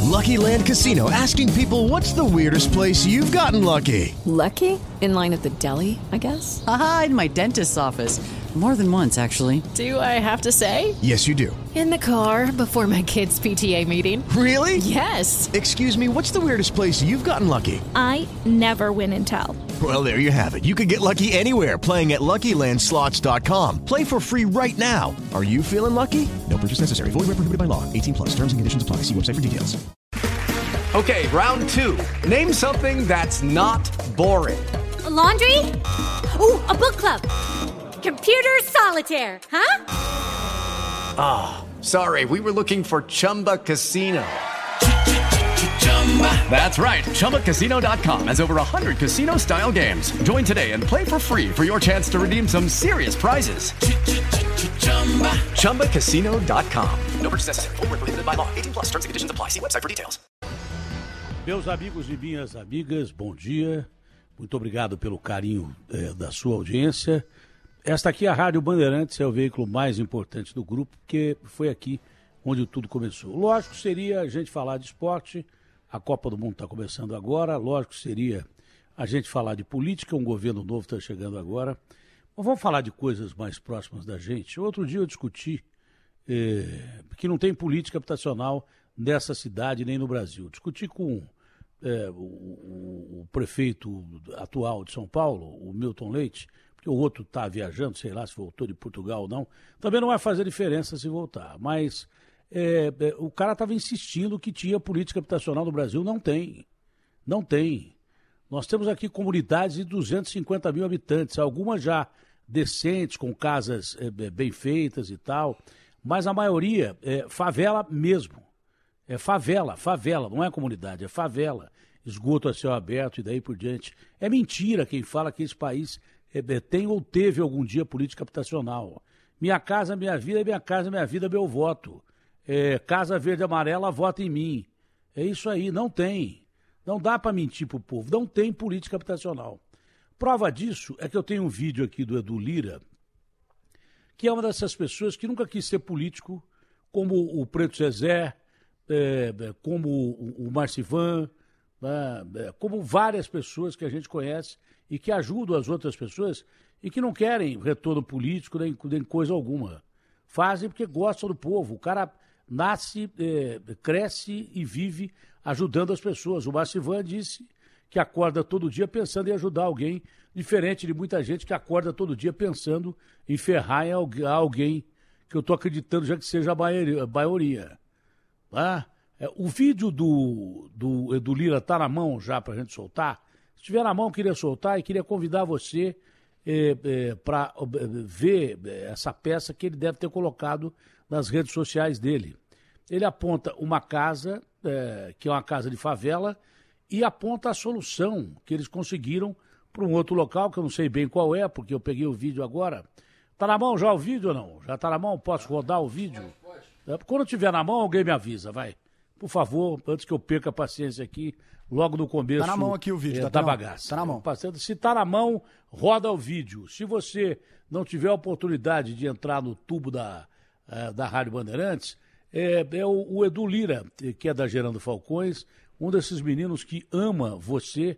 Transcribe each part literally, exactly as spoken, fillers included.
Lucky Land Casino, asking people, what's the weirdest place you've gotten lucky? Lucky? In line at the deli, I guess? Aha, in my dentist's office. More than once, actually. Do I have to say? Yes, you do. In the car before my kids' P T A meeting. Really? Yes. Excuse me, what's the weirdest place you've gotten lucky? I never win and tell. Well, there you have it. You can get lucky anywhere, playing at Lucky Land Slots dot com. Play for free right now. Are you feeling lucky? No purchase necessary. Void where prohibited by law. eighteen plus. Terms and conditions apply. See website for details. Okay, round two. Name something that's not boring. A laundry? Ooh, a book club. Computer solitaire, huh? Ah, oh, sorry. We were looking for Chumba Casino. That's right. Chumba Casino dot com has over one hundred casino-style games. Join today and play for free for your chance to redeem some serious prizes. Chumba Casino dot com. No purchase necessary. Void where prohibited by law. eighteen plus. Terms and conditions apply. See website for details. Meus amigos e minhas amigas, bom dia. Muito obrigado pelo carinho é, da sua audiência. Esta aqui é a Rádio Bandeirantes, é o veículo mais importante do grupo, porque foi aqui onde tudo começou. Lógico seria a gente falar de esporte, a Copa do Mundo está começando agora, lógico seria a gente falar de política, um governo novo está chegando agora. Mas vamos falar de coisas mais próximas da gente. Outro dia eu discuti eh, que não tem política habitacional nessa cidade nem no Brasil. Discuti com eh, o, o, o prefeito atual de São Paulo, o Milton Leite, porque o outro está viajando, sei lá se voltou de Portugal ou não. Também não vai fazer diferença se voltar, mas é, é, o cara estava insistindo que tinha política habitacional no Brasil. Não tem, não tem. Nós temos aqui comunidades de duzentos e cinquenta mil habitantes, algumas já decentes, com casas é, bem feitas e tal, mas a maioria é favela mesmo. É favela, favela, não é comunidade, é favela. Esgoto a céu aberto e daí por diante. É mentira quem fala que esse país é, tem ou teve algum dia política habitacional. Minha casa, minha vida, minha casa, minha vida, meu voto. É, Casa Verde e Amarela, vota em mim. É isso aí, não tem. Não dá para mentir pro povo, não tem política habitacional. Prova disso é que eu tenho um vídeo aqui do Edu Lira, que é uma dessas pessoas que nunca quis ser político, como o Preto Zezé, é, como o Marcivan, é, como várias pessoas que a gente conhece e que ajudam as outras pessoas e que não querem retorno político nem, nem coisa alguma. Fazem porque gostam do povo. O cara nasce, é, cresce e vive ajudando as pessoas. O Marcivan disse que acorda todo dia pensando em ajudar alguém, diferente de muita gente que acorda todo dia pensando em ferrar em alguém, que eu estou acreditando já que seja a maioria. Ah, é, o vídeo do, do Edu Lira está na mão já para a gente soltar. Se estiver na mão, eu queria soltar e queria convidar você é, é, para ver essa peça que ele deve ter colocado nas redes sociais dele. Ele aponta uma casa, é, que é uma casa de favela, e aponta a solução que eles conseguiram para um outro local, que eu não sei bem qual é, porque eu peguei o vídeo agora. Está na mão já o vídeo ou não? Já está na mão? Posso rodar o vídeo? Pode, pode. Quando tiver na mão, alguém me avisa, vai. Por favor, antes que eu perca a paciência aqui, logo no começo. Tá na mão aqui o vídeo, é, tá da na bagaça. Tá na mão. Se tá na mão, roda o vídeo. Se você não tiver a oportunidade de entrar no tubo da, uh, da Rádio Bandeirantes, é, é o, o Edu Lira, que é da Gerando Falcões, um desses meninos que ama você,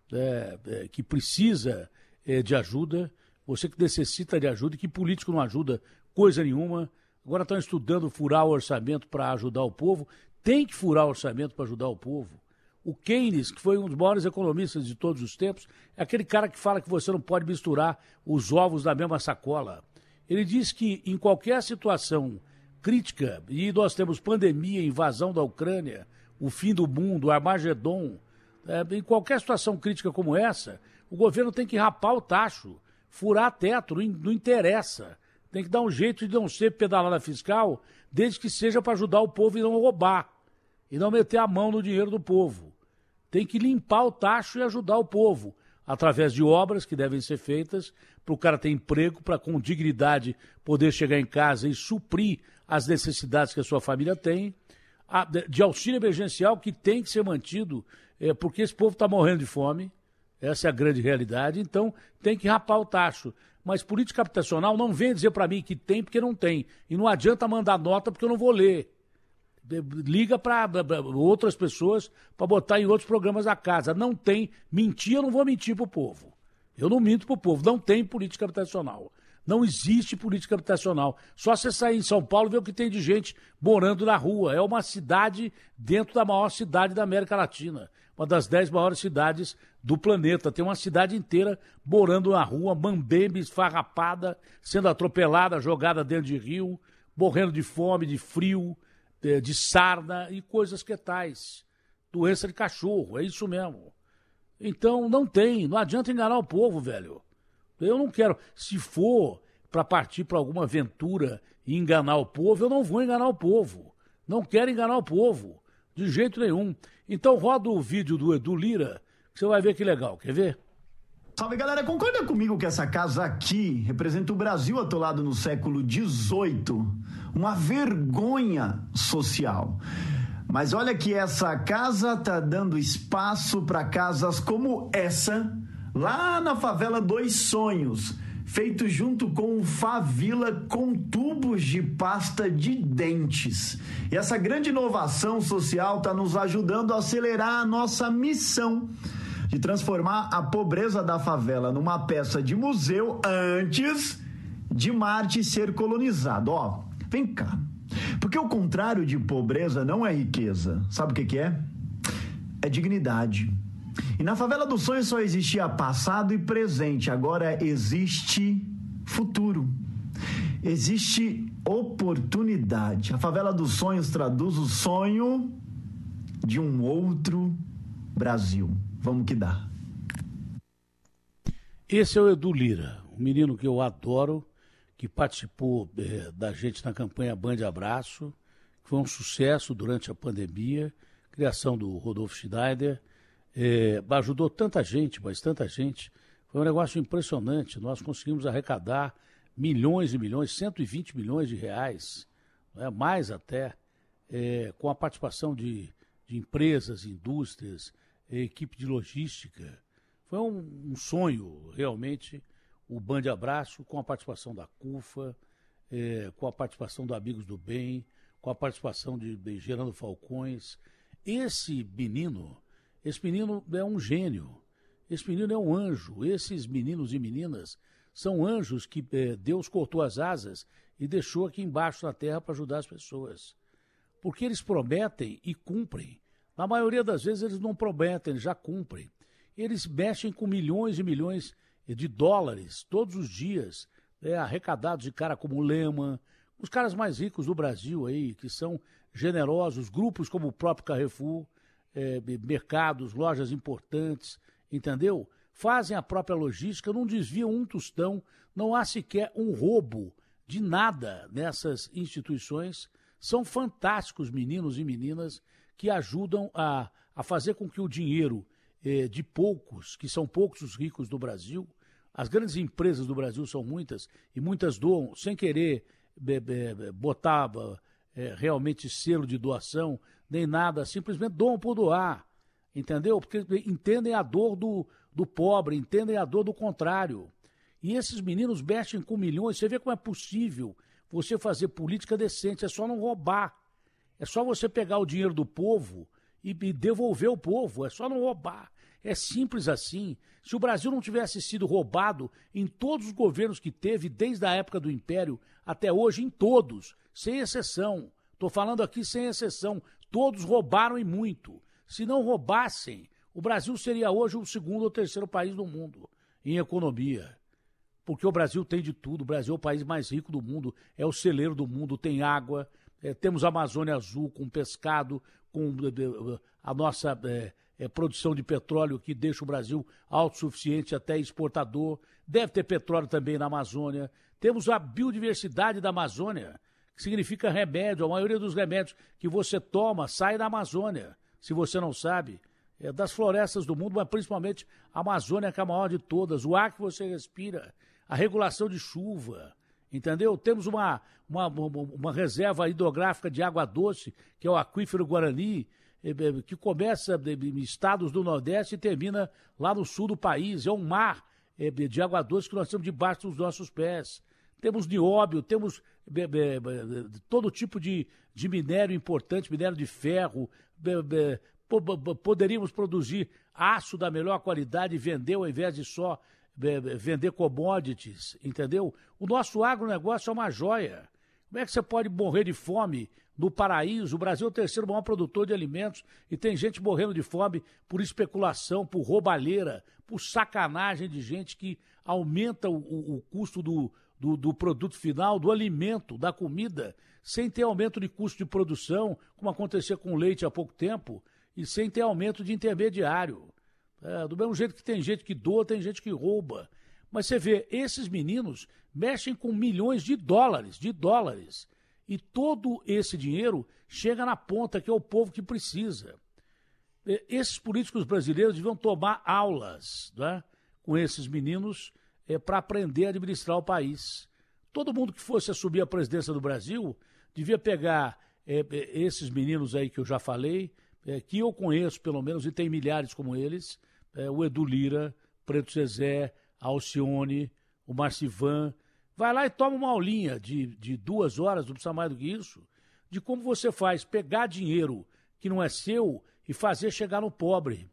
é, é, que precisa é, de ajuda, você que necessita de ajuda e que político não ajuda coisa nenhuma. Agora estão estudando furar o orçamento para ajudar o povo. Tem que furar o orçamento para ajudar o povo. O Keynes, que foi um dos maiores economistas de todos os tempos, é aquele cara que fala que você não pode misturar os ovos na mesma sacola. Ele diz que em qualquer situação crítica, e nós temos pandemia, invasão da Ucrânia, o fim do mundo, o Armagedon, é, em qualquer situação crítica como essa, o governo tem que rapar o tacho, furar teto, não, não interessa. Tem que dar um jeito de não ser pedalada fiscal, desde que seja para ajudar o povo e não roubar, e não meter a mão no dinheiro do povo. Tem que limpar o tacho e ajudar o povo, através de obras que devem ser feitas, para o cara ter emprego, para com dignidade poder chegar em casa e suprir as necessidades que a sua família tem, de auxílio emergencial que tem que ser mantido, é, porque esse povo está morrendo de fome, essa é a grande realidade, então tem que rapar o tacho. Mas política habitacional não vem dizer para mim que tem porque não tem, e não adianta mandar nota porque eu não vou ler. liga para outras pessoas para botar em outros programas da casa. Não tem, mentir, eu não vou mentir para o povo. Eu não minto para o povo, não tem política habitacional. Não existe política habitacional. Só você sair em São Paulo e ver o que tem de gente morando na rua. É uma cidade dentro da maior cidade da América Latina. Uma das dez maiores cidades do planeta. Tem uma cidade inteira morando na rua, mambembe, esfarrapada, sendo atropelada, jogada dentro de rio, morrendo de fome, de frio, de sarna e coisas que tais. Doença de cachorro, é isso mesmo. Então não tem, não adianta enganar o povo, velho. Eu não quero, se for para partir para alguma aventura e enganar o povo, eu não vou enganar o povo. Não quero enganar o povo, de jeito nenhum. Então roda o vídeo do Edu Lira, que você vai ver que legal. Quer ver? Salve, galera. Concorda comigo que essa casa aqui representa o Brasil atolado no século dezoito? Uma vergonha social. Mas olha que essa casa tá dando espaço para casas como essa, lá na favela Dois Sonhos, feito junto com o Favila com tubos de pasta de dentes. E essa grande inovação social está nos ajudando a acelerar a nossa missão de transformar a pobreza da favela numa peça de museu antes de Marte ser colonizado. Ó, vem cá. Porque o contrário de pobreza não é riqueza. Sabe o que que é? É dignidade. E na favela dos sonhos só existia passado e presente. Agora existe futuro. Existe oportunidade. A favela dos sonhos traduz o sonho de um outro Brasil. Vamos que dá. Esse é o Edu Lira, um menino que eu adoro, que participou é, da gente na campanha Band Abraço, que foi um sucesso durante a pandemia, criação do Rodolfo Schneider, é, ajudou tanta gente, mas tanta gente, foi um negócio impressionante. Nós conseguimos arrecadar milhões e milhões, cento e vinte milhões de reais, não é, mais até, é, com a participação de, de empresas, indústrias, equipe de logística. Foi um, um sonho, realmente, o Band Abraço, com a participação da CUFA, é, com a participação do Amigos do Bem, com a participação de, de Gerando Falcões. Esse menino, esse menino é um gênio, esse menino é um anjo. Esses meninos e meninas são anjos que é, Deus cortou as asas e deixou aqui embaixo na terra para ajudar as pessoas. Porque eles prometem e cumprem. Na maioria das vezes eles não prometem, eles já cumprem. Eles mexem com milhões e milhões de dólares todos os dias, né, arrecadados de cara como o Lehman, os caras mais ricos do Brasil aí, que são generosos, grupos como o próprio Carrefour, é, mercados, lojas importantes, entendeu? Fazem a própria logística, não desviam um tostão, não há sequer um roubo de nada nessas instituições. São fantásticos meninos e meninas que ajudam a, a fazer com que o dinheiro eh, de poucos, que são poucos os ricos do Brasil, as grandes empresas do Brasil são muitas, e muitas doam sem querer be, be, botar eh, realmente selo de doação, nem nada, simplesmente doam por doar, entendeu? Porque entendem a dor do, do pobre, entendem a dor do contrário. E esses meninos mexem com milhões, você vê como é possível você fazer política decente, é só não roubar. É só você pegar o dinheiro do povo e, e devolver ao povo, é só não roubar. É simples assim. Se o Brasil não tivesse sido roubado em todos os governos que teve, desde a época do Império até hoje, em todos, sem exceção. Estou falando aqui sem exceção. Todos roubaram e muito. Se não roubassem, o Brasil seria hoje o segundo ou terceiro país do mundo em economia. Porque o Brasil tem de tudo. O Brasil é o país mais rico do mundo, é o celeiro do mundo, tem água. É, temos a Amazônia Azul com pescado, com é, a nossa é, é, produção de petróleo que deixa o Brasil autossuficiente, até exportador. Deve ter petróleo também na Amazônia. Temos a biodiversidade da Amazônia, que significa remédio. A maioria dos remédios que você toma sai da Amazônia, se você não sabe. É das florestas do mundo, mas principalmente a Amazônia, que é a maior de todas. O ar que você respira, a regulação de chuva. Entendeu? Temos uma, uma, uma reserva hidrográfica de água doce, que é o aquífero Guarani, que começa em estados do Nordeste e termina lá no sul do país. É um mar de água doce que nós temos debaixo dos nossos pés. temos nióbio, temos be, be, be, todo tipo de, de minério importante, minério de ferro, be, be, po, be, poderíamos produzir aço da melhor qualidade e vender ao invés de só be, be, vender commodities, entendeu? O nosso agronegócio é uma joia. Como é que você pode morrer de fome no paraíso? O Brasil é o terceiro maior produtor de alimentos e tem gente morrendo de fome por especulação, por roubalheira, por sacanagem de gente que aumenta o, o, o custo do, do, do produto final, do alimento, da comida, sem ter aumento de custo de produção, como acontecia com o leite há pouco tempo, e sem ter aumento de intermediário. É, do mesmo jeito que tem gente que doa, tem gente que rouba. Mas você vê, esses meninos mexem com milhões de dólares, de dólares. E todo esse dinheiro chega na ponta, que é o povo que precisa. Esses políticos brasileiros deviam tomar aulas, né, com esses meninos é, para aprender a administrar o país. Todo mundo que fosse assumir a presidência do Brasil devia pegar é, esses meninos aí que eu já falei, é, que eu conheço pelo menos, e tem milhares como eles, é, o Edu Lira, Preto Zezé, Alcione, o Marcivan. Vai lá e toma uma aulinha de, de duas horas, não precisa mais do que isso, de como você faz pegar dinheiro que não é seu e fazer chegar no pobre.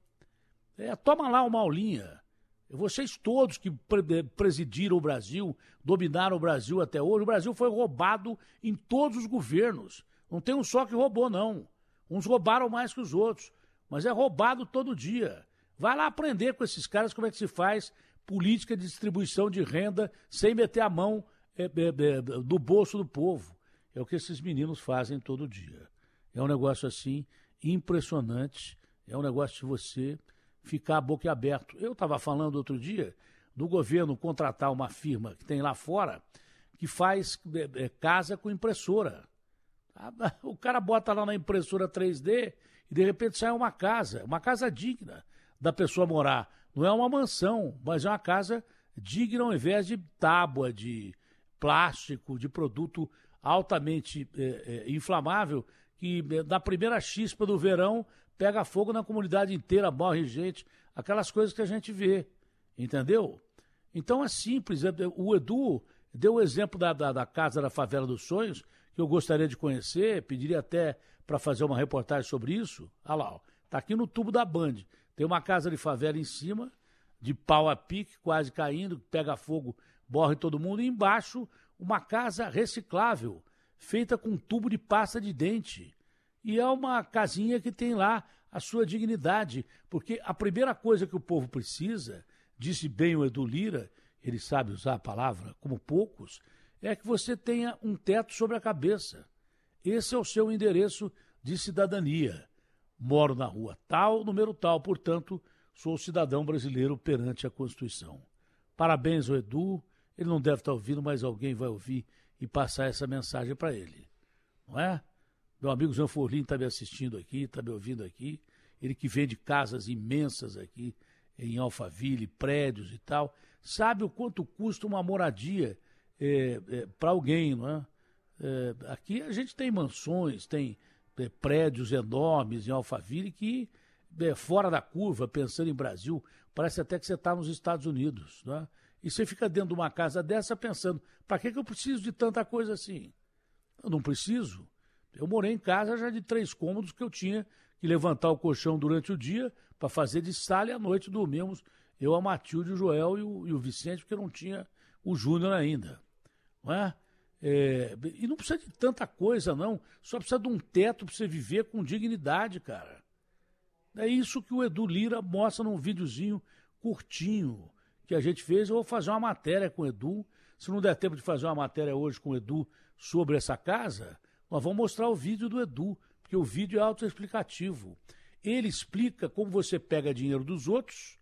É, toma lá uma aulinha. Vocês todos que pre- presidiram o Brasil, dominaram o Brasil até hoje, o Brasil foi roubado em todos os governos. Não tem um só que roubou, não. Uns roubaram mais que os outros, mas é roubado todo dia. Vai lá aprender com esses caras como é que se faz política de distribuição de renda sem meter a mão é, é, é, no bolso do povo. É o que esses meninos fazem todo dia. É um negócio assim impressionante, é um negócio de você ficar boquiaberto. Eu estava falando outro dia do governo contratar uma firma que tem lá fora que faz é, é, casa com impressora. O cara bota lá na impressora três D e de repente sai uma casa, uma casa digna da pessoa morar. Não é uma mansão, mas é uma casa digna ao invés de tábua, de plástico, de produto altamente é, é, inflamável, que na primeira chispa do verão pega fogo na comunidade inteira, morre gente, aquelas coisas que a gente vê, entendeu? Então é simples, o Edu deu o exemplo da, da, da Casa da Favela dos Sonhos, que eu gostaria de conhecer, pediria até para fazer uma reportagem sobre isso. Olha lá, está aqui no tubo da Band. Tem uma casa de favela em cima, de pau a pique, quase caindo, pega fogo, morre todo mundo. E embaixo, uma casa reciclável, feita com tubo de pasta de dente. E é uma casinha que tem lá a sua dignidade. Porque a primeira coisa que o povo precisa, disse bem o Edu Lira, ele sabe usar a palavra como poucos, é que você tenha um teto sobre a cabeça. Esse é o seu endereço de cidadania. Moro na rua tal, número tal, portanto, sou cidadão brasileiro perante a Constituição. Parabéns ao Edu, ele não deve estar ouvindo, mas alguém vai ouvir e passar essa mensagem para ele. Não é? Meu amigo Zanforlin está me assistindo aqui, está me ouvindo aqui, ele que vende casas imensas aqui em Alphaville, prédios e tal, sabe o quanto custa uma moradia é, é, para alguém, não é? É, aqui a gente tem mansões, tem é, prédios enormes em Alphaville que, é, fora da curva, pensando em Brasil, parece até que você está nos Estados Unidos, não é? E você fica dentro de uma casa dessa pensando, para que, que eu preciso de tanta coisa assim? Eu não preciso. Eu morei em casa já de três cômodos que eu tinha que levantar o colchão durante o dia para fazer de sala e à noite dormimos, eu, a Matilde, o Joel e o, e o Vicente, porque não tinha o Júnior ainda. Não é? É, e não precisa de tanta coisa, não. Só precisa de um teto para você viver com dignidade, cara. É isso que o Edu Lira mostra num videozinho curtinho que a gente fez. Eu vou fazer uma matéria com o Edu. Se não der tempo de fazer uma matéria hoje com o Edu sobre essa casa, nós vamos mostrar o vídeo do Edu, porque o vídeo é autoexplicativo. Ele explica como você pega dinheiro dos outros,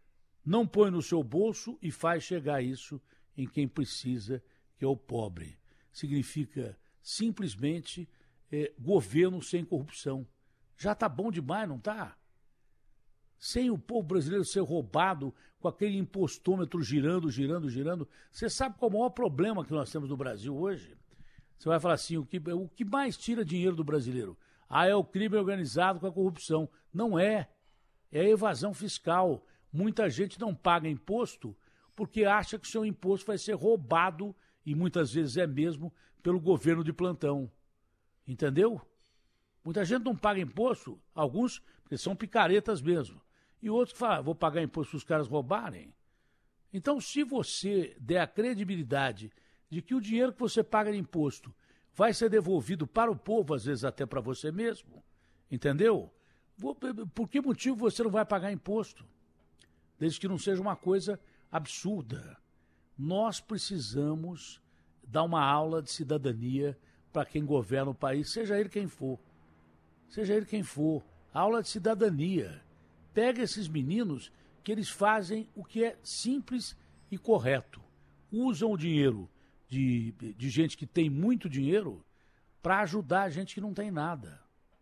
não põe no seu bolso e faz chegar isso em quem precisa, que é o pobre. Significa simplesmente é, governo sem corrupção. Já está bom demais, não está? Sem o povo brasileiro ser roubado com aquele impostômetro girando, girando, girando. Você sabe qual é o maior problema que nós temos no Brasil hoje? Você vai falar assim, o que, o que mais tira dinheiro do brasileiro? Ah, é o crime organizado com a corrupção. Não é. É a evasão fiscal. Muita gente não paga imposto porque acha que o seu imposto vai ser roubado E muitas vezes é mesmo pelo governo de plantão. Entendeu? Muita gente não paga imposto, alguns porque são picaretas mesmo. E outros que falam, ah, vou pagar imposto para os caras roubarem. Então, se você der a credibilidade de que o dinheiro que você paga de imposto vai ser devolvido para o povo, às vezes até para você mesmo, entendeu? Por que motivo você não vai pagar imposto? Desde que não seja uma coisa absurda. Nós precisamos dar uma aula de cidadania para quem governa o país, seja ele quem for. Seja ele quem for. Aula de cidadania. Pega esses meninos que eles fazem o que é simples e correto. Usam o dinheiro de, de gente que tem muito dinheiro para ajudar a gente que não tem nada.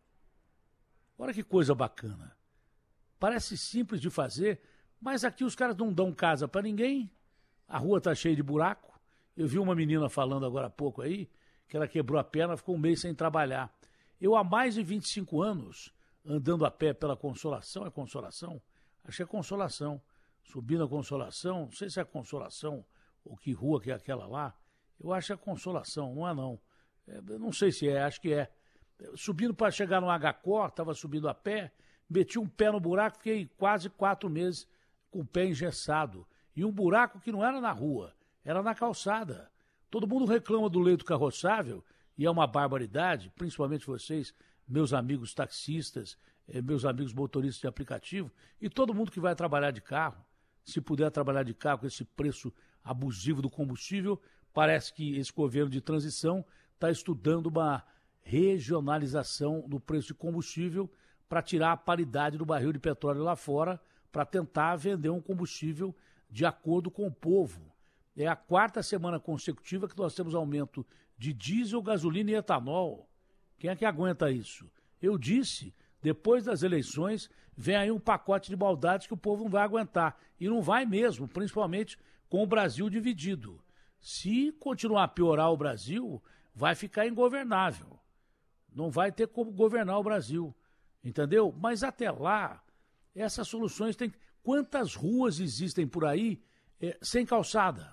Olha que coisa bacana. Parece simples de fazer, mas aqui os caras não dão casa para ninguém. A rua está cheia de buraco. Eu vi uma menina falando agora há pouco aí, que ela quebrou a perna, ficou um mês sem trabalhar. Eu, há mais de vinte e cinco anos, andando a pé pela Consolação, é Consolação? Acho que é Consolação. Subindo a Consolação, não sei se é Consolação ou que rua que é aquela lá. Eu acho que é Consolação, não é não. É, não sei se é, acho que é. Subindo para chegar no Agacor, estava subindo a pé, meti um pé no buraco, fiquei quase quatro meses com o pé engessado. E um buraco que não era na rua, era na calçada. Todo mundo reclama do leito carroçável, e é uma barbaridade, principalmente vocês, meus amigos taxistas, eh, meus amigos motoristas de aplicativo, e todo mundo que vai trabalhar de carro. Se puder trabalhar de carro com esse preço abusivo do combustível, parece que esse governo de transição está estudando uma regionalização do preço de combustível para tirar a paridade do barril de petróleo lá fora, para tentar vender um combustível de acordo com o povo. É a quarta semana consecutiva que nós temos aumento de diesel, gasolina e etanol. Quem é que aguenta isso? Eu disse, depois das eleições, vem aí um pacote de maldades que o povo não vai aguentar. E não vai mesmo, principalmente com o Brasil dividido. Se continuar a piorar o Brasil, vai ficar ingovernável. Não vai ter como governar o Brasil. Entendeu? Mas até lá, essas soluções têm... Quantas ruas existem por aí é, sem calçada?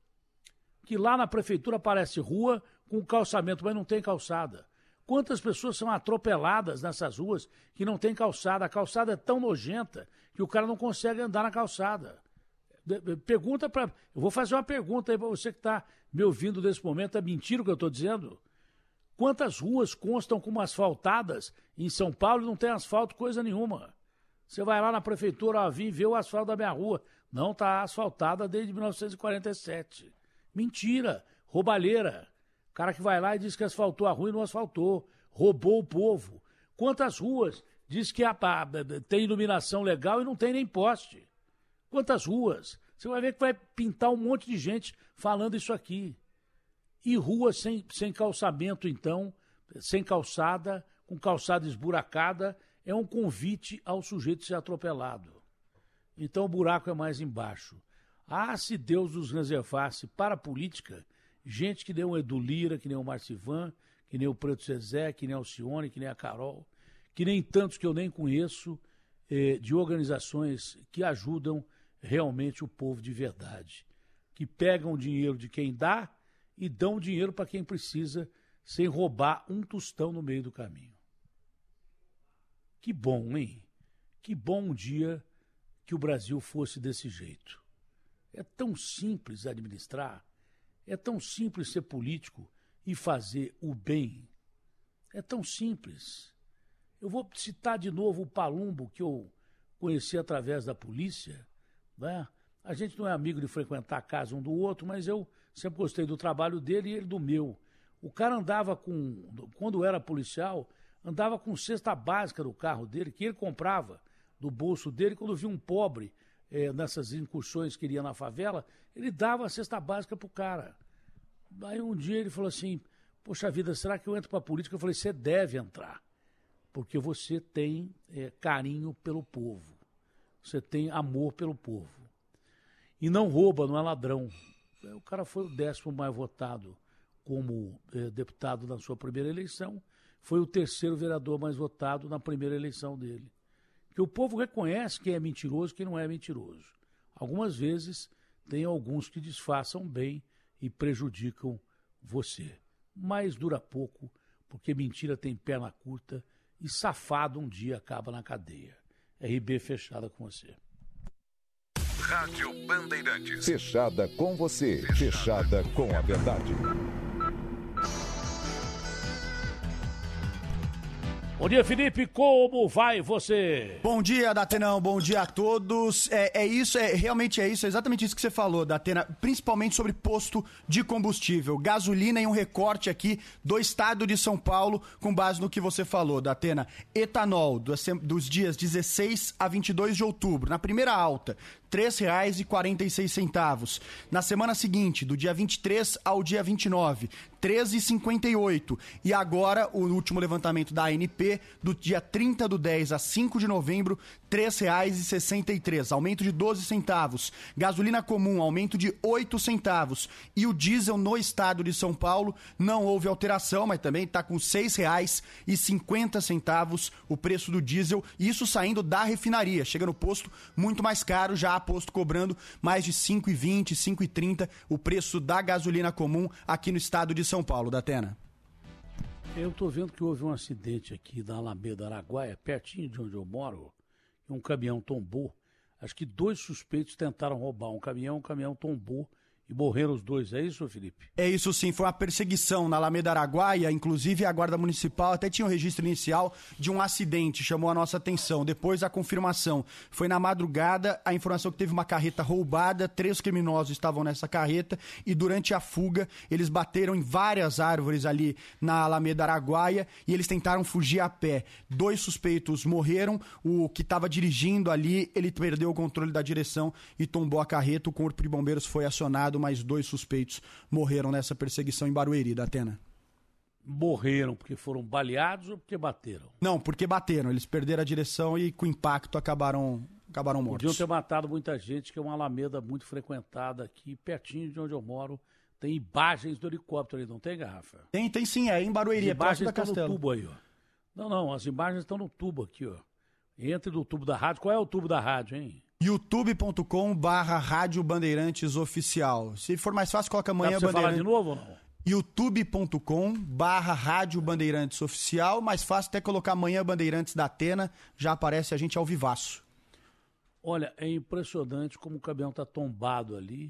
Que lá na prefeitura aparece rua com calçamento, mas não tem calçada. Quantas pessoas são atropeladas nessas ruas que não tem calçada? A calçada é tão nojenta que o cara não consegue andar na calçada. Pergunta para... Eu vou fazer uma pergunta aí para você que está me ouvindo nesse momento. É mentira o que eu estou dizendo? Quantas ruas constam como asfaltadas em São Paulo e não tem asfalto coisa nenhuma? Você vai lá na prefeitura, ó, vim ver o asfalto da minha rua. Não, está asfaltada desde mil novecentos e quarenta e sete. Mentira, roubalheira. O cara que vai lá e diz que asfaltou a rua e não asfaltou. Roubou o povo. Quantas ruas diz que a, a, tem iluminação legal e não tem nem poste? Quantas ruas? Você vai ver que vai pintar um monte de gente falando isso aqui. E ruas sem, sem calçamento, então, sem calçada, com calçada esburacada, é um convite ao sujeito ser atropelado. Então o buraco é mais embaixo. Ah, se Deus nos reservasse para a política, gente que nem o Edu Lira, que nem o Marcivan, que nem o Preto Zezé, que nem a Alcione, que nem a Carol, que nem tantos que eu nem conheço, eh, de organizações que ajudam realmente o povo de verdade, que pegam o dinheiro de quem dá e dão dinheiro para quem precisa, sem roubar um tostão no meio do caminho. Que bom, hein? Que bom um dia que o Brasil fosse desse jeito. É tão simples administrar, é tão simples ser político e fazer o bem. É tão simples. Eu vou citar de novo o Palumbo, que eu conheci através da polícia, né? A gente não é amigo de frequentar a casa um do outro, mas eu sempre gostei do trabalho dele e ele do meu. O cara andava com, quando era policial, andava com cesta básica no carro dele, que ele comprava do bolso dele. Quando via um pobre eh, nessas incursões que ele ia na favela, ele dava a cesta básica pro cara. Aí um dia ele falou assim, poxa vida, será que eu entro pra política? Eu falei, você deve entrar, porque você tem eh, carinho pelo povo, você tem amor pelo povo. E não rouba, não é ladrão. O cara foi o décimo mais votado como eh, deputado na sua primeira eleição, foi o terceiro vereador mais votado na primeira eleição dele. Que o povo reconhece quem é mentiroso e quem não é mentiroso. Algumas vezes tem alguns que disfarçam bem e prejudicam você. Mas dura pouco, porque mentira tem perna curta e safado um dia acaba na cadeia. R B fechada com você. Rádio Bandeirantes. Fechada com você, fechada com a verdade. Bom dia, Felipe, como vai você? Bom dia, Datenão, bom dia a todos. É, é isso, é realmente é isso, é exatamente isso que você falou, Datena, principalmente sobre posto de combustível, gasolina e um recorte aqui do estado de São Paulo, com base no que você falou, Datena. Etanol, dos, dos dias dezesseis a vinte e dois de outubro, na primeira alta, três reais e quarenta e seis centavos. Na semana seguinte, do dia vinte e três ao dia vinte e nove, treze reais e cinquenta e oito. E agora, o último levantamento da A N P, do dia trinta do dez a cinco de novembro, três reais e sessenta e três, aumento de doze centavos. Gasolina comum, aumento de oito centavos. E o diesel no estado de São Paulo não houve alteração, mas também está com seis reais e cinquenta centavos o preço do diesel, isso saindo da refinaria. Chega no posto muito mais caro, já posto cobrando mais de cinco reais e vinte, cinco reais e trinta o preço da gasolina comum aqui no estado de São Paulo, Datena. Eu estou vendo que houve um acidente aqui na Alameda Araguaia, pertinho de onde eu moro, e um caminhão tombou. Acho que dois suspeitos tentaram roubar um caminhão, o caminhão tombou e morreram os dois. É isso, Felipe? É isso sim, foi uma perseguição na Alameda Araguaia, inclusive a Guarda Municipal até tinha um registro inicial de um acidente, chamou a nossa atenção. Depois a confirmação foi na madrugada, a informação que teve uma carreta roubada, três criminosos estavam nessa carreta e durante a fuga eles bateram em várias árvores ali na Alameda Araguaia e eles tentaram fugir a pé. Dois suspeitos morreram, o que estava dirigindo ali, ele perdeu o controle da direção e tombou a carreta, o corpo de bombeiros foi acionado, mais dois suspeitos morreram nessa perseguição em Barueri, Datena. Morreram porque foram baleados ou porque bateram? Não, porque bateram. Eles perderam a direção e com impacto acabaram, acabaram mortos. Podiam ter matado muita gente, que é uma alameda muito frequentada aqui, pertinho de onde eu moro. Tem imagens do helicóptero aí, não tem, Garrafa? Tem, tem sim, é em Barueri, é próximo da Castelo. As imagens estão no tubo aí, ó. Não, não, as imagens estão no tubo aqui, ó. Entre no tubo da rádio. Qual é o tubo da rádio, hein? youtube ponto com barra Rádio Bandeirantes Oficial. Se for mais fácil, coloca amanhã Bandeirantes. Dá pra você falar de novo ou não? youtube ponto com barra Rádio Bandeirantes Oficial. Mais fácil até colocar amanhã Bandeirantes da Atena, já aparece a gente ao vivaço. Olha, é impressionante como o caminhão tá tombado ali,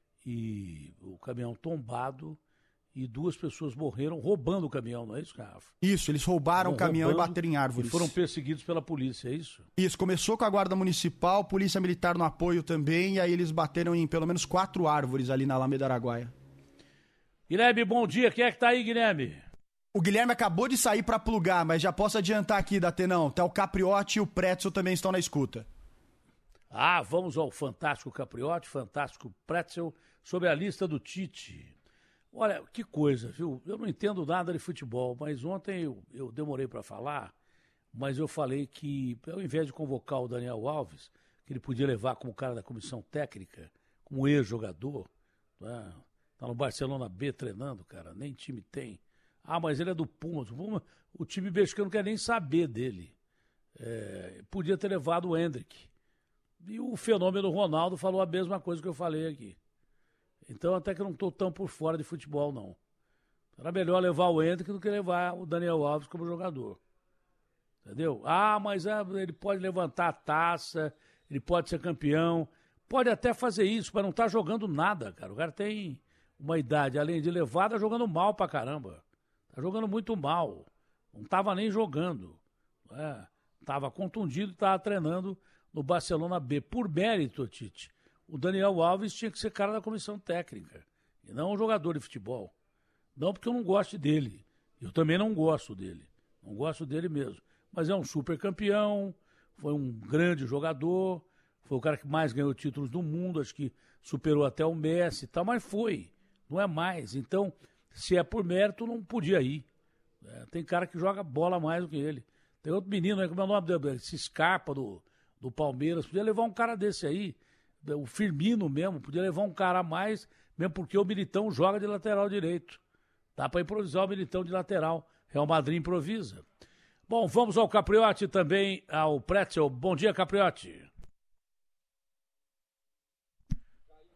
e o caminhão tombado, e duas pessoas morreram roubando o caminhão, não é isso, Rafa? Isso, eles roubaram o caminhão e bateram em árvores. E foram perseguidos pela polícia, é isso? Isso, começou com a Guarda Municipal, Polícia Militar no apoio também, e aí eles bateram em pelo menos quatro árvores ali na Alameda Araguaia. Guilherme, bom dia. Quem é que tá aí, Guilherme? O Guilherme acabou de sair para plugar, mas já posso adiantar aqui, Datenão. Tá o Capriotti e o Pretzel também estão na escuta. Ah, vamos ao Fantástico Capriotti, Fantástico Pretzel, sobre a lista do Tite. Olha, que coisa, viu? Eu não entendo nada de futebol, mas ontem eu, eu demorei para falar, mas eu falei que, ao invés de convocar o Daniel Alves, que ele podia levar como cara da comissão técnica, como ex-jogador, né? Tá no Barcelona B treinando, cara, nem time tem. Ah, mas ele é do Pumas. O, Puma, o time mexicano não quer nem saber dele. É, podia ter levado o Hendrick. E o fenômeno Ronaldo falou a mesma coisa que eu falei aqui. Então até que eu não estou tão por fora de futebol, não. Era melhor levar o Hendrick do que levar o Daniel Alves como jogador. Entendeu? Ah, mas é, ele pode levantar a taça, ele pode ser campeão, pode até fazer isso, mas não tá jogando nada, cara. O cara tem uma idade, além de levar, tá jogando mal pra caramba. Tá jogando muito mal. Não tava nem jogando. É, tava contundido e tava treinando no Barcelona B. Por mérito, Tite, o Daniel Alves tinha que ser cara da comissão técnica, e não um jogador de futebol. Não porque eu não goste dele. Eu também não gosto dele. Não gosto dele mesmo. Mas é um super campeão, foi um grande jogador, foi o cara que mais ganhou títulos do mundo, acho que superou até o Messi e tal, mas foi, não é mais. Então, se é por mérito, não podia ir. É, tem cara que joga bola mais do que ele. Tem outro menino aí, como é o nome dele? Esse Scarpa do, do Palmeiras, podia levar um cara desse aí, o Firmino mesmo, podia levar um cara a mais, mesmo porque o Militão joga de lateral direito. Dá para improvisar o Militão de lateral. Real Madrid improvisa. Bom, vamos ao Capriotti também, ao Pretzel. Bom dia, Capriotti.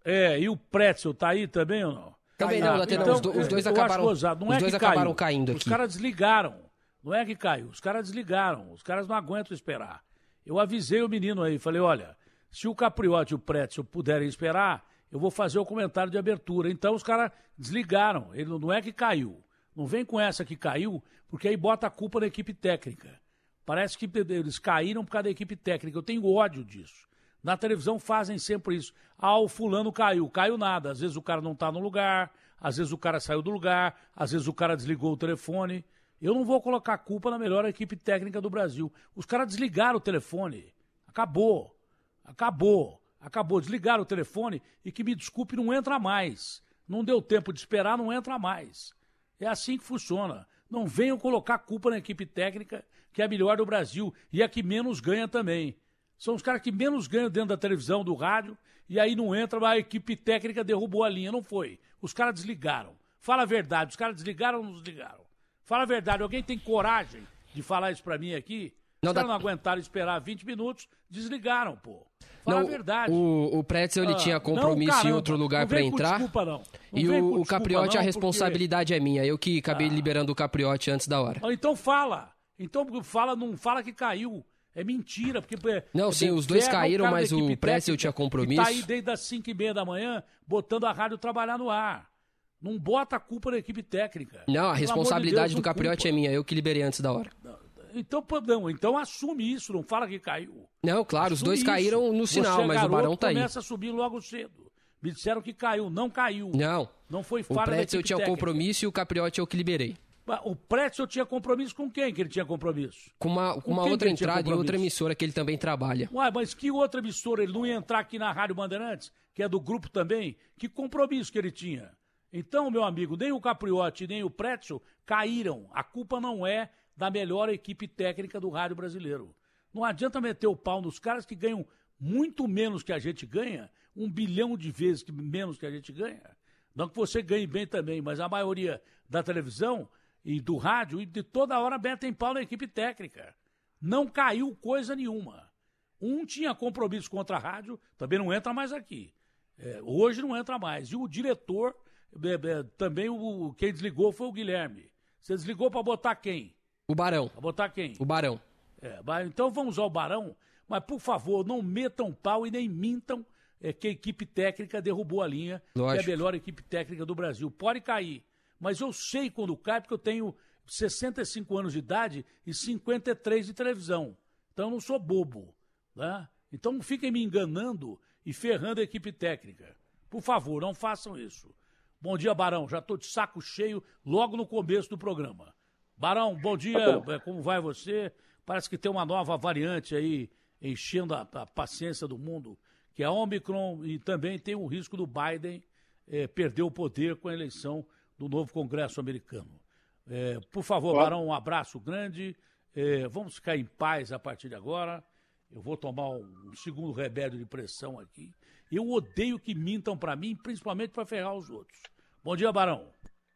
É, e o Pretzel tá aí também ou não? Também não, Datena, então, os, do, os dois eu acabaram, acho gozado. Não os é dois que acabaram caiu. caindo Os aqui. caras desligaram. Não é que caiu, os caras desligaram. Os caras não aguentam esperar. Eu avisei o menino aí, falei, olha, se o Capriotti e o Pretzel puderem esperar, eu vou fazer o comentário de abertura. Então os caras desligaram. Ele não é que caiu. Não vem com essa que caiu, porque aí bota a culpa na equipe técnica. Parece que eles caíram por causa da equipe técnica. Eu tenho ódio disso. Na televisão fazem sempre isso. Ah, o fulano caiu. Caiu nada. Às vezes o cara não está no lugar, às vezes o cara saiu do lugar, às vezes o cara desligou o telefone. Eu não vou colocar a culpa na melhor equipe técnica do Brasil. Os caras desligaram o telefone. Acabou. Acabou. Acabou. Desligaram o telefone e que me desculpe, não entra mais. Não deu tempo de esperar, não entra mais. É assim que funciona. Não venham colocar culpa na equipe técnica, que é a melhor do Brasil e a que menos ganha também. São os caras que menos ganham dentro da televisão, do rádio, e aí não entra, mas a equipe técnica derrubou a linha. Não foi. Os caras desligaram. Fala a verdade, os caras desligaram ou não desligaram? Fala a verdade, alguém tem coragem de falar isso pra mim aqui? Os Não, caras da... não aguentaram esperar vinte minutos, desligaram, pô. Fala não, a verdade. O, o Pretzel, ele ah, tinha compromisso não, caramba, em outro lugar para entrar. Desculpa, não. Não e o, o Capriotti, não, a responsabilidade porque... é minha. Eu que acabei ah. liberando o Capriotti antes da hora. Então fala. Então fala, não fala que caiu. É mentira, porque... Não, sim, os dois caíram, mas o Pretzel tinha compromisso. Tá aí desde as cinco e meia da manhã, botando a rádio trabalhar no ar. Não bota a culpa na equipe técnica. Não, a responsabilidade de Deus, do Capriotti culpa. é minha, eu que liberei antes da hora. Então, não, então assume isso, não fala que caiu. Não, claro, assume os dois isso. caíram no sinal, Você, mas garoto, o Barão tá aí. Começa a subir logo cedo. Me disseram que caiu, não caiu. Não. Não foi O falha da Pretzel equipe tinha técnica. compromisso e o Capriotti eu que liberei. O Pretzel tinha compromisso com quem que ele tinha compromisso? Com uma, com Com uma quem outra que ele tinha entrada em outra compromisso? emissora que ele também trabalha. Ué, mas que outra emissora? Ele não ia entrar aqui na Rádio Bandeirantes, que é do grupo também? Que compromisso que ele tinha? Então, meu amigo, nem o Capriotti, nem o Pretzel caíram. A culpa não é da melhor equipe técnica do rádio brasileiro. Não adianta meter o pau nos caras que ganham muito menos que a gente ganha, um bilhão de vezes que menos que a gente ganha. Não que você ganhe bem também, mas a maioria da televisão e do rádio, e de toda hora metem pau na equipe técnica. Não caiu coisa nenhuma. Um tinha compromisso contra a rádio, também não entra mais aqui. É, hoje não entra mais. E o diretor, é, é, também o, quem desligou foi o Guilherme. Você desligou para botar quem? O Barão. Para botar quem? O Barão. É, então vamos usar o Barão, mas por favor, não metam pau e nem mintam é, que a equipe técnica derrubou a linha, Lógico. que é a melhor equipe técnica do Brasil. Pode cair, mas eu sei quando cai, porque eu tenho sessenta e cinco anos de idade e cinquenta e três de televisão. Então eu não sou bobo. Né? Então não fiquem me enganando e ferrando a equipe técnica. Por favor, não façam isso. Bom dia, Barão. Já estou de saco cheio logo no começo do programa. Barão, bom dia. Como vai você? Parece que tem uma nova variante aí enchendo a, a paciência do mundo, que é a Omicron, e também tem o risco do Biden eh, perder o poder com a eleição do novo Congresso americano. Eh, por favor, Barão, um abraço grande. Eh, vamos ficar em paz a partir de agora. Eu vou tomar um, um segundo remédio de pressão aqui. Eu odeio que mintam para mim, principalmente para ferrar os outros. Bom dia, Barão.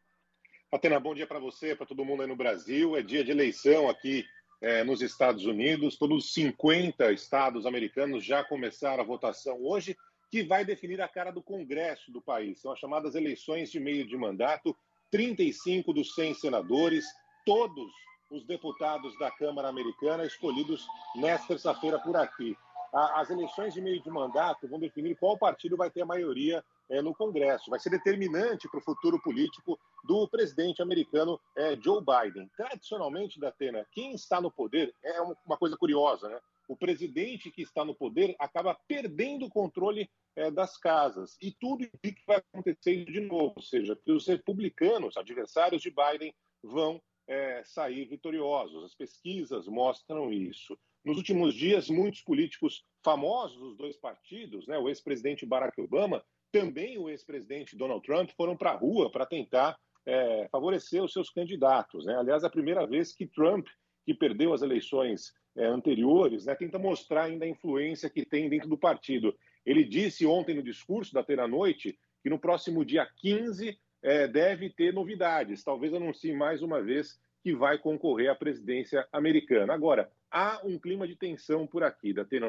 Atena, bom dia para você, para todo mundo aí no Brasil. É dia de eleição aqui é, nos Estados Unidos. Todos os cinquenta estados americanos já começaram a votação hoje, que vai definir a cara do Congresso do país. São as chamadas eleições de meio de mandato. trinta e cinco dos cem senadores, todos os deputados da Câmara Americana escolhidos nesta terça-feira por aqui. As eleições de meio de mandato vão definir qual partido vai ter a maioria é, no Congresso. Vai ser determinante para o futuro político do presidente americano é, Joe Biden. Tradicionalmente, Datena, quem está no poder é uma coisa curiosa, né? O presidente que está no poder acaba perdendo o controle é, das casas. E tudo indica que vai acontecer de novo. Ou seja, que os republicanos, adversários de Biden, vão é, sair vitoriosos. As pesquisas mostram isso. Nos últimos dias, muitos políticos famosos dos dois partidos, né, o ex-presidente Barack Obama, também o ex-presidente Donald Trump, foram para a rua para tentar é, favorecer os seus candidatos. Né? Aliás, é a primeira vez que Trump, que perdeu as eleições é, anteriores, né, tenta mostrar ainda a influência que tem dentro do partido. Ele disse ontem no discurso da Terra à Noite que no próximo dia quinze é, deve ter novidades. Talvez anuncie mais uma vez que vai concorrer à presidência americana. Agora, há um clima de tensão por aqui, Datena.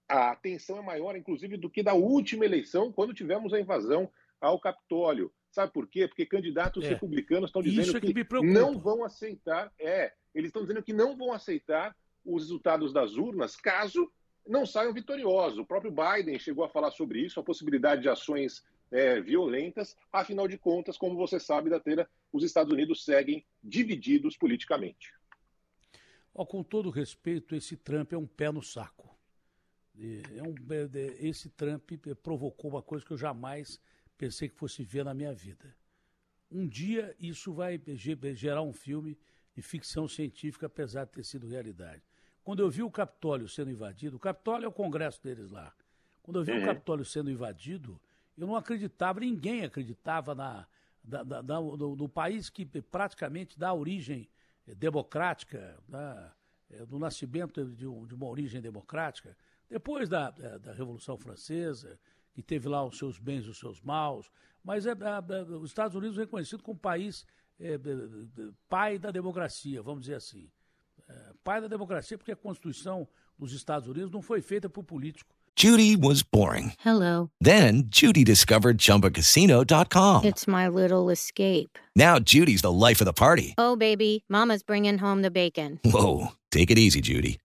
a tensão é maior, inclusive, do que da última eleição, quando tivemos a invasão ao Capitólio. Sabe por quê? Porque candidatos é. republicanos estão dizendo é que, que não vão aceitar, é, eles estão dizendo que não vão aceitar os resultados das urnas caso não saiam vitoriosos. O próprio Biden chegou a falar sobre isso, a possibilidade de ações é, violentas. Afinal de contas, como você sabe, Datena, os Estados Unidos seguem divididos politicamente. Oh, com todo respeito, esse Trump é um pé no saco. É um, esse Trump provocou uma coisa que eu jamais pensei que fosse ver na minha vida. Um dia isso vai gerar um filme de ficção científica, apesar de ter sido realidade. Quando eu vi o Capitólio sendo invadido, o Capitólio é o congresso deles lá. Quando eu vi uhum. o Capitólio sendo invadido, eu não acreditava, ninguém acreditava na, da, da, da, no, no país que praticamente dá origem democrática, da, do nascimento de, um, de uma origem democrática, depois da, da, da Revolução Francesa, que teve lá os seus bens e os seus maus, mas é, é, os Estados Unidos é reconhecido como país é, é, pai da democracia, vamos dizer assim. É, pai da democracia porque a Constituição dos Estados Unidos não foi feita por político. Judy was boring. Hello. Then Judy discovered Chumba Casino dot com. It's my little escape. Now Judy's the life of the party. Oh, baby, mama's bringing home the bacon. Whoa, take it easy, Judy.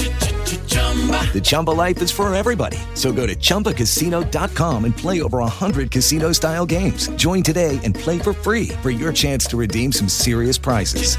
The Chumba life is for everybody. So go to Chumba Casino dot com and play over one hundred casino-style games. Join today and play for free for your chance to redeem some serious prizes.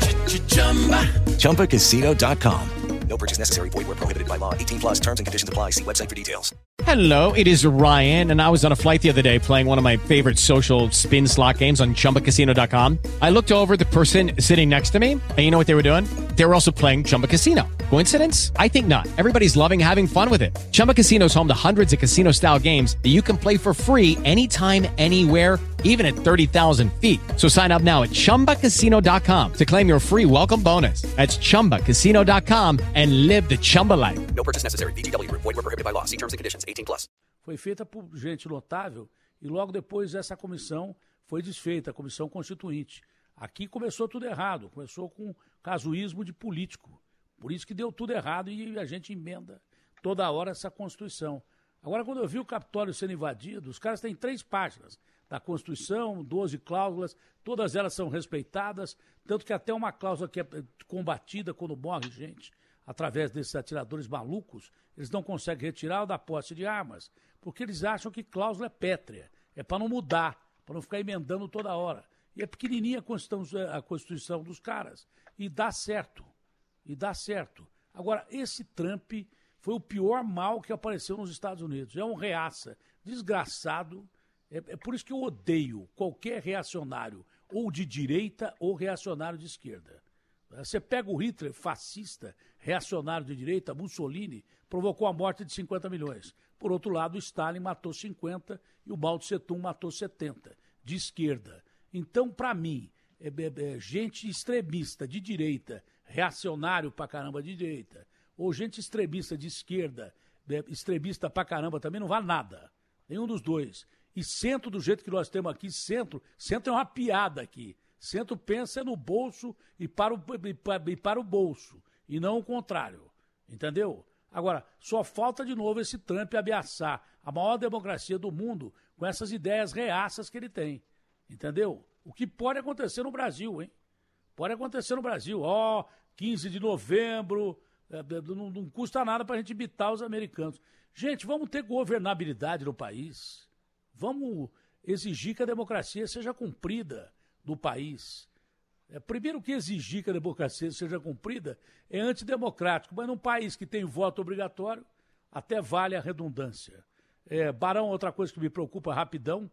Chumba Casino dot com. No purchase necessary. Void where prohibited by law. eighteen plus terms and conditions apply. See website for details. Hello, it is Ryan, and I was on a flight the other day playing one of my favorite social spin slot games on Chumba Casino dot com. I looked over at the person sitting next to me, and you know what they were doing? They were also playing Chumba Casino. Coincidence? I think not. Everybody's loving having fun with it. Chumba Casino is home to hundreds of casino-style games that you can play for free anytime, anywhere, even at thirty thousand feet. So sign up now at Chumba Casino dot com to claim your free welcome bonus. That's Chumba Casino dot com and live the Chumba life. No purchase necessary. V G W. Void where prohibited by law. See terms and conditions. eighteen plus. Foi feita por gente notável e logo depois essa comissão foi desfeita, a comissão constituinte. Aqui começou tudo errado, começou com casuísmo de político. Por isso que deu tudo errado e a gente emenda toda hora essa Constituição. Agora, quando eu vi o Capitólio sendo invadido, os caras têm três páginas da Constituição, doze cláusulas, todas elas são respeitadas, tanto que até uma cláusula que é combatida quando morre gente, através desses atiradores malucos, eles não conseguem retirar da posse de armas, porque eles acham que cláusula é pétrea, é para não mudar, para não ficar emendando toda hora. E é pequenininha a Constituição, a Constituição dos caras, e dá certo, e dá certo. Agora, esse Trump foi o pior mal que apareceu nos Estados Unidos. É um reaça, desgraçado. É, é por isso que eu odeio qualquer reacionário, ou de direita ou reacionário de esquerda. Você pega o Hitler, fascista, reacionário de direita, Mussolini, provocou a morte de cinquenta milhões. Por outro lado, o Stalin matou cinquenta e o Mao Tse Tung matou setenta, de esquerda. Então, para mim, é, é, é, gente extremista de direita, reacionário pra caramba de direita, ou gente extremista de esquerda, é, extremista pra caramba também, não vale nada. Nenhum dos dois. E centro, do jeito que nós temos aqui, centro, centro é uma piada aqui. Centro pensa no bolso e para o, e para, e para o bolso, e não o contrário. Entendeu? Agora, só falta de novo esse Trump ameaçar a maior democracia do mundo com essas ideias reaças que ele tem. Entendeu? O que pode acontecer no Brasil, hein? Pode acontecer no Brasil. Ó, oh, quinze de novembro, é, não, não custa nada para a gente imitar os americanos. Gente, vamos ter governabilidade no país. Vamos exigir que a democracia seja cumprida no país. É, primeiro que exigir que a democracia seja cumprida é antidemocrático, mas num país que tem voto obrigatório, até vale a redundância. É, Barão, outra coisa que me preocupa rapidão,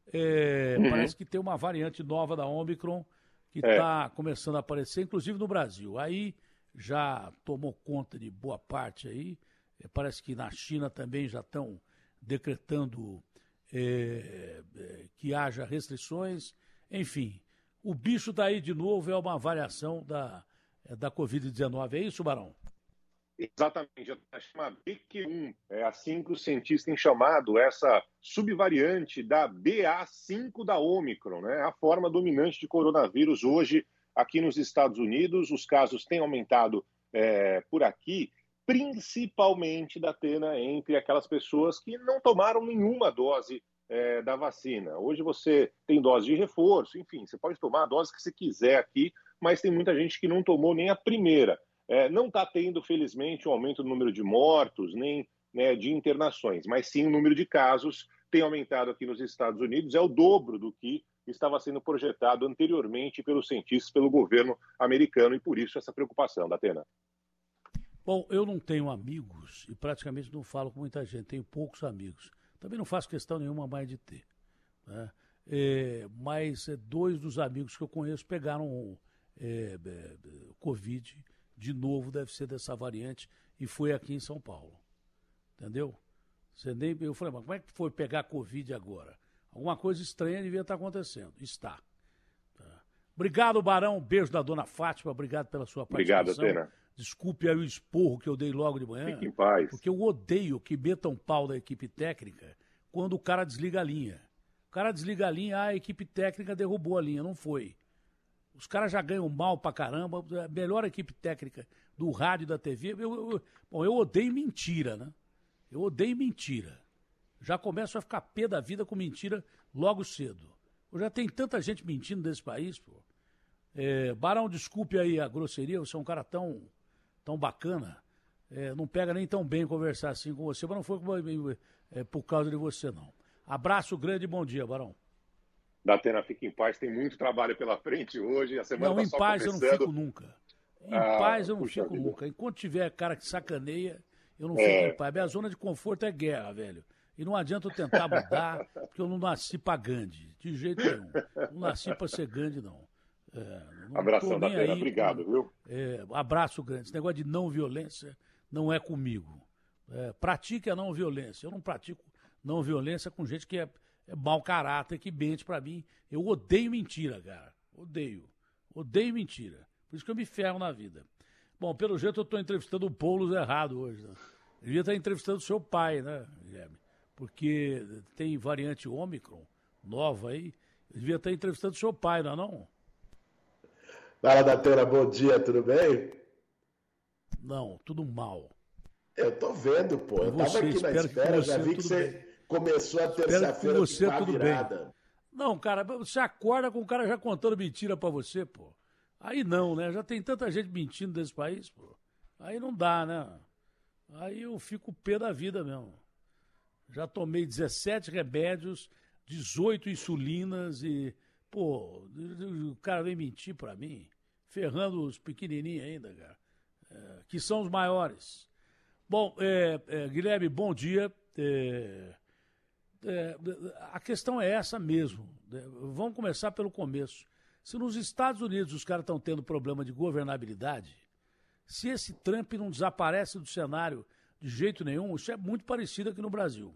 é, uhum. parece que tem uma variante nova da Omicron que está é. começando a aparecer, inclusive no Brasil. Aí já tomou conta de boa parte aí, é, parece que na China também já estão decretando é, é, que haja restrições, enfim. O bicho está aí de novo, é uma variação da, da covid dezenove. É isso, Barão? Exatamente, a chama B Q um, é assim que os cientistas têm chamado essa subvariante da B A cinco da Omicron, né? A forma dominante de coronavírus hoje aqui nos Estados Unidos. Os casos têm aumentado é, por aqui principalmente, Datena, entre aquelas pessoas que não tomaram nenhuma dose é, da vacina. Hoje você tem dose de reforço, enfim, você pode tomar a dose que você quiser aqui, mas tem muita gente que não tomou nem a primeira. É, não está tendo, felizmente, um aumento no número de mortos, nem né, de internações, mas sim o número de casos tem aumentado aqui nos Estados Unidos, é o dobro do que estava sendo projetado anteriormente pelos cientistas, pelo governo americano, e por isso essa preocupação, Datena. Bom, eu não tenho amigos e praticamente não falo com muita gente, tenho poucos amigos. Também não faço questão nenhuma mais de ter. Né? É, mas é, dois dos amigos que eu conheço pegaram é, é, Covid, de novo deve ser dessa variante, e foi aqui em São Paulo. Entendeu? Você nem, eu falei, mas como é que foi pegar Covid agora? Alguma coisa estranha devia estar acontecendo. Está. Tá. Obrigado, Barão. Beijo da dona Fátima. Obrigado pela sua participação. Obrigado, Atena. Desculpe aí o esporro que eu dei logo de manhã. Fique em paz. Porque eu odeio que metam pau da equipe técnica quando o cara desliga a linha. O cara desliga a linha, ah, a equipe técnica derrubou a linha. Não foi. Os caras já ganham mal pra caramba. A melhor equipe técnica do rádio e da T V. Eu, eu, bom, eu odeio mentira, né? Eu odeio mentira. Já começo a ficar pé da vida com mentira logo cedo. Eu já tem tanta gente mentindo nesse país, pô. É, Barão, desculpe aí a grosseria, você é um cara tão, tão bacana. É, não pega nem tão bem conversar assim com você, mas não foi é, por causa de você, não. Abraço grande e bom dia, Barão. Datena, fique em paz, tem muito trabalho pela frente hoje. A semana não, tá em só paz começando. eu não fico nunca. Em ah, paz eu não puxa fico vida. nunca. Enquanto tiver cara que sacaneia, eu não É. fico em paz. Minha zona de conforto é guerra, velho. E não adianta eu tentar mudar, porque eu não nasci pra Gandhi, de jeito nenhum. Não nasci pra ser Gandhi, não. É, não Abração, tô nem Datena, aí obrigado, com- viu? é, abraço grande. Esse negócio de não violência não é comigo. É, pratique a não violência. Eu não pratico não violência com gente que é, é mau caráter, que mente pra mim. Eu odeio mentira, cara. Odeio. Odeio mentira. Por isso que eu me ferro na vida. Bom, pelo jeito eu estou entrevistando o Poulos errado hoje. Né? Eu devia estar entrevistando o seu pai, né, Guilherme? Porque tem variante Ômicron nova aí. Eu devia estar entrevistando o seu pai, não é não? Fala, Datena, bom dia, tudo bem? Não, tudo mal. Eu tô vendo, pô. Eu Você, tava aqui na espero que espera, com já você vi que tudo você bem. começou a Espero que terça-feira com você com a tudo virada. bem. Não, cara, você acorda com o cara já contando mentira pra você, pô. Aí não, né? Já tem tanta gente mentindo nesse país, pô. Aí não dá, né? Aí eu fico pé da vida mesmo. Já tomei dezessete remédios, dezoito insulinas e, pô, o cara vem mentir pra mim, ferrando os pequenininhos ainda, cara, é, que são os maiores. Bom, é, é, Guilherme, bom dia. É, é, a questão é essa mesmo. né? Vamos começar pelo começo. Se nos Estados Unidos os caras estão tendo problema de governabilidade, se esse Trump não desaparece do cenário de jeito nenhum, isso é muito parecido aqui no Brasil.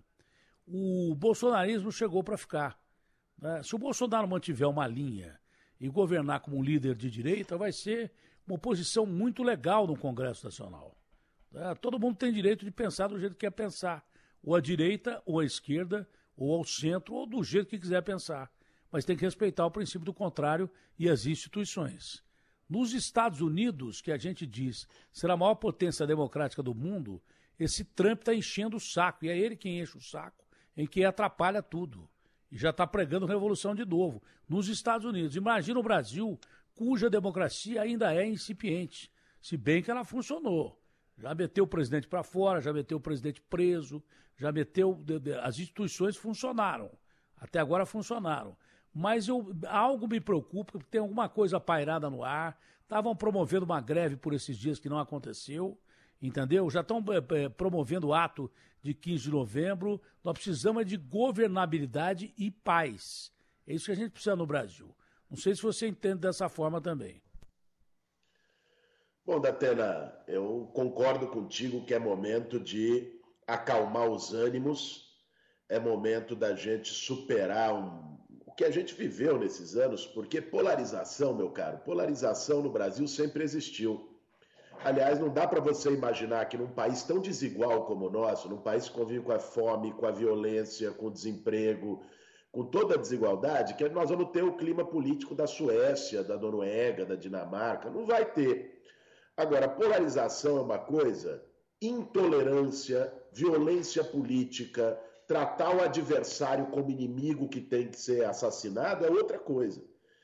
O bolsonarismo chegou para ficar. né? Se o Bolsonaro mantiver uma linha e governar como um líder de direita, vai ser uma oposição muito legal no Congresso Nacional. né? Todo mundo tem direito de pensar do jeito que quer pensar. Ou à direita, ou à esquerda, ou ao centro, ou do jeito que quiser pensar. Mas tem que respeitar o princípio do contrário e as instituições. Nos Estados Unidos, que a gente diz será a maior potência democrática do mundo, esse Trump está enchendo o saco, e é ele quem enche o saco, em que atrapalha tudo. E já está pregando revolução de novo. Nos Estados Unidos, imagina o Brasil, cuja democracia ainda é incipiente, se bem que ela funcionou. Já meteu o presidente para fora, já meteu o presidente preso, já meteu... As instituições funcionaram. Até agora funcionaram. Mas eu, algo me preocupa, porque tem alguma coisa pairada no ar. Estavam promovendo uma greve por esses dias que não aconteceu, entendeu? Já estão é, promovendo o ato de quinze de novembro. Nós precisamos de governabilidade e paz. É isso que a gente precisa no Brasil. Não sei se você entende dessa forma também. Bom, Datena, eu concordo contigo que é momento de acalmar os ânimos, é momento da gente superar um, o que a gente viveu nesses anos, porque polarização, meu caro, polarização no Brasil sempre existiu. Aliás, não dá para você imaginar que num país tão desigual como o nosso, num país que convive com a fome, com a violência, com o desemprego, com toda a desigualdade, que nós vamos ter o clima político da Suécia, da Noruega, da Dinamarca. Não vai ter. Agora, polarização é uma coisa, intolerância, violência política, tratar o adversário como inimigo que tem que ser assassinado é outra coisa.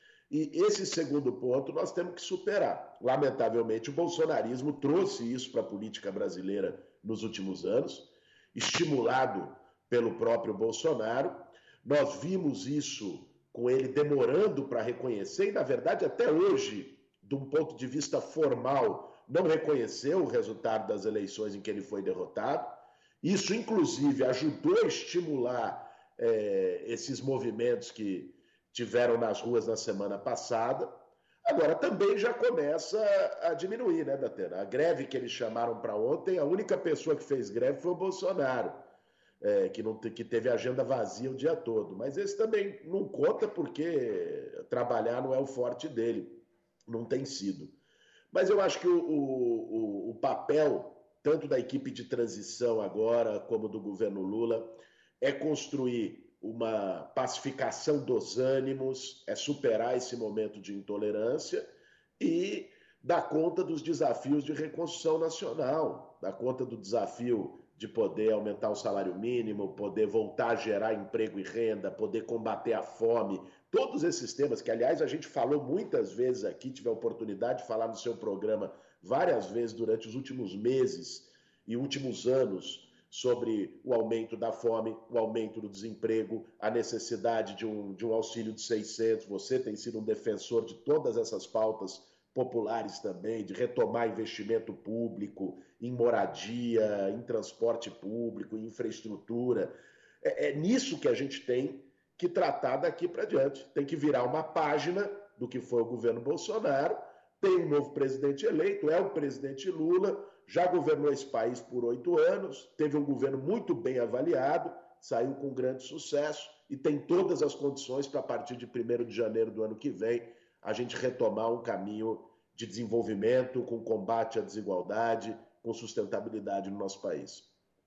E esse segundo ponto nós temos que superar. Lamentavelmente, o bolsonarismo trouxe isso para a política brasileira nos últimos anos, estimulado pelo próprio Bolsonaro. Nós vimos isso com ele demorando para reconhecer, e na verdade até hoje, de um ponto de vista formal, não reconheceu o resultado das eleições em que ele foi derrotado. Isso, inclusive, ajudou a estimular é, esses movimentos que tiveram nas ruas na semana passada. Agora, também já começa a diminuir, né, Datena? A greve que eles chamaram para ontem, a única pessoa que fez greve foi o Bolsonaro, é, que, não, que teve agenda vazia o dia todo. Mas esse também não conta porque trabalhar não é o forte dele, não tem sido. Mas eu acho que o, o, o papel, tanto da equipe de transição agora, como do governo Lula, é construir uma pacificação dos ânimos, é superar esse momento de intolerância e dar conta dos desafios de reconstrução nacional, dar conta do desafio de poder aumentar o salário mínimo, poder voltar a gerar emprego e renda, poder combater a fome, todos esses temas que, aliás, a gente falou muitas vezes aqui, tive a oportunidade de falar no seu programa várias vezes durante os últimos meses e últimos anos, sobre o aumento da fome, o aumento do desemprego, a necessidade de um, de um auxílio de seiscentos. Você tem sido um defensor de todas essas pautas populares também, de retomar investimento público em moradia, em transporte público, em infraestrutura. É, é nisso que a gente tem que tratar daqui para diante. Tem que virar uma página do que foi o governo Bolsonaro. Tem um novo presidente eleito, é o presidente Lula, já governou esse país por oito anos, teve um governo muito bem avaliado, saiu com grande sucesso e tem todas as condições para, a partir de primeiro de janeiro do ano que vem, a gente retomar um caminho de desenvolvimento, com combate à desigualdade, com sustentabilidade no nosso país.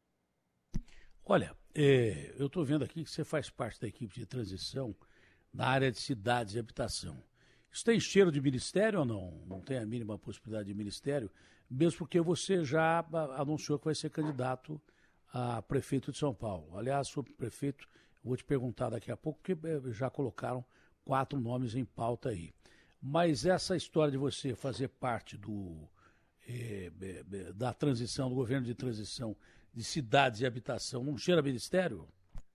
Olha, é, eu estou vendo aqui que você faz parte da equipe de transição na área de cidades e habitação. Isso tem cheiro de ministério ou não? Não tem a mínima possibilidade de ministério, mesmo porque você já anunciou que vai ser candidato a prefeito de São Paulo. Aliás, sobre prefeito, eu vou te perguntar daqui a pouco, porque já colocaram quatro nomes em pauta aí. Mas essa história de você fazer parte do, é, da transição, do governo de transição de cidades e habitação, não cheira a ministério?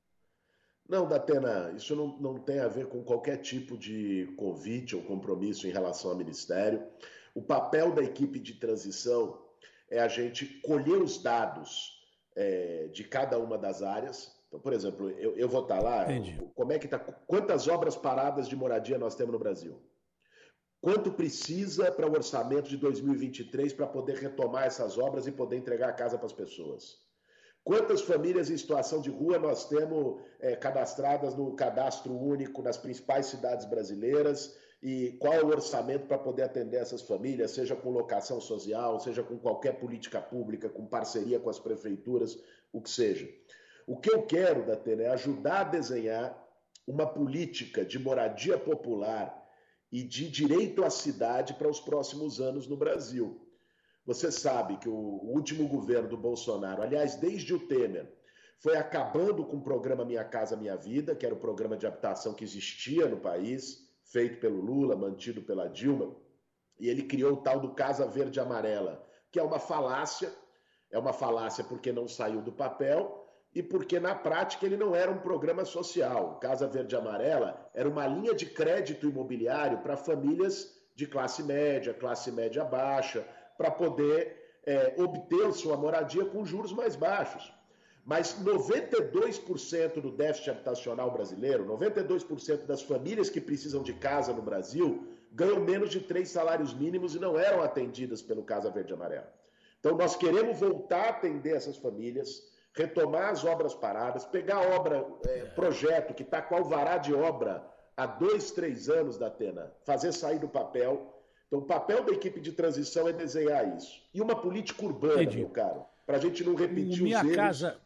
Não, Datena, isso não, não tem a ver com qualquer tipo de convite ou compromisso em relação ao Ministério. O papel da equipe de transição é a gente colher os dados é, de cada uma das áreas. Então, por exemplo, eu, eu vou estar lá, Entendi. Como é que tá, quantas obras paradas de moradia nós temos no Brasil? Quanto precisa para o orçamento de dois mil e vinte e três para poder retomar essas obras e poder entregar a casa para as pessoas? Quantas famílias em situação de rua nós temos é, cadastradas no cadastro único nas principais cidades brasileiras e qual é o orçamento para poder atender essas famílias, seja com locação social, seja com qualquer política pública, com parceria com as prefeituras, o que seja. O que eu quero, Datena, é ajudar a desenhar uma política de moradia popular e de direito à cidade para os próximos anos no Brasil. Você sabe que o último governo do Bolsonaro, aliás, desde o Temer, foi acabando com o programa Minha Casa Minha Vida, que era o programa de habitação que existia no país, feito pelo Lula, mantido pela Dilma, e ele criou o tal do Casa Verde e Amarela, que é uma falácia, é uma falácia porque não saiu do papel e porque, na prática, ele não era um programa social. O Casa Verde e Amarela era uma linha de crédito imobiliário para famílias de classe média, classe média baixa, para poder é, obter sua moradia com juros mais baixos. Mas noventa e dois por cento do déficit habitacional brasileiro, noventa e dois por cento das famílias que precisam de casa no Brasil, ganham menos de três salários mínimos e não eram atendidas pelo Casa Verde e Amarelo. Então nós queremos voltar a atender essas famílias, retomar as obras paradas, pegar a obra, é, projeto que está com alvará de obra há dois, três anos da Atena, fazer sair do papel. Então, o papel da equipe de transição é desenhar isso. E uma política urbana, Entendi. Meu caro, para a gente não repetir o minha os erros. Casa,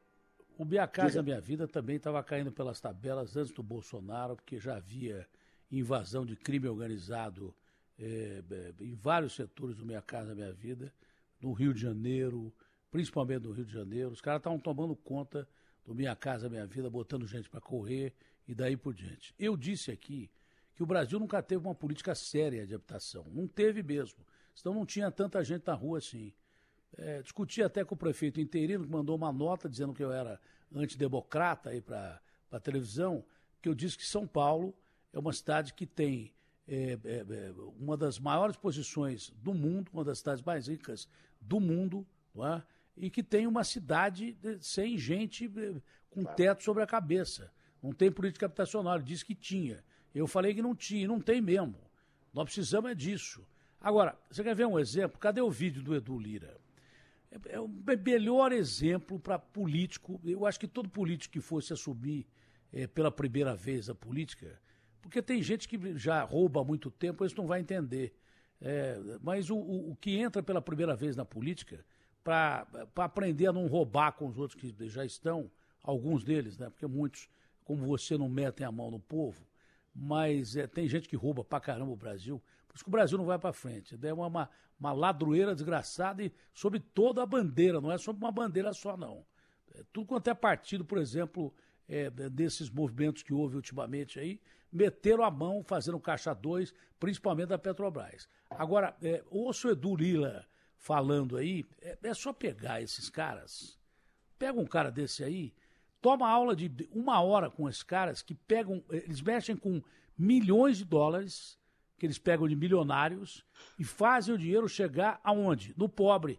o Minha Casa Minha Vida também estava caindo pelas tabelas antes do Bolsonaro, porque já havia invasão de crime organizado é, em vários setores do Minha Casa Minha Vida, no Rio de Janeiro, principalmente no Rio de Janeiro. Os caras estavam tomando conta do Minha Casa Minha Vida, botando gente para correr e daí por diante. Eu disse aqui que o Brasil nunca teve uma política séria de habitação. Não teve mesmo. Senão não tinha tanta gente na rua assim. É, discuti até com o prefeito interino, que mandou uma nota dizendo que eu era antidemocrata aí para a televisão, que eu disse que São Paulo é uma cidade que tem é, é, uma das maiores posições do mundo, uma das cidades mais ricas do mundo, não é? E que tem uma cidade sem gente com teto sobre a cabeça. Não tem política habitacional. Ele disse que tinha. Eu falei que não tinha, não tem mesmo. Nós precisamos é disso. Agora, você quer ver um exemplo? Cadê o vídeo do Edu Lira? É o melhor exemplo para político. Eu acho que todo político que fosse assumir é, pela primeira vez a política, porque tem gente que já rouba há muito tempo, isso não vai entender. É, mas o, o, o que entra pela primeira vez na política, para aprender a não roubar com os outros que já estão, alguns deles, né? Porque muitos, como você, não metem a mão no povo, mas é, tem gente que rouba pra caramba o Brasil. Por isso que o Brasil não vai para frente. É uma, uma, uma ladroeira desgraçada e sobre toda a bandeira, não é sobre uma bandeira só, não. É, tudo quanto é partido, por exemplo, é, desses movimentos que houve ultimamente aí, meteram a mão fazendo caixa dois, principalmente da Petrobras. Agora, é, ouço o Edu Lira falando aí, é, é só pegar esses caras, pega um cara desse aí, toma aula de uma hora com esses caras que pegam, eles mexem com milhões de dólares, que eles pegam de milionários e fazem o dinheiro chegar aonde? No pobre.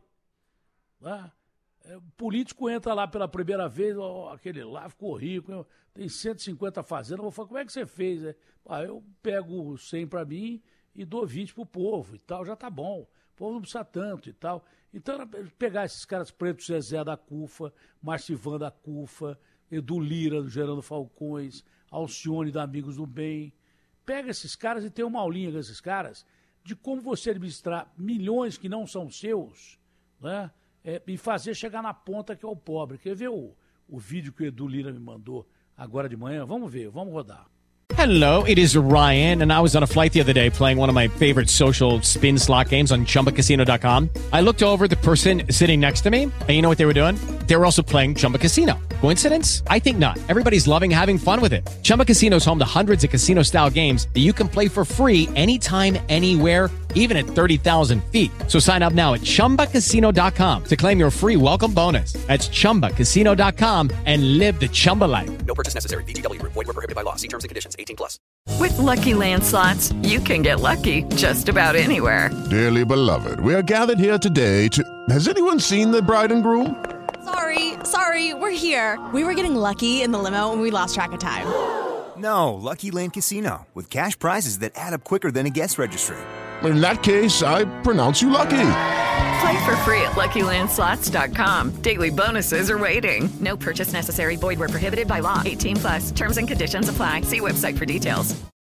Ah, é, o político entra lá pela primeira vez, ó, aquele lá ficou rico, tem cento e cinquenta fazendas, eu vou falar, como é que você fez? Né? Ah, eu pego cem para mim e dou vinte pro povo e tal, já tá bom. O povo não precisa tanto e tal. Então, pegar esses caras pretos, Zezé da Cufa, Marcivan da Cufa, Edu Lira, do Gerando Falcões, Alcione da Amigos do Bem. Pega esses caras e tem uma aulinha com esses caras de como você administrar milhões que não são seus, né? É, e fazer chegar na ponta que é o pobre. Quer ver o, o vídeo que o Edu Lira me mandou agora de manhã? Vamos ver, vamos rodar. Hello, it is Ryan, and I was on a flight the other day playing one of my favorite social spin slot games on Chumba Casino dot com. I looked over at the person sitting next to me, and you know what they were doing? They were also playing Chumba Casino. Coincidence? I think not. Everybody's loving having fun with it. Chumba Casino is home to hundreds of casino-style games that you can play for free anytime, anywhere, even at thirty thousand feet. So sign up now at Chumba Casino dot com to claim your free welcome bonus. That's Chumba Casino dot com and live the Chumba life. No purchase necessary. V G W. Void where prohibited by law. See terms and conditions. eighteen plus. With Lucky Land Slots, you can get lucky just about anywhere. Dearly beloved, we are gathered here today to... Has anyone seen the bride and groom? Sorry, sorry, we're here. We were getting lucky in the limo and we lost track of time. No, Lucky Land Casino, with cash prizes that add up quicker than a guest registry. In that case, I pronounce you lucky. Play for free at Lucky Land Slots dot com. Daily bonuses are waiting. No purchase necessary. Void where prohibited by law. eighteen plus. Terms and conditions apply. See website for details.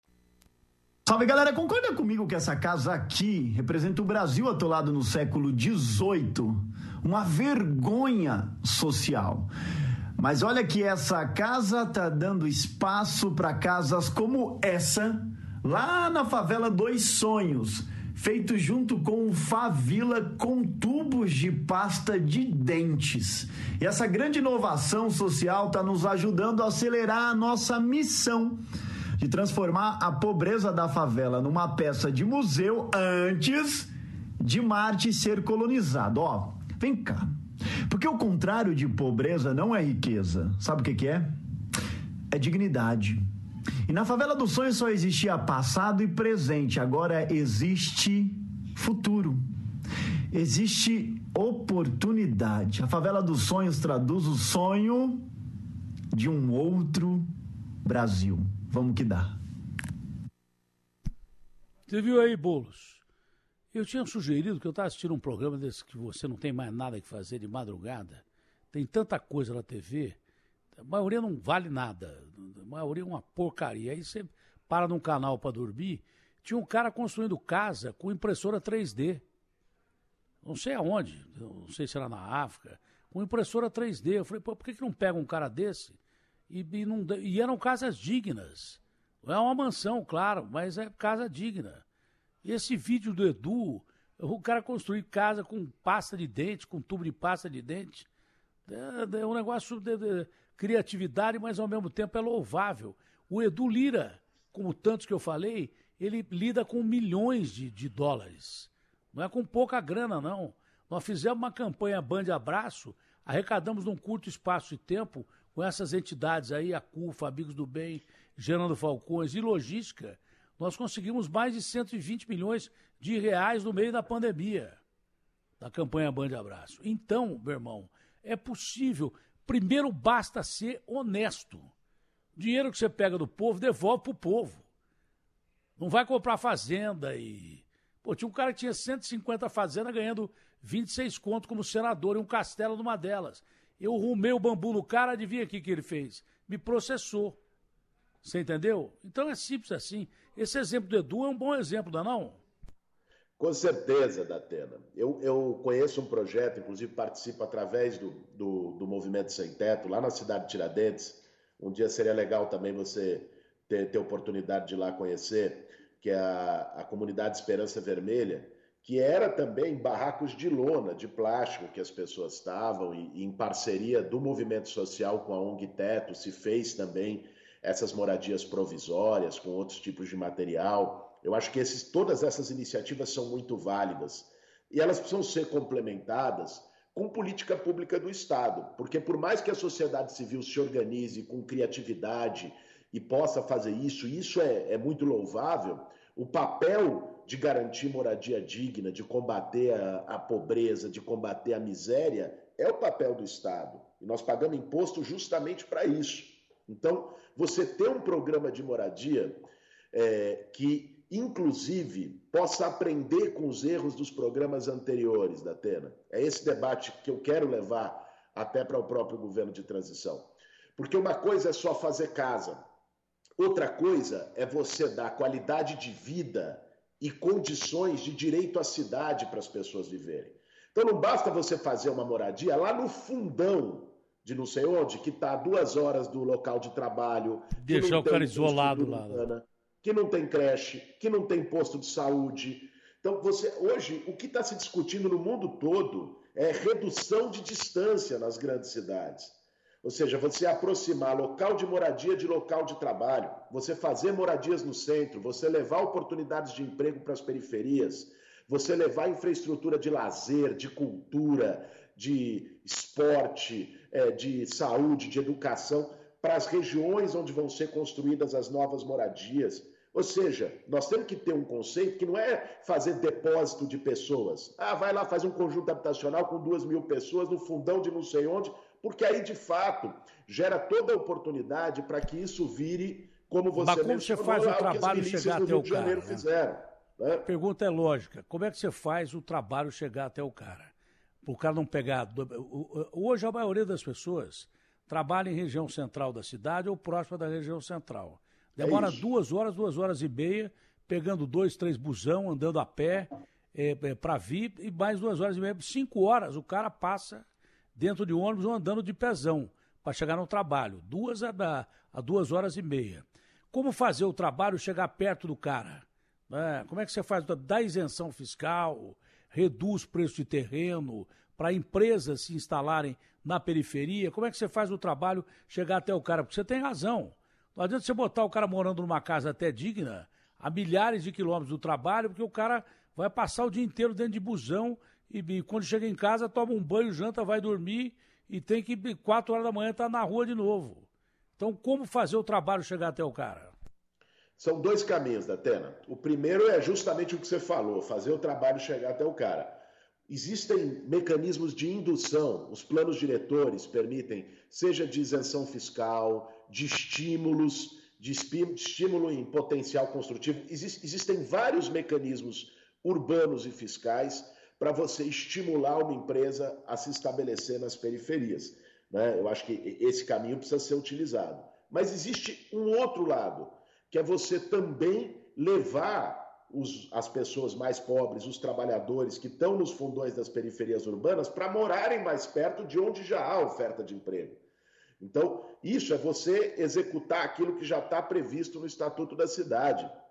Salve, galera. Concorda comigo que essa casa aqui representa o Brasil atolado no século dezoito? Uma vergonha social. Mas olha que essa casa tá dando espaço para casas como essa, lá na favela Dois Sonhos, feito junto com o Favila com tubos de pasta de dentes. E essa grande inovação social está nos ajudando a acelerar a nossa missão de transformar a pobreza da favela numa peça de museu antes de Marte ser colonizado. Ó, vem cá. Porque o contrário de pobreza não é riqueza. Sabe o que que é? É dignidade. E na favela dos sonhos só existia passado e presente. Agora existe futuro. Existe oportunidade. A favela dos sonhos traduz o sonho de um outro Brasil. Vamos que dá. Você viu aí, Boulos? Eu tinha sugerido que eu estava assistindo um programa desse que você não tem mais nada que fazer de madrugada. Tem tanta coisa na T V, a maioria não vale nada. A maioria é uma porcaria. Aí você para num canal para dormir, tinha um cara construindo casa com impressora três D. Não sei aonde, não sei se era na África, com impressora três D. Eu falei, pô, por que, que não pega um cara desse? E, e, não, e eram casas dignas. Não é uma mansão, claro, mas é casa digna. Esse vídeo do Edu O cara construir casa com pasta de dente, com tubo de pasta de dente, é, é um negócio de, de criatividade, mas ao mesmo tempo é louvável. O Edu Lira, como tantos que eu falei, ele lida com milhões de, de dólares. Não é com pouca grana, não. Nós fizemos uma campanha Band Abraço, arrecadamos num curto espaço de tempo com essas entidades aí, a C U F, Amigos do Bem, Gerando Falcões e Logística. Nós conseguimos mais de cento e vinte milhões de reais no meio da pandemia, da campanha Band Abraço. Então, meu irmão, é possível. Primeiro basta ser honesto. Dinheiro que você pega do povo, devolve pro povo. Não vai comprar fazenda e... Pô, tinha um cara que tinha cento e cinquenta fazendas ganhando vinte e seis contos como senador e um castelo numa delas. Eu rumei o bambu no cara, adivinha o que que ele fez? Me processou. Você entendeu? Então é simples assim. Esse exemplo do Edu é um bom exemplo, não é não? Com certeza, Datena. Eu, eu conheço um projeto, inclusive participo através do, do, do Movimento Sem Teto, lá na cidade de Tiradentes. Um dia seria legal também você ter, ter oportunidade de ir lá conhecer, que é a, a comunidade Esperança Vermelha, que era também barracos de lona, de plástico, que as pessoas estavam, e, e em parceria do movimento social com a O N G Teto, se fez também essas moradias provisórias, com outros tipos de material. Eu acho que esses, todas essas iniciativas são muito válidas, e elas precisam ser complementadas com política pública do Estado, porque por mais que a sociedade civil se organize com criatividade e possa fazer isso, e isso é, é muito louvável, o papel de garantir moradia digna, de combater a, a pobreza, de combater a miséria, é o papel do Estado. E nós pagamos imposto justamente para isso. Então, você ter um programa de moradia é, que, inclusive, possa aprender com os erros dos programas anteriores, Datena. É esse debate que eu quero levar até para o próprio governo de transição. Porque uma coisa é só fazer casa, outra coisa é você dar qualidade de vida e condições de direito à cidade para as pessoas viverem. Então não basta você fazer uma moradia lá no fundão de não sei onde, que está a duas horas do local de trabalho. Deixar o cara isolado lá. Né? Que não tem creche, que não tem posto de saúde. Então, você hoje, o que está se discutindo no mundo todo é redução de distância nas grandes cidades. Ou seja, você aproximar local de moradia de local de trabalho, você fazer moradias no centro, você levar oportunidades de emprego para as periferias, você levar infraestrutura de lazer, de cultura, de esporte, de saúde, de educação, para as regiões onde vão ser construídas as novas moradias. Ou seja, nós temos que ter um conceito que não é fazer depósito de pessoas. Ah, vai lá, faz um conjunto habitacional com duas mil pessoas no fundão de não sei onde, porque aí, de fato, gera toda a oportunidade para que isso vire, como você Mas como você faz o trabalho chegar até o cara? Fizeram, né? A pergunta é lógica. Como é que você faz o trabalho chegar até o cara? Para o cara não pegar... Hoje, a maioria das pessoas trabalha em região central da cidade ou próxima da região central. Demora é duas horas, duas horas e meia, pegando dois, três busão, andando a pé é, é, para vir, e mais duas horas e meia, cinco horas o cara passa dentro de ônibus ou andando de pezão para chegar no trabalho. Duas a, a duas horas e meia. Como fazer o trabalho chegar perto do cara? É, como é que você faz? Dá isenção fiscal, reduz o preço de terreno para empresas se instalarem na periferia. Como é que você faz o trabalho chegar até o cara? Porque você tem razão. Não adianta você botar o cara morando numa casa até digna, a milhares de quilômetros do trabalho, porque o cara vai passar o dia inteiro dentro de busão e, e quando chega em casa toma um banho, janta, vai dormir e tem que, quatro horas da manhã, estar na rua de novo. Então, como fazer o trabalho chegar até o cara? São dois caminhos, Datena. O primeiro é justamente o que você falou, fazer o trabalho chegar até o cara. Existem mecanismos de indução, os planos diretores permitem, seja de isenção fiscal, de estímulos, de estímulo em potencial construtivo. Existem vários mecanismos urbanos e fiscais para você estimular uma empresa a se estabelecer nas periferias, né? Eu acho que esse caminho precisa ser utilizado. Mas existe um outro lado, que é você também levar Os, as pessoas mais pobres, os trabalhadores que estão nos fundões das periferias urbanas para morarem mais perto de onde já há oferta de emprego. Então, isso é você executar aquilo que já está previsto no Estatuto da Cidade.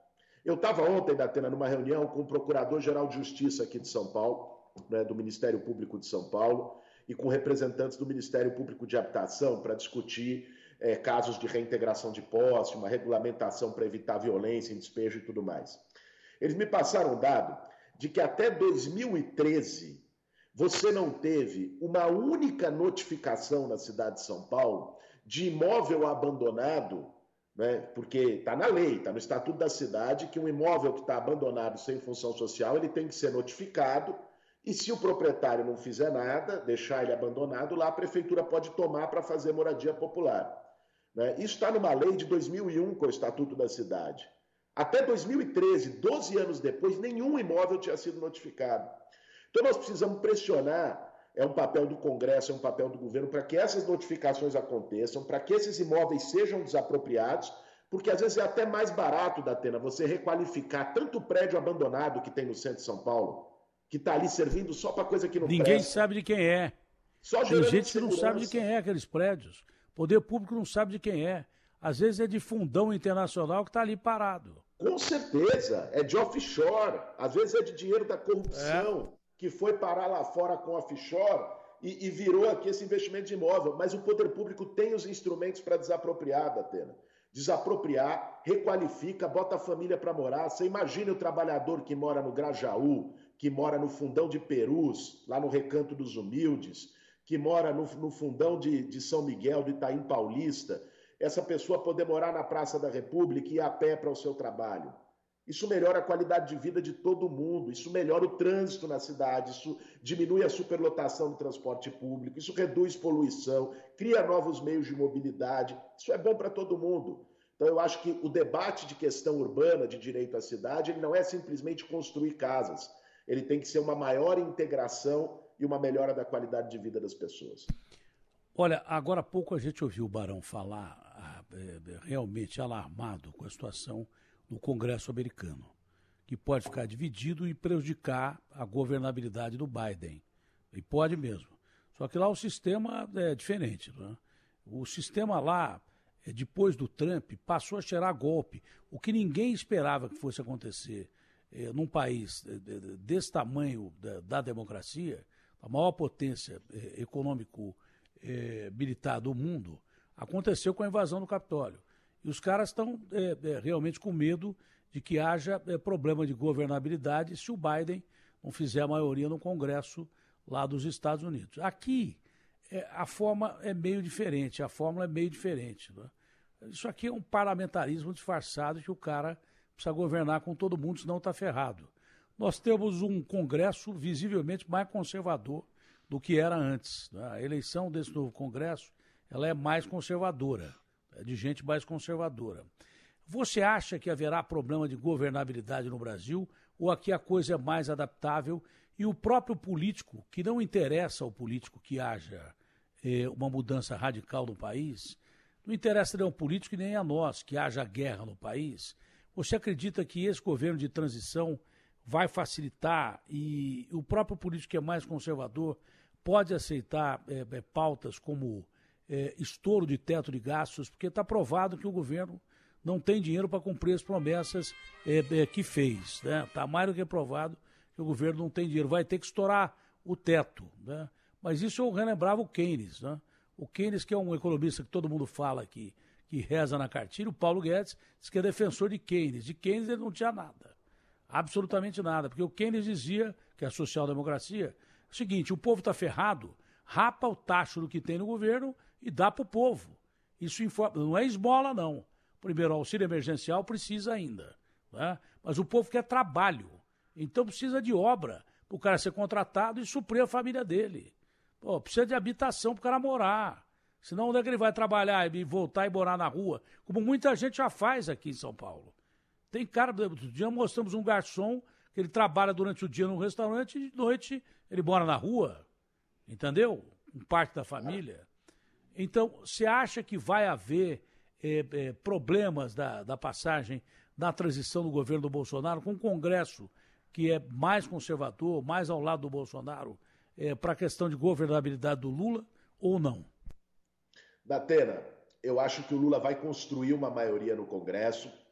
Eu estava ontem, Datena, numa reunião com o Procurador-Geral de Justiça aqui de São Paulo, né, do Ministério Público de São Paulo, e com representantes do Ministério Público de Habitação para discutir é, casos de reintegração de posse, uma regulamentação para evitar violência em despejo e tudo mais. Eles me passaram um dado de que até dois mil e treze você não teve uma única notificação na cidade de São Paulo de imóvel abandonado, né, porque está na lei, está no Estatuto da Cidade, que um imóvel que está abandonado sem função social, ele tem que ser notificado, e se o proprietário não fizer nada, deixar ele abandonado, lá a prefeitura pode tomar para fazer moradia popular. Né? Isso está numa lei de dois mil e um, com o Estatuto da Cidade. Até dois mil e treze, doze anos depois, nenhum imóvel tinha sido notificado. Então nós precisamos pressionar, é um papel do Congresso, é um papel do governo, para que essas notificações aconteçam, para que esses imóveis sejam desapropriados, porque às vezes é até mais barato, Datena, você requalificar tanto prédio abandonado que tem no centro de São Paulo, que está ali servindo só para coisa que não Ninguém presta. sabe de quem é. Só Tem gente que não sabe de quem é aqueles prédios. O poder público não sabe de quem é. Às vezes é de fundão internacional que está ali parado. Com certeza, é de offshore, às vezes é de dinheiro da corrupção, é. que foi parar lá fora com offshore e, e virou aqui esse investimento de imóvel. Mas o poder público tem os instrumentos para desapropriar, Datena. Desapropriar, requalifica, bota a família para morar. Você imagina o trabalhador que mora no Grajaú, que mora no fundão de Perus, lá no Recanto dos Humildes, que mora no, no fundão de, de São Miguel, do Itaim Paulista, essa pessoa poder morar na Praça da República e ir a pé para o seu trabalho. Isso melhora a qualidade de vida de todo mundo, isso melhora o trânsito na cidade, isso diminui a superlotação do transporte público, isso reduz poluição, cria novos meios de mobilidade, isso é bom para todo mundo. Então eu acho que o debate de questão urbana, de direito à cidade, ele não é simplesmente construir casas, ele tem que ser uma maior integração e uma melhora da qualidade de vida das pessoas. Olha, agora há pouco a gente ouviu o Barão falar é, realmente alarmado com a situação no Congresso americano, que pode ficar dividido e prejudicar a governabilidade do Biden. E pode mesmo. Só que lá o sistema é diferente. Né? O sistema lá, depois do Trump, passou a cheirar golpe. O que ninguém esperava que fosse acontecer é, num país desse tamanho da, da democracia, a maior potência é, econômico É, militar do mundo, aconteceu com a invasão do Capitólio. E os caras estão é, é, realmente com medo de que haja é, problema de governabilidade se o Biden não fizer a maioria no Congresso lá dos Estados Unidos. Aqui, é, a forma é meio diferente, a fórmula é meio diferente. Né? Isso aqui é um parlamentarismo disfarçado que o cara precisa governar com todo mundo, senão está ferrado. Nós temos um Congresso visivelmente mais conservador do que era antes. A eleição desse novo Congresso, ela é mais conservadora, é de gente mais conservadora. Você acha que haverá problema de governabilidade no Brasil ou aqui a coisa é mais adaptável e o próprio político, que não interessa ao político que haja eh, uma mudança radical no país, não interessa nem ao político e nem a nós que haja guerra no país, você acredita que esse governo de transição vai facilitar e o próprio político que é mais conservador pode aceitar é, é, pautas como é, estouro de teto de gastos, porque está provado que o governo não tem dinheiro para cumprir as promessas é, é, que fez. Está né? mais do que provado que o governo não tem dinheiro, vai ter que estourar o teto. Né? Mas isso eu relembrava o Keynes. Né? O Keynes, que é um economista que todo mundo fala aqui, que reza na cartilha, o Paulo Guedes diz que é defensor de Keynes. De Keynes ele não tinha nada. Absolutamente nada, porque o Keynes dizia que a social-democracia é o seguinte, o povo está ferrado, rapa o tacho do que tem no governo e dá para o povo. Isso informa, não é esmola, não. Primeiro, o auxílio emergencial precisa ainda, né? Mas o povo quer trabalho, então precisa de obra para o cara ser contratado e suprir a família dele. Pô, precisa de habitação para o cara morar, senão onde é que ele vai trabalhar e voltar e morar na rua, como muita gente já faz aqui em São Paulo. Tem cara, outro dia mostramos um garçom que ele trabalha durante o dia num restaurante e de noite ele mora na rua, entendeu? Um parte da família. Então, você acha que vai haver é, é, problemas da, da passagem, da transição do governo do Bolsonaro com o Congresso, que é mais conservador, mais ao lado do Bolsonaro, é, para a questão de governabilidade do Lula, ou não? Datena, eu acho que o Lula vai construir uma maioria no Congresso,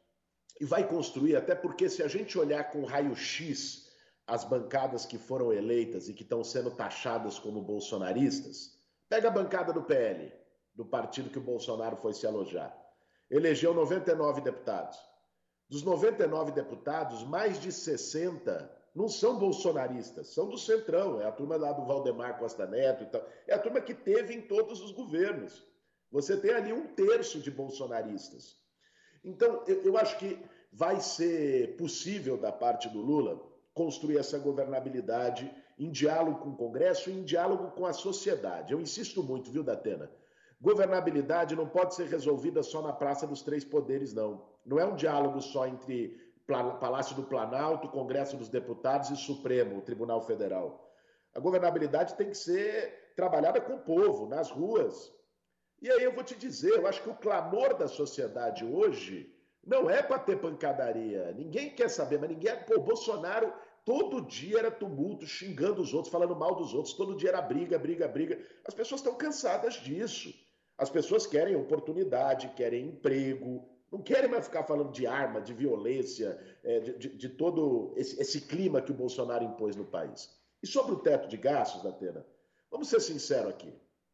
e vai construir, até porque se a gente olhar com raio-x as bancadas que foram eleitas e que estão sendo taxadas como bolsonaristas, pega a bancada do P L, do partido que o Bolsonaro foi se alojar. Elegeu noventa e nove deputados. Dos noventa e nove deputados, mais de sessenta não são bolsonaristas, são do Centrão, é a turma lá do Valdemar Costa Neto e tal. É a turma que teve em todos os governos. Você tem ali um terço de bolsonaristas. Então, eu, eu acho que vai ser possível, da parte do Lula, construir essa governabilidade em diálogo com o Congresso e em diálogo com a sociedade. Eu insisto muito, viu, Datena? Governabilidade não pode ser resolvida só na Praça dos Três Poderes, não. Não é um diálogo só entre Palácio do Planalto, Congresso dos Deputados e Supremo, o Tribunal Federal. A governabilidade tem que ser trabalhada com o povo, nas ruas. E aí eu vou te dizer, eu acho que o clamor da sociedade hoje não é para ter pancadaria. Ninguém quer saber, mas ninguém... Pô, Bolsonaro todo dia era tumulto, xingando os outros, falando mal dos outros. Todo dia era briga, briga, briga. As pessoas estão cansadas disso. As pessoas querem oportunidade, querem emprego, não querem mais ficar falando de arma, de violência, de, de, de todo esse, esse clima que o Bolsonaro impôs no país. E sobre o teto de gastos, Datena, vamos ser sinceros aqui.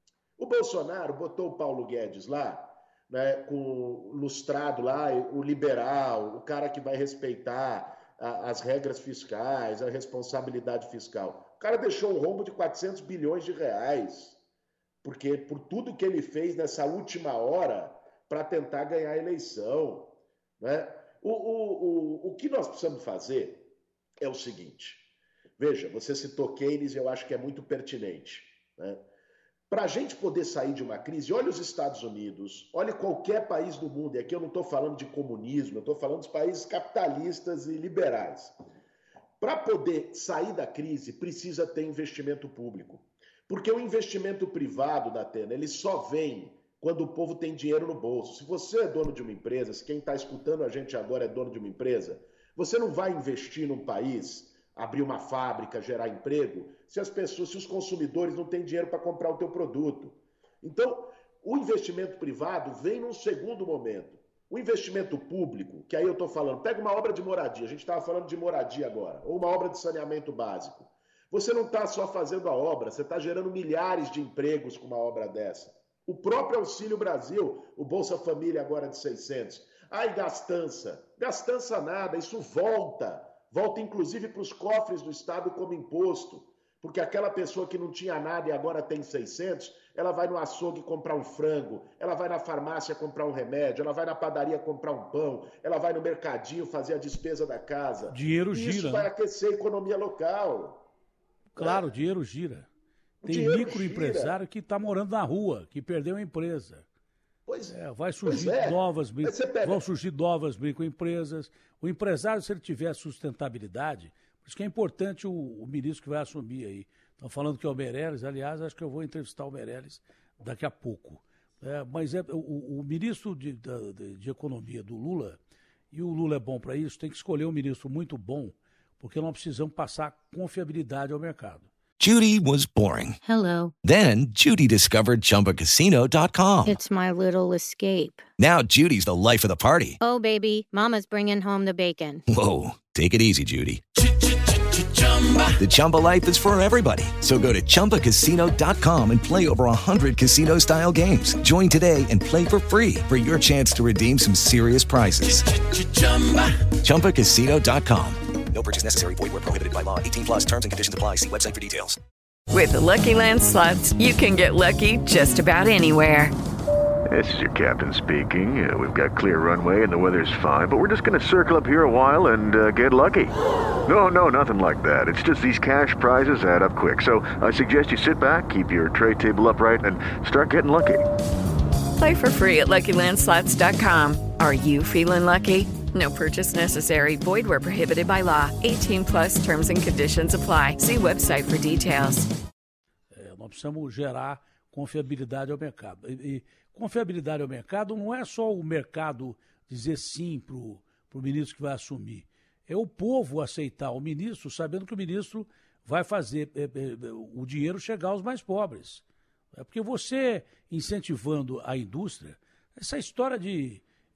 O Bolsonaro botou o Paulo Guedes lá, né, com o lustrado lá, o liberal, o cara que vai respeitar a, as regras fiscais, a responsabilidade fiscal. O cara deixou um rombo de quatrocentos bilhões de reais. Porque por tudo que ele fez nessa última hora para tentar ganhar a eleição. Né? O, o, o, o que nós precisamos fazer é o seguinte. Veja, você citou Keynes e eu acho que é muito pertinente. Né? Para a gente poder sair de uma crise, olha os Estados Unidos, olha qualquer país do mundo, e aqui eu não estou falando de comunismo, eu estou falando dos países capitalistas e liberais. Para poder sair da crise, precisa ter investimento público. Porque o investimento privado, Datena, ele só vem quando o povo tem dinheiro no bolso. Se você é dono de uma empresa, se quem está escutando a gente agora é dono de uma empresa, você não vai investir num país, abrir uma fábrica, gerar emprego, se as pessoas, se os consumidores não têm dinheiro para comprar o teu produto. Então, o investimento privado vem num segundo momento. O investimento público, que aí eu estou falando, pega uma obra de moradia, a gente estava falando de moradia agora, ou uma obra de saneamento básico. Você não está só fazendo a obra, você está gerando milhares de empregos com uma obra dessa. O próprio Auxílio Brasil, o Bolsa Família agora de seiscentos. Ai, gastança. Gastança nada, isso volta. Volta inclusive para os cofres do Estado como imposto. Porque aquela pessoa que não tinha nada e agora tem seiscentos, ela vai no açougue comprar um frango, ela vai na farmácia comprar um remédio, ela vai na padaria comprar um pão, ela vai no mercadinho fazer a despesa da casa. Dinheiro gira. Isso vai aquecer a economia local. Claro, o dinheiro gira. Tem microempresário que está morando na rua, que perdeu a empresa. Pois é. Vai surgir é. novas, pega... vão surgir novas microempresas. O empresário, se ele tiver sustentabilidade, por isso que é importante o, o ministro que vai assumir aí. Estão falando que é o Meirelles, aliás, acho que eu vou entrevistar o Meirelles daqui a pouco. É, mas é, o, o ministro de, de, de Economia do Lula, e o Lula é bom para isso, tem que escolher um ministro muito bom, porque nós precisamos passar confiabilidade ao mercado. Judy was boring. Hello. Then Judy discovered Chumba Casino dot com. It's my little escape. Now Judy's the life of the party. Oh, baby, mama's bringing home the bacon. Whoa, take it easy, Judy. The Chumba life is for everybody. So go to Chumba Casino dot com and play over one hundred casino-style games. Join today and play for free for your chance to redeem some serious prizes. Chumba Casino dot com. No purchase necessary. Void where prohibited by law. eighteen plus terms and conditions apply. See website for details. With the Lucky Land Slots, you can get lucky just about anywhere. This is your captain speaking. Uh, we've got clear runway and the weather's fine, but we're just going to circle up here a while and uh, get lucky. No, no, nothing like that. It's just these cash prizes add up quick. So I suggest you sit back, keep your tray table upright, and start getting lucky. Play for free at Lucky Land Slots dot com. Are you feeling lucky? No purchase necessary. Void where prohibited by law. eighteen plus terms and conditions apply. See website for details. É, nós precisamos gerar confiabilidade ao mercado. E, e confiabilidade ao mercado não é só o mercado dizer sim para o ministro que vai assumir. É o povo aceitar o ministro sabendo que o ministro vai fazer é, é, o dinheiro chegar aos mais pobres. É porque você incentivando a indústria, essa história de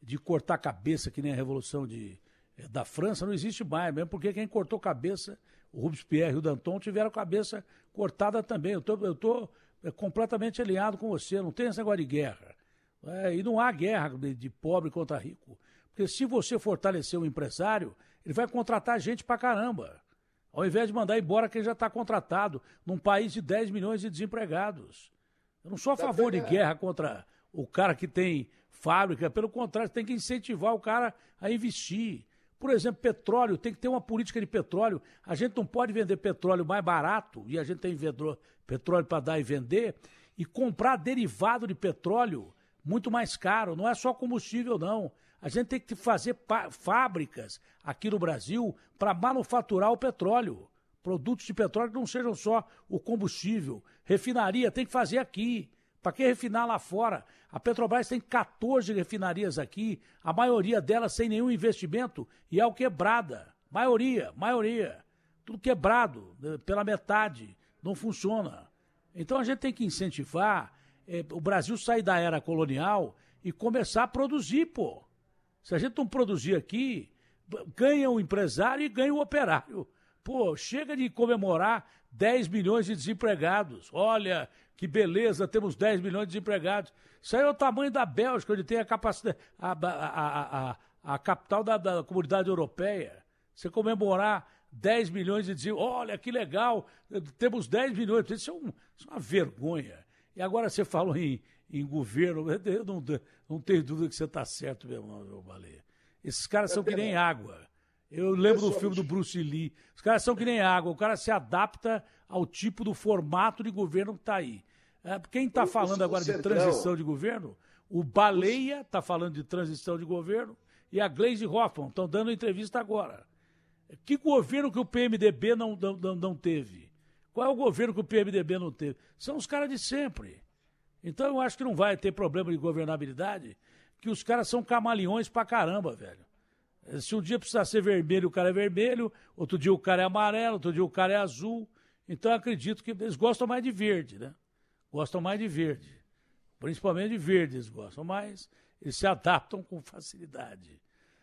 de cortar cabeça, que nem a Revolução de, da França, não existe mais, mesmo porque quem cortou cabeça, o Robespierre e o Danton, tiveram cabeça cortada também. Eu tô, eu tô completamente alinhado com você, não tem esse negócio de guerra. É, e não há guerra de, de pobre contra rico. Porque se você fortalecer o empresário, ele vai contratar gente pra caramba. Ao invés de mandar embora quem já está contratado num país de dez milhões de desempregados. Eu não sou a favor de guerra contra o cara que tem fábrica, pelo contrário, tem que incentivar o cara a investir. Por exemplo, petróleo, tem que ter uma política de petróleo. A gente não pode vender petróleo mais barato, e a gente tem petróleo para dar e vender, e comprar derivado de petróleo muito mais caro. Não é só combustível, não. A gente tem que fazer fábricas aqui no Brasil para manufaturar o petróleo. Produtos de petróleo que não sejam só o combustível. Refinaria tem que fazer aqui. Para que refinar lá fora? A Petrobras tem quatorze refinarias aqui, a maioria delas sem nenhum investimento e ao quebrada. Maioria, maioria. Tudo quebrado, pela metade. Não funciona. Então a gente tem que incentivar é, o Brasil sair da era colonial e começar a produzir, pô. Se a gente não produzir aqui, ganha o empresário e ganha o operário. Pô, chega de comemorar dez milhões de desempregados. Olha, que beleza, temos dez milhões de desempregados. Isso aí é o tamanho da Bélgica, onde tem a capacidade, a, a, a, a, a capital da, da Comunidade Europeia. Você comemorar dez milhões de desempregados. Olha, que legal, temos dez milhões. Isso é, um, isso é uma vergonha. E agora você falou em, em governo, eu não, não tenho dúvida que você está certo, meu irmão, meu Baleia. Esses caras são que nem água. Eu lembro do filme do Bruce Lee. Os caras são que nem água. O cara se adapta ao tipo do formato de governo que está aí. Quem está falando agora de transição de governo? O Baleia está falando de transição de governo e a Gleisi Hoffmann estão dando entrevista agora. Que governo que o P M D B não, não, não teve? Qual é o governo que o P M D B não teve? São os caras de sempre. Então eu acho que não vai ter problema de governabilidade, que os caras são camaleões pra caramba, velho. Se um dia precisar ser vermelho, o cara é vermelho, outro dia o cara é amarelo, outro dia o cara é azul. Então eu acredito que eles gostam mais de verde, né? Gostam mais de verde. Principalmente de verde eles gostam, mas eles se adaptam com facilidade.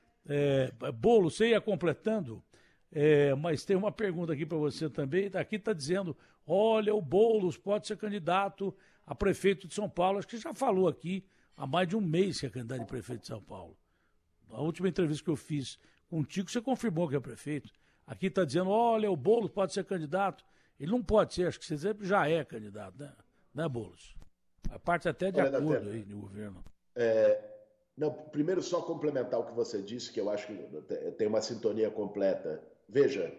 É, Bolo, você ia completando, é, mas tem uma pergunta aqui para você também. Aqui está dizendo, olha, o Boulos pode ser candidato a prefeito de São Paulo. Acho que já falou aqui há mais de um mês que é candidato a prefeito de São Paulo. A última entrevista que eu fiz contigo, você confirmou que é prefeito. Aqui está dizendo, olha, o Boulos pode ser candidato. Ele não pode ser, acho que você já é candidato, né, né Boulos? A parte até de olha, acordo aí do governo. É, não, primeiro só complementar o que você disse, que eu acho que tem uma sintonia completa. Veja,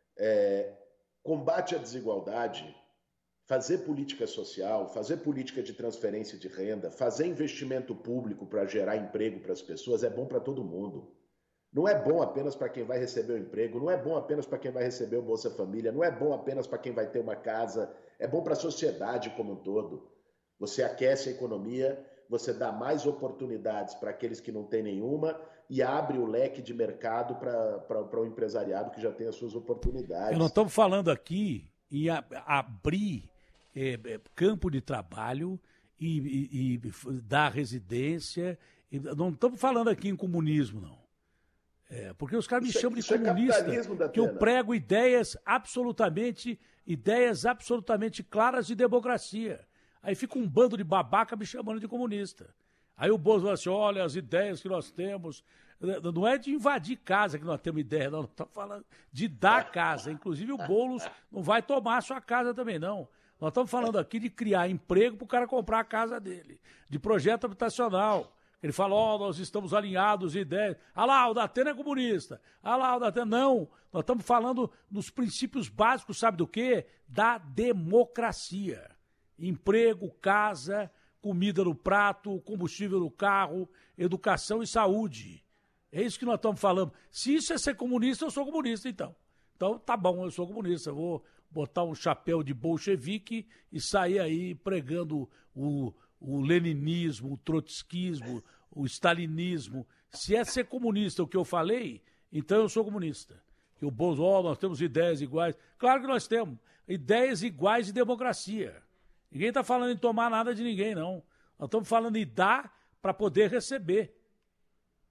é, combate à desigualdade, fazer política social, fazer política de transferência de renda, fazer investimento público para gerar emprego para as pessoas é bom para todo mundo. Não é bom apenas para quem vai receber o emprego, não é bom apenas para quem vai receber o Bolsa Família, não é bom apenas para quem vai ter uma casa, é bom para a sociedade como um todo. Você aquece a economia, você dá mais oportunidades para aqueles que não têm nenhuma e abre o leque de mercado para o empresariado que já tem as suas oportunidades. Nós estamos falando aqui em a, abrir é, campo de trabalho e, e, e dar residência. E não estamos falando aqui em comunismo, não. É, porque os caras me isso chamam é, de comunista, que eu prego ideias absolutamente, ideias absolutamente claras de democracia. Aí fica um bando de babaca me chamando de comunista. Aí o Bolsonaro fala assim, olha, as ideias que nós temos, não é de invadir casa que nós temos ideia, não, nós estamos falando de dar casa. Inclusive o Boulos não vai tomar a sua casa também, não. Nós estamos falando aqui de criar emprego para o cara comprar a casa dele, de projeto habitacional. Ele fala, ó, oh, nós estamos alinhados em ideias. Ah lá, o Datena é comunista. Ah lá, o Datena... Não, nós estamos falando dos princípios básicos, sabe do quê? Da democracia. Emprego, casa, comida no prato, combustível no carro, educação e saúde. É isso que nós estamos falando. Se isso é ser comunista, eu sou comunista, então. Então, tá bom, eu sou comunista. Eu vou botar um chapéu de bolchevique e sair aí pregando o... o leninismo, o trotskismo, o stalinismo. Se é ser comunista o que eu falei, então eu sou comunista. Que o Bolsonaro, oh, nós temos ideias iguais. Claro que nós temos. Ideias iguais de democracia. Ninguém está falando em tomar nada de ninguém, não. Nós estamos falando em dar para poder receber.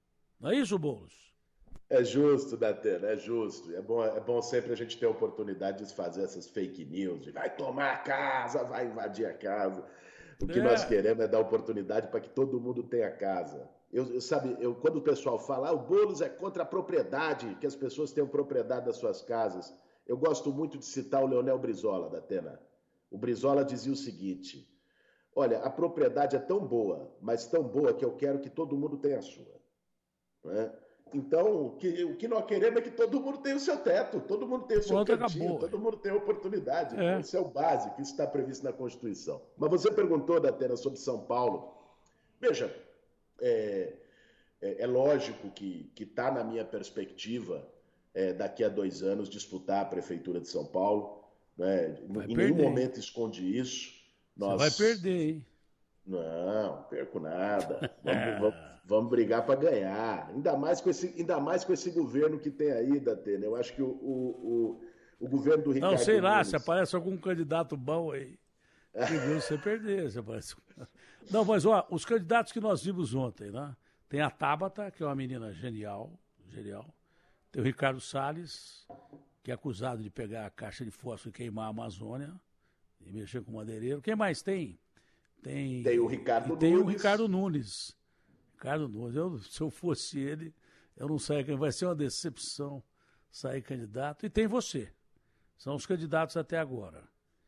Não é isso, Boulos? É justo, Datena, é justo. É bom, é bom sempre a gente ter a oportunidade de fazer essas fake news, de vai tomar a casa, vai invadir a casa. O que é. nós queremos é dar oportunidade para que todo mundo tenha casa. Eu, eu, sabe, eu, quando o pessoal fala, ah, o Boulos é contra a propriedade, que as pessoas tenham propriedade das suas casas, eu gosto muito de citar o Leonel Brizola, Datena. O Brizola dizia o seguinte, olha, a propriedade é tão boa, mas tão boa que eu quero que todo mundo tenha a sua. Não é? Então, o que, o que nós queremos é que todo mundo tenha o seu teto, todo mundo tenha o seu Pronto, cantinho, acabou. todo mundo tenha oportunidade. É. Isso é o básico, isso está previsto na Constituição. Mas você perguntou, Datena, sobre São Paulo. Veja, é, é, é lógico que está na minha perspectiva, é, daqui a dois anos, disputar a Prefeitura de São Paulo. Né? Em perder. nenhum momento escondi isso. Nós... Você vai perder, hein? Não, não perco nada. Vamos, vamos, vamos brigar para ganhar. Ainda mais, com esse, ainda mais com esse governo que tem aí, Datena. Eu acho que o, o, o, o governo do Ricardo... Não, sei lá, Nunes... se aparece algum candidato bom aí. Que viu você perder. Se aparece... Não, mas ó, os candidatos que nós vimos ontem, né? Tem a Tabata, que é uma menina genial, genial. Tem o Ricardo Salles, que é acusado de pegar a caixa de fósforo e queimar a Amazônia e mexer com o madeireiro. Quem mais tem? Tem, tem o Ricardo Nunes. Tem o Ricardo Nunes. Ricardo Nunes. Eu, se eu fosse ele, eu não saia. Vai ser uma decepção sair candidato. E tem você. São os candidatos até agora.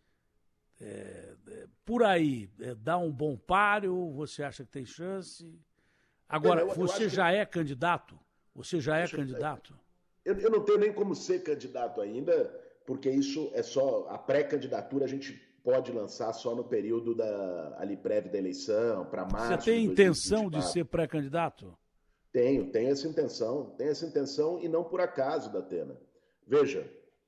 É, é, por aí, é, dá um bom páreo? Você acha que tem chance? Agora, eu, eu você já que... é candidato? Você já é candidato? Eu, eu não tenho nem como ser candidato ainda, porque isso é só a pré-candidatura, a gente pode lançar só no período da, ali prévio da eleição, para março. Você tem intenção de ser pré-candidato? Tenho, tenho essa intenção. Tenho essa intenção e não por acaso, Datena. Veja,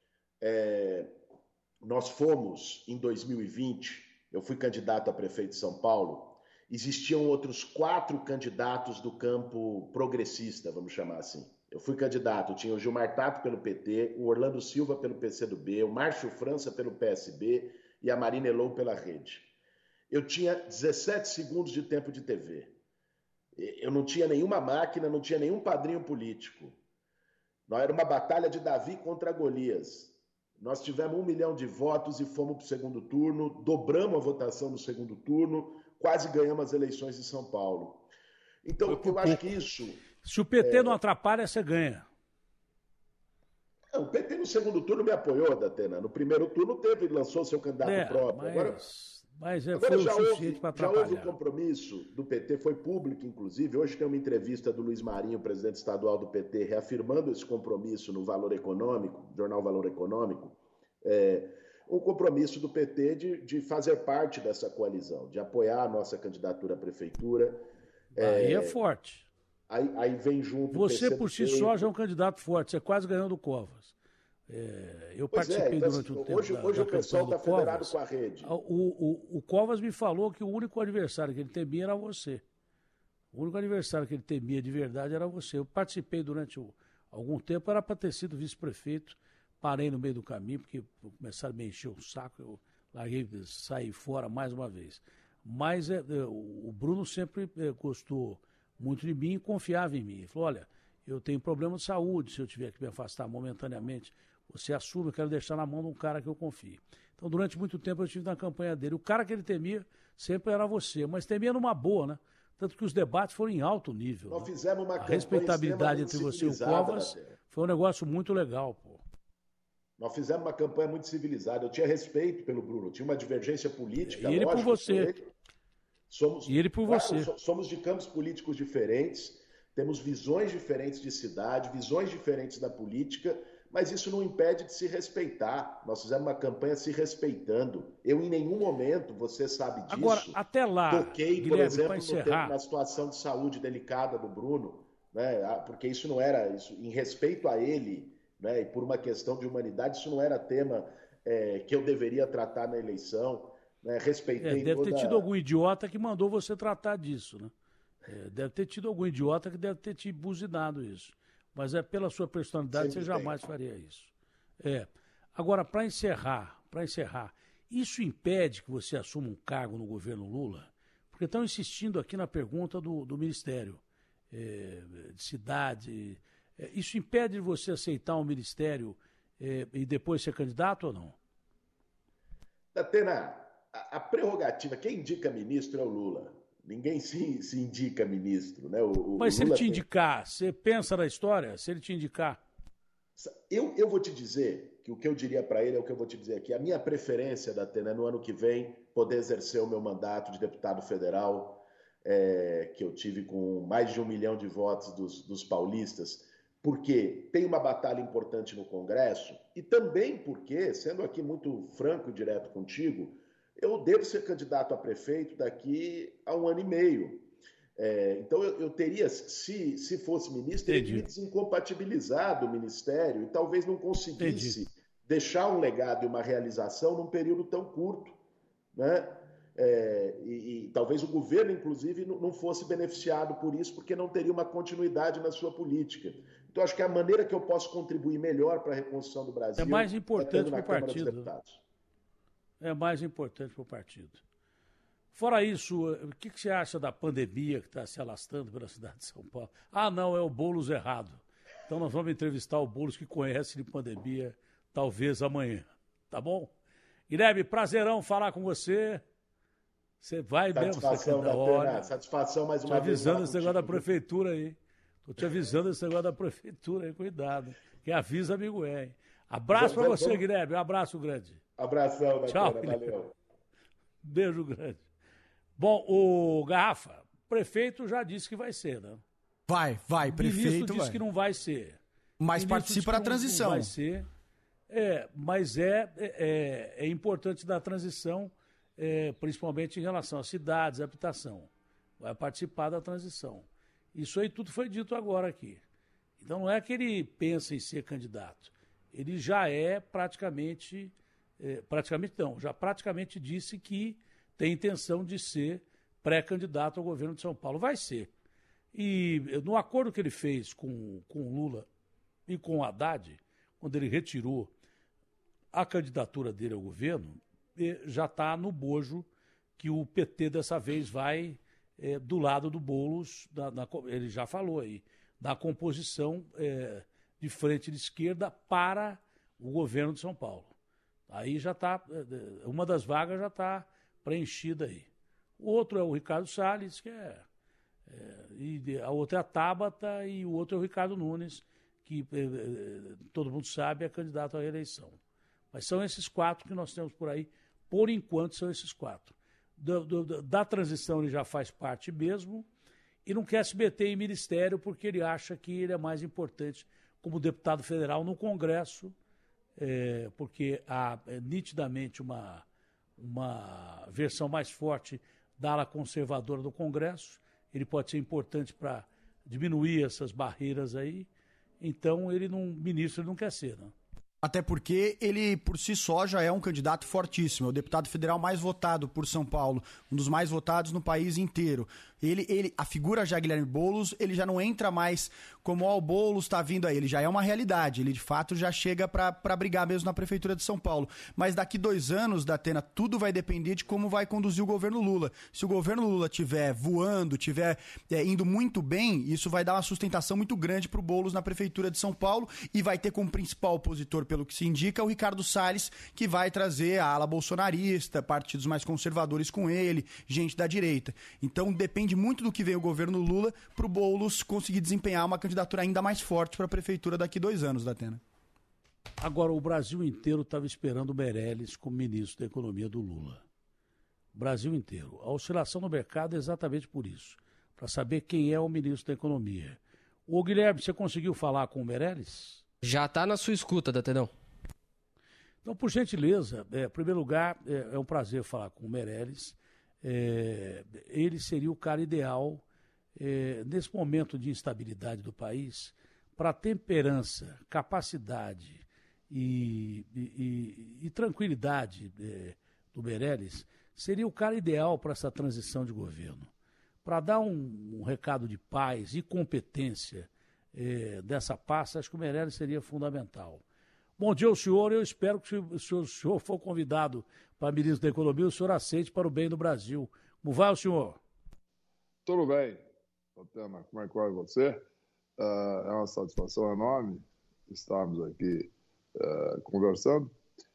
é, nós fomos em dois mil e vinte, eu fui candidato a prefeito de São Paulo, existiam outros quatro candidatos do campo progressista, vamos chamar assim. Eu fui candidato, tinha o Gilmar Tato pelo P T, o Orlando Silva pelo P C do B, o Márcio França pelo P S B e a Marina Elou pela Rede. Eu tinha dezessete segundos de tempo de T V. Eu não tinha nenhuma máquina, não tinha nenhum padrinho político. Nós era uma batalha de Davi contra Golias. Nós tivemos um milhão de votos e fomos para o segundo turno, dobramos a votação no segundo turno, quase ganhamos as eleições em São Paulo. Então, eu, eu acho que isso... Se o P T é... não atrapalha, você ganha. O P T no segundo turno me apoiou, Datena. No primeiro turno teve, lançou seu candidato é, próprio. Mas, agora, mas é, agora foi já o suficiente para atrapalhar. Já houve o compromisso do P T, foi público, inclusive. Hoje tem uma entrevista do Luiz Marinho, presidente estadual do P T, reafirmando esse compromisso no Valor Econômico, jornal Valor Econômico, é, um compromisso do P T de, de fazer parte dessa coalizão, de apoiar a nossa candidatura à prefeitura. Aí é, é forte. Aí, aí vem junto... Você, por si só, já é um candidato forte. Você quase ganhando o Covas. É, eu pois participei é, então, durante um tempo Hoje, da, hoje da o pessoal está federado Covas. com a rede. O, o, o Covas me falou que o único adversário que ele temia era você. O único adversário que ele temia de verdade era você. Eu participei durante o, algum tempo, era para ter sido vice-prefeito. Parei no meio do caminho, porque começaram a me encher o saco. Eu larguei, saí fora mais uma vez. Mas é, é, o Bruno sempre é, gostou muito de mim e confiava em mim. Ele falou, olha, eu tenho problema de saúde, se eu tiver que me afastar momentaneamente, você assume, eu quero deixar na mão de um cara que eu confie. Então, durante muito tempo, eu estive na campanha dele. O cara que ele temia sempre era você, mas temia numa boa, né? Tanto que os debates foram em alto nível. Nós né? fizemos uma A respeitabilidade entre você e o Covas foi um negócio muito legal, pô. Nós fizemos uma campanha muito civilizada. Eu tinha respeito pelo Bruno, tinha uma divergência política. E ele lógico, por você. Ele. Somos, e ele por claro, você. Somos de campos políticos diferentes, temos visões diferentes de cidade, visões diferentes da política, mas isso não impede de se respeitar. Nós fizemos uma campanha se respeitando. Eu, em nenhum momento, você sabe disso, Agora, até lá, toquei, Guilherme, por exemplo, no tempo, na situação de saúde delicada do Bruno, né? Porque isso não era, isso, em respeito a ele, né? E por uma questão de humanidade, isso não era tema é, que eu deveria tratar na eleição. Né? Respeitei é, deve toda... ter tido algum idiota que mandou você tratar disso, né? É, deve ter tido algum idiota que deve ter te buzinado isso. Mas é pela sua personalidade, Sempre você jamais tem. faria isso. É. Agora, para encerrar, para encerrar, isso impede que você assuma um cargo no governo Lula? Porque estão insistindo aqui na pergunta do, do Ministério. é, de cidade. É, isso impede você aceitar um ministério é, e depois ser candidato ou não? Datena, a, a prerrogativa, quem indica ministro é o Lula. Ninguém se, se indica ministro, né? O, Mas o se Lula ele te tem... indicar, você pensa na história? Se ele te indicar... Eu, eu vou te dizer que o que eu diria para ele é o que eu vou te dizer aqui. A minha preferência, Datena, é no ano que vem poder exercer o meu mandato de deputado federal, é, que eu tive com mais de um milhão de votos dos, dos paulistas, porque tem uma batalha importante no Congresso e também porque, sendo aqui muito franco e direto contigo, eu devo ser candidato a prefeito daqui a um ano e meio. É, então eu, eu teria, se, se fosse ministro, teria que me desincompatibilizar do ministério e talvez não conseguisse Entendi. deixar um legado e uma realização num período tão curto, né? É, e, e talvez o governo, inclusive, não, não fosse beneficiado por isso, porque não teria uma continuidade na sua política. Então acho que a maneira que eu posso contribuir melhor para a reconstrução do Brasil é mais importante para o partido. Deputados. É mais importante para o partido. Fora isso, o que, que você acha da pandemia que está se alastrando pela cidade de São Paulo? Ah, não, é o Boulos errado. Então nós vamos entrevistar o Boulos que conhece de pandemia, talvez amanhã. Tá bom? Guilherme, prazerão falar com você. Você vai mesmo, Satisfação, da hora. Satisfação mais uma vez. Tô avisando esse negócio da prefeitura aí. Tô te avisando esse negócio da prefeitura aí, cuidado. Quem avisa, amigo é. Hein? Abraço para você, vamos... Guilherme. Um abraço grande. Abração, da Tchau, cara, valeu. Beijo grande. Bom, o Garrafa, o prefeito já disse que vai ser, né? Vai, vai, prefeito vai. O ministro disse que não vai ser. Mas participa da transição. Não vai ser. É, mas é, é, é importante da transição, é, principalmente em relação às cidades, à habitação. Vai participar da transição. Isso aí tudo foi dito agora aqui. Então não é que ele pensa em ser candidato. Ele já é praticamente, é, praticamente não, já praticamente disse que tem intenção de ser pré-candidato ao governo de São Paulo. Vai ser. E no acordo que ele fez com, com o Lula e com o Haddad, quando ele retirou a candidatura dele ao governo, já está no bojo que o P T dessa vez vai é, do lado do Boulos, da, da, ele já falou aí, da composição é, de frente de esquerda para o governo de São Paulo. Aí já está, uma das vagas já está preenchida aí. O outro é o Ricardo Salles, que é, é e a outra é a Tabata e o outro é o Ricardo Nunes, que é, todo mundo sabe é candidato à reeleição. Mas são esses quatro que nós temos por aí. Por enquanto, são esses quatro. Do, do, da transição ele já faz parte mesmo e não quer se meter em ministério porque ele acha que ele é mais importante como deputado federal no Congresso, é, porque há é, nitidamente uma, uma versão mais forte da ala conservadora do Congresso. Ele pode ser importante para diminuir essas barreiras aí. Então, ele não, ministro ele não quer ser, né? Até porque ele, por si só, já é um candidato fortíssimo. É o deputado federal mais votado por São Paulo, um dos mais votados no país inteiro. Ele, ele, a figura já Guilherme Boulos, ele já não entra mais como ó, o Boulos está vindo aí. Ele já é uma realidade. Ele, de fato, já chega para brigar mesmo na Prefeitura de São Paulo. Mas daqui dois anos, Datena, tudo vai depender de como vai conduzir o governo Lula. Se o governo Lula estiver voando, estiver é, indo muito bem, isso vai dar uma sustentação muito grande para o Boulos na Prefeitura de São Paulo e vai ter como principal opositor, pelo que se indica, o Ricardo Salles, que vai trazer a ala bolsonarista, partidos mais conservadores com ele, gente da direita. Então depende muito do que vem o governo Lula para o Boulos conseguir desempenhar uma candidatura ainda mais forte para a prefeitura daqui dois anos, Datena. Agora, o Brasil inteiro estava esperando o Meirelles como ministro da Economia do Lula. O Brasil inteiro. A oscilação no mercado é exatamente por isso, para saber quem é o ministro da Economia. Ô Guilherme, você conseguiu falar com o Meirelles? Já está na sua escuta, Datenão. Então, por gentileza, é, em primeiro lugar, é, é um prazer falar com o Meirelles. É, ele seria o cara ideal, é, nesse momento de instabilidade do país, para temperança, capacidade e, e, e, e tranquilidade é, do Meirelles, seria o cara ideal para essa transição de governo. Para dar um, um recado de paz e competência É, dessa pasta, acho que o Meirelles seria fundamental. Bom dia ao senhor, eu espero que se o senhor, o senhor for convidado para ministro da Economia, o senhor aceite para o bem do Brasil. Como vai o senhor? Tudo bem. Tatiana, como é que vai você? Uh, é uma satisfação enorme estarmos aqui uh, conversando.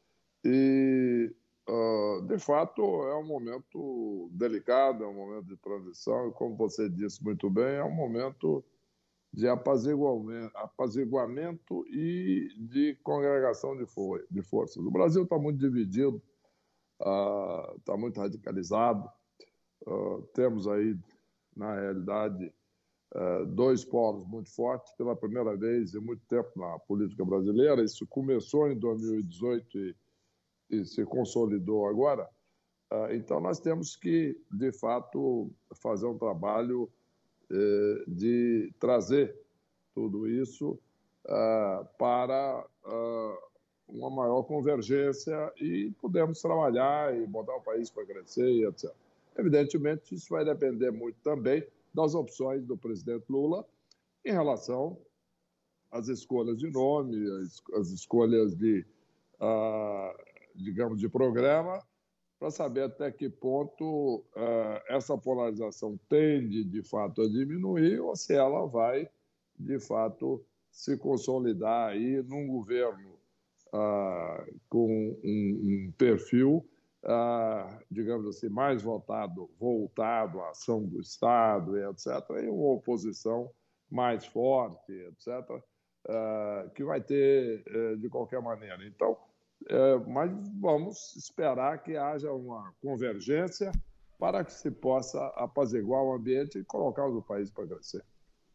E, uh, de fato, é um momento delicado, é um momento de transição, e, como você disse muito bem, é um momento de apaziguamento, apaziguamento e de congregação de, for de forças. O Brasil está muito dividido, está uh, muito radicalizado. Uh, temos aí, na realidade, uh, dois polos muito fortes, pela primeira vez em muito tempo na política brasileira. Isso começou em dois mil e dezoito e, e se consolidou agora. Uh, então, nós temos que, de fato, fazer um trabalho uh, de trazer tudo isso uh, para uh, uma maior convergência e podemos trabalhar e botar o país para crescer e etcétera. Evidentemente, isso vai depender muito também das opções do presidente Lula em relação às escolhas de nome, as, as escolhas de, uh, digamos, de programa, para saber até que ponto uh, essa polarização tende, de fato, a diminuir ou se ela vai, de fato, se consolidar aí num governo uh, com um, um perfil Uh, digamos assim, mais voltado, voltado à ação do Estado, e etcétera, e uma oposição mais forte, etcétera, uh, que vai ter uh, de qualquer maneira. Então, uh, mas vamos esperar que haja uma convergência para que se possa apaziguar o ambiente e colocar o país para crescer.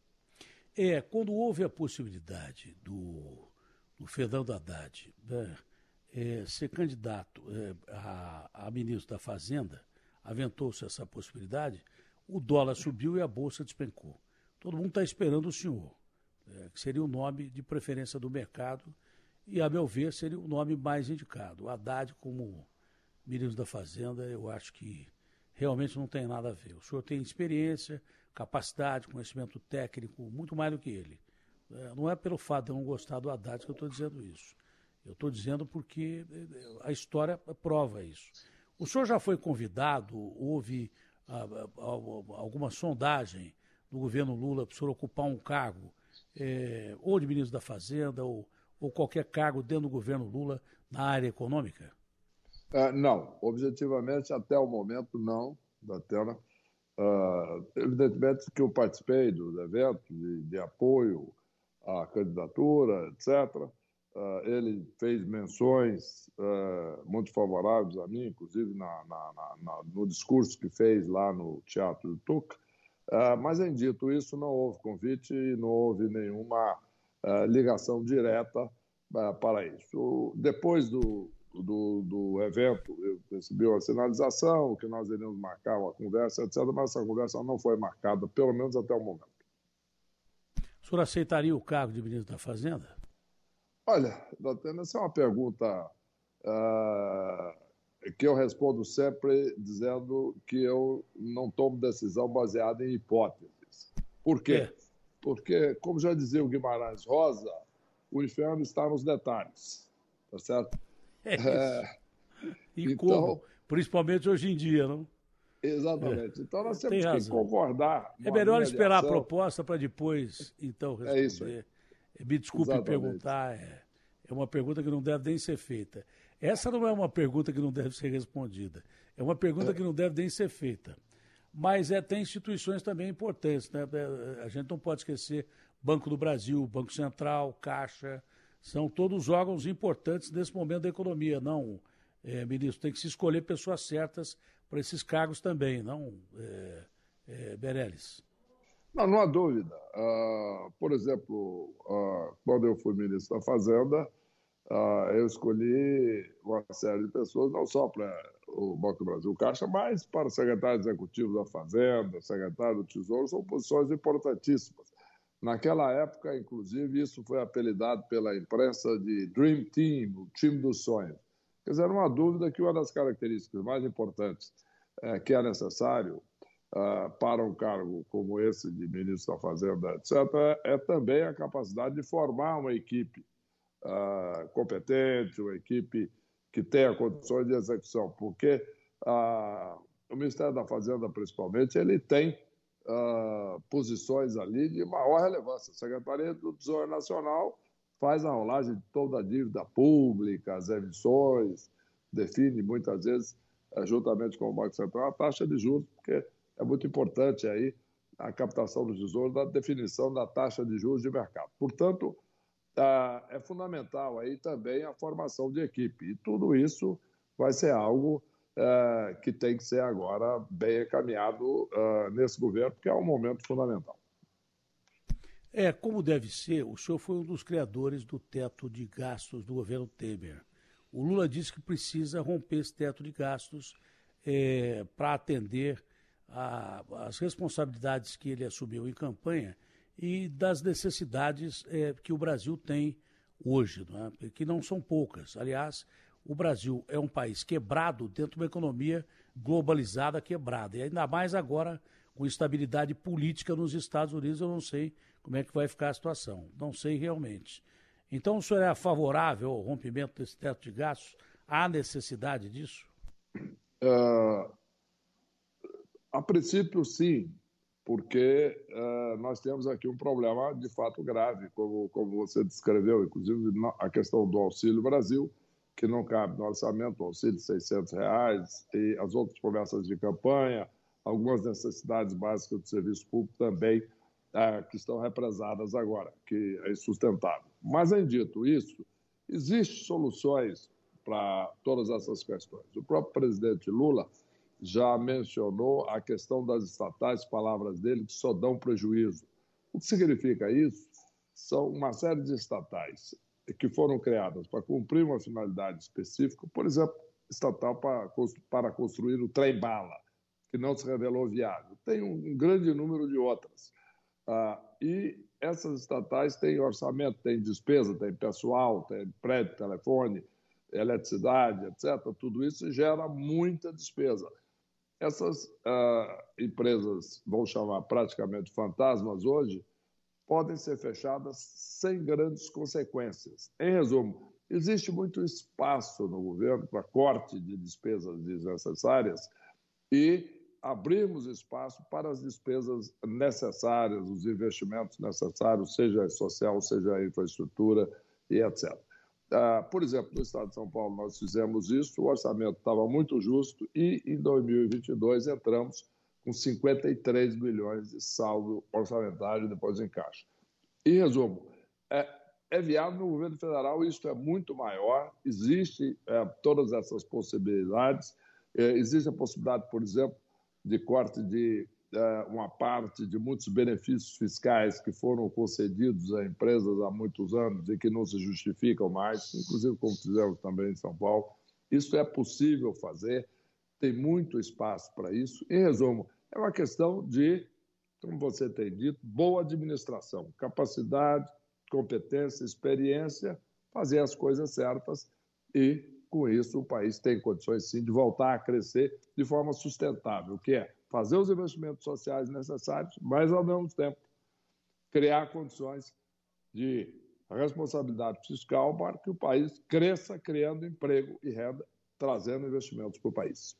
É, quando houve a possibilidade do, do Fernando Haddad, né, É, ser candidato é, a, a ministro da Fazenda, aventou-se essa possibilidade, o dólar subiu e a Bolsa despencou. Todo mundo está esperando o senhor, é, que seria o nome de preferência do mercado e, a meu ver, seria o nome mais indicado. O Haddad, como ministro da Fazenda, eu acho que realmente não tem nada a ver. O senhor tem experiência, capacidade, conhecimento técnico, muito mais do que ele. É, não é pelo fato de eu não gostar do Haddad que eu estou dizendo isso. Eu estou dizendo porque a história prova isso. O senhor já foi convidado, houve ah, alguma sondagem do governo Lula para o senhor ocupar um cargo, é, ou de ministro da Fazenda, ou, ou qualquer cargo dentro do governo Lula na área econômica? Uh, não, objetivamente, até o momento, não, Datena. Uh, evidentemente que eu participei dos eventos de, de apoio à candidatura, etcétera. Uh, ele fez menções uh, muito favoráveis a mim, inclusive na, na, na, no discurso que fez lá no Teatro do Tuca. Uh, mas, em dito isso, não houve convite e não houve nenhuma uh, ligação direta uh, para isso. O, depois do, do, do evento, eu recebi uma sinalização que nós iríamos marcar uma conversa, etcétera, mas essa conversa não foi marcada, pelo menos até o momento. O senhor aceitaria o cargo de ministro da Fazenda? Olha, Datena, essa é uma pergunta uh, que eu respondo sempre dizendo que eu não tomo decisão baseada em hipóteses. Por quê? É. Porque, como já dizia o Guimarães Rosa, o inferno está nos detalhes, tá certo? É isso. É, e então, como? Principalmente hoje em dia, não? Exatamente. É. Então nós temos Tem que razão. concordar. É melhor esperar a proposta para depois, então, responder. É isso aí. Me desculpe Exatamente. perguntar, é, é uma pergunta que não deve nem ser feita. Essa não é uma pergunta que não deve ser respondida, é uma pergunta é. que não deve nem ser feita. Mas é, tem instituições também importantes, né? A gente não pode esquecer Banco do Brasil, Banco Central, Caixa, são todos órgãos importantes nesse momento da economia. Não, é, ministro, tem que se escolher pessoas certas para esses cargos também, não, é, é, Meirelles? Não, não há dúvida. Uh, por exemplo, uh, quando eu fui ministro da Fazenda, uh, eu escolhi uma série de pessoas, não só para o Banco do Brasil Caixa, mas para o secretário executivo da Fazenda, secretário do Tesouro, são posições importantíssimas. Naquela época, inclusive, isso foi apelidado pela imprensa de Dream Team, o time dos sonhos. Quer dizer, não há dúvida que uma das características mais importantes é, que é necessário Uh, para um cargo como esse de ministro da Fazenda, etcétera, é também a capacidade de formar uma equipe uh, competente, uma equipe que tenha condições de execução, porque uh, o Ministério da Fazenda, principalmente, ele tem uh, posições ali de maior relevância. A Secretaria do Tesouro Nacional faz a rolagem de toda a dívida pública, as emissões, define muitas vezes, juntamente com o Banco Central, a taxa de juros, porque é muito importante aí a captação do Tesouro da definição da taxa de juros de mercado. Portanto, é fundamental aí também a formação de equipe. E tudo isso vai ser algo que tem que ser agora bem encaminhado nesse governo, porque é um momento fundamental. É, como deve ser, o senhor foi um dos criadores do teto de gastos do governo Temer. O Lula disse que precisa romper esse teto de gastos é, para atender a, as responsabilidades que ele assumiu em campanha e das necessidades é, que o Brasil tem hoje, não é? Que não são poucas. Aliás, o Brasil é um país quebrado dentro de uma economia globalizada quebrada. E ainda mais agora, com instabilidade política nos Estados Unidos, eu não sei como é que vai ficar a situação. Não sei realmente. Então, o senhor é favorável ao rompimento desse teto de gastos? Há necessidade disso? Uh, a princípio, sim, porque uh, nós temos aqui um problema de fato grave, como, como você descreveu, inclusive a questão do Auxílio Brasil, que não cabe no orçamento, o auxílio de seiscentos reais, e as outras promessas de campanha, algumas necessidades básicas do serviço público também, uh, que estão represadas agora, que é insustentável. Mas, em dito isso, existem soluções para todas essas questões. O próprio presidente Lula já mencionou a questão das estatais, palavras dele, que só dão prejuízo. O que significa isso? São uma série de estatais que foram criadas para cumprir uma finalidade específica, por exemplo, estatal para, para construir o trem-bala, que não se revelou viável. Tem um grande número de outras. Ah, e essas estatais têm orçamento, têm despesa, têm pessoal, têm prédio, telefone, eletricidade, etcétera. Tudo isso gera muita despesa. Essas ah, empresas, vão chamar praticamente fantasmas hoje, podem ser fechadas sem grandes consequências. Em resumo, existe muito espaço no governo para corte de despesas desnecessárias e abrirmos espaço para as despesas necessárias, os investimentos necessários, seja em social, seja em infraestrutura e etcétera. Ah, por exemplo, no estado de São Paulo nós fizemos isso, o orçamento estava muito justo e em dois mil e vinte e dois entramos com cinquenta e três bilhões de saldo orçamentário depois em caixa. Em resumo, é, é viável no governo federal, isso é muito maior, existe é, todas essas possibilidades, é, existe a possibilidade, por exemplo, de corte de é, uma parte de muitos benefícios fiscais que foram concedidos a empresas há muitos anos e que não se justificam mais, inclusive como fizemos também em São Paulo. Isso é possível fazer, tem muito espaço para isso. Em resumo, é uma questão de, como você tem dito, boa administração, capacidade, competência, experiência, fazer as coisas certas e, com isso, o país tem condições, sim, de voltar a crescer de forma sustentável, que é fazer os investimentos sociais necessários, mas, ao mesmo tempo, criar condições de responsabilidade fiscal para que o país cresça criando emprego e renda, trazendo investimentos para o país.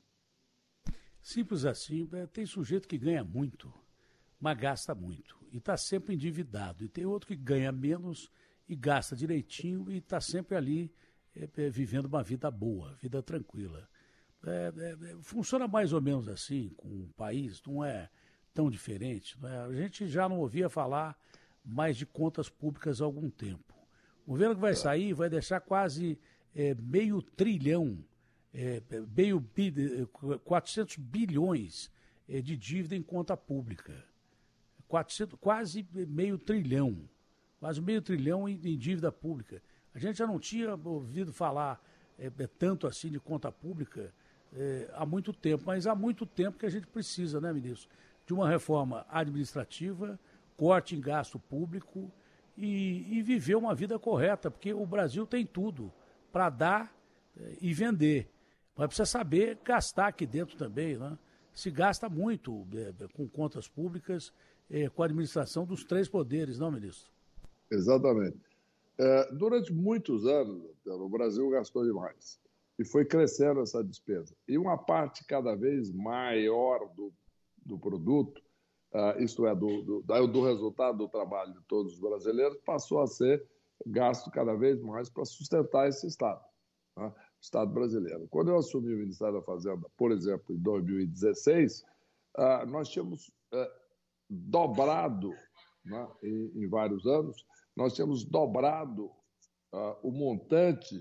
Simples assim, tem sujeito que ganha muito, mas gasta muito, e está sempre endividado, e tem outro que ganha menos e gasta direitinho e está sempre ali é, é, vivendo uma vida boa, vida tranquila. É, é, funciona mais ou menos assim com o país, não é tão diferente. Não é? A gente já não ouvia falar mais de contas públicas há algum tempo. O governo que vai sair vai deixar quase é, meio trilhão, é, meio, quatrocentos bilhões é, de dívida em conta pública. quatrocentos, quase meio trilhão, quase meio trilhão em, em dívida pública. A gente já não tinha ouvido falar é, é, tanto assim de conta pública É, há muito tempo, mas há muito tempo que a gente precisa, né, ministro, de uma reforma administrativa, corte em gasto público e, e viver uma vida correta, porque o Brasil tem tudo para dar é, e vender, mas precisa saber gastar aqui dentro também, né? Se gasta muito é, com contas públicas, é, com a administração dos três poderes, não, ministro? Exatamente. É, durante muitos anos, o Brasil gastou demais. E foi crescendo essa despesa. E uma parte cada vez maior do, do produto uh, isto é, do, do, do resultado do trabalho de todos os brasileiros, passou a ser gasto cada vez mais para sustentar esse Estado, né? O Estado brasileiro. Quando eu assumi o Ministério da Fazenda, por exemplo, em dois mil e dezesseis, uh, nós tínhamos uh, dobrado, né, em, em vários anos, nós tínhamos dobrado uh, o montante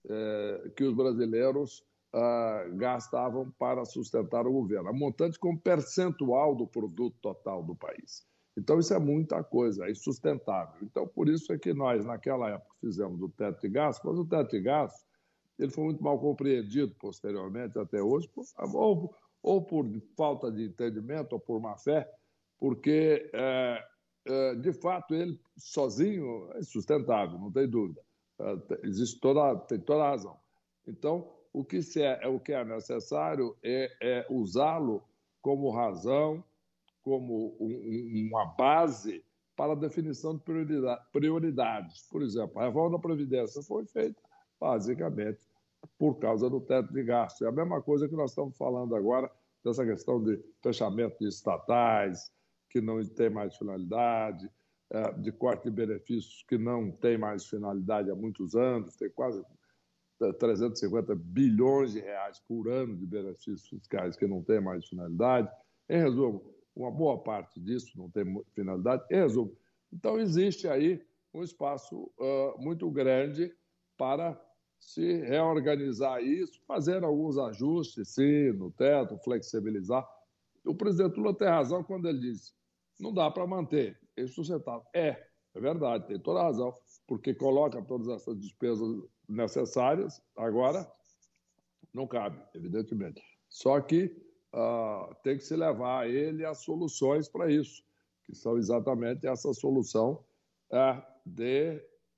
uh, que os brasileiros uh, gastavam para sustentar o governo, a montante como percentual do produto total do país. Então, isso é muita coisa, é insustentável. Então, por isso é que nós, naquela época, fizemos o teto de gastos, mas o teto de gastos ele foi muito mal compreendido posteriormente, até hoje, por, ou, ou por falta de entendimento, ou por má fé, porque, é, é, de fato, ele sozinho é insustentável, não tem dúvida. É, existe toda, tem toda a razão. Então, o que, se é, é, o que é necessário é, é usá-lo como razão, como um, uma base para a definição de prioridades. Por exemplo, a reforma da Previdência foi feita basicamente por causa do teto de gastos. É a mesma coisa que nós estamos falando agora dessa questão de fechamento de estatais, que não tem mais finalidade, de corte de benefícios que não tem mais finalidade há muitos anos, tem quase trezentos e cinquenta bilhões de reais por ano de benefícios fiscais que não tem mais finalidade. Em resumo, uma boa parte disso não tem finalidade. Em resumo, então existe aí um espaço uh, muito grande para se reorganizar isso, fazer alguns ajustes, sim, no teto, flexibilizar. O presidente Lula tem razão quando ele diz não dá para manter isso sustentável. É, é verdade, tem toda a razão, porque coloca todas essas despesas necessárias, agora não cabe, evidentemente. Só que uh, tem que se levar a ele as soluções para isso, que são exatamente essa solução uh, de...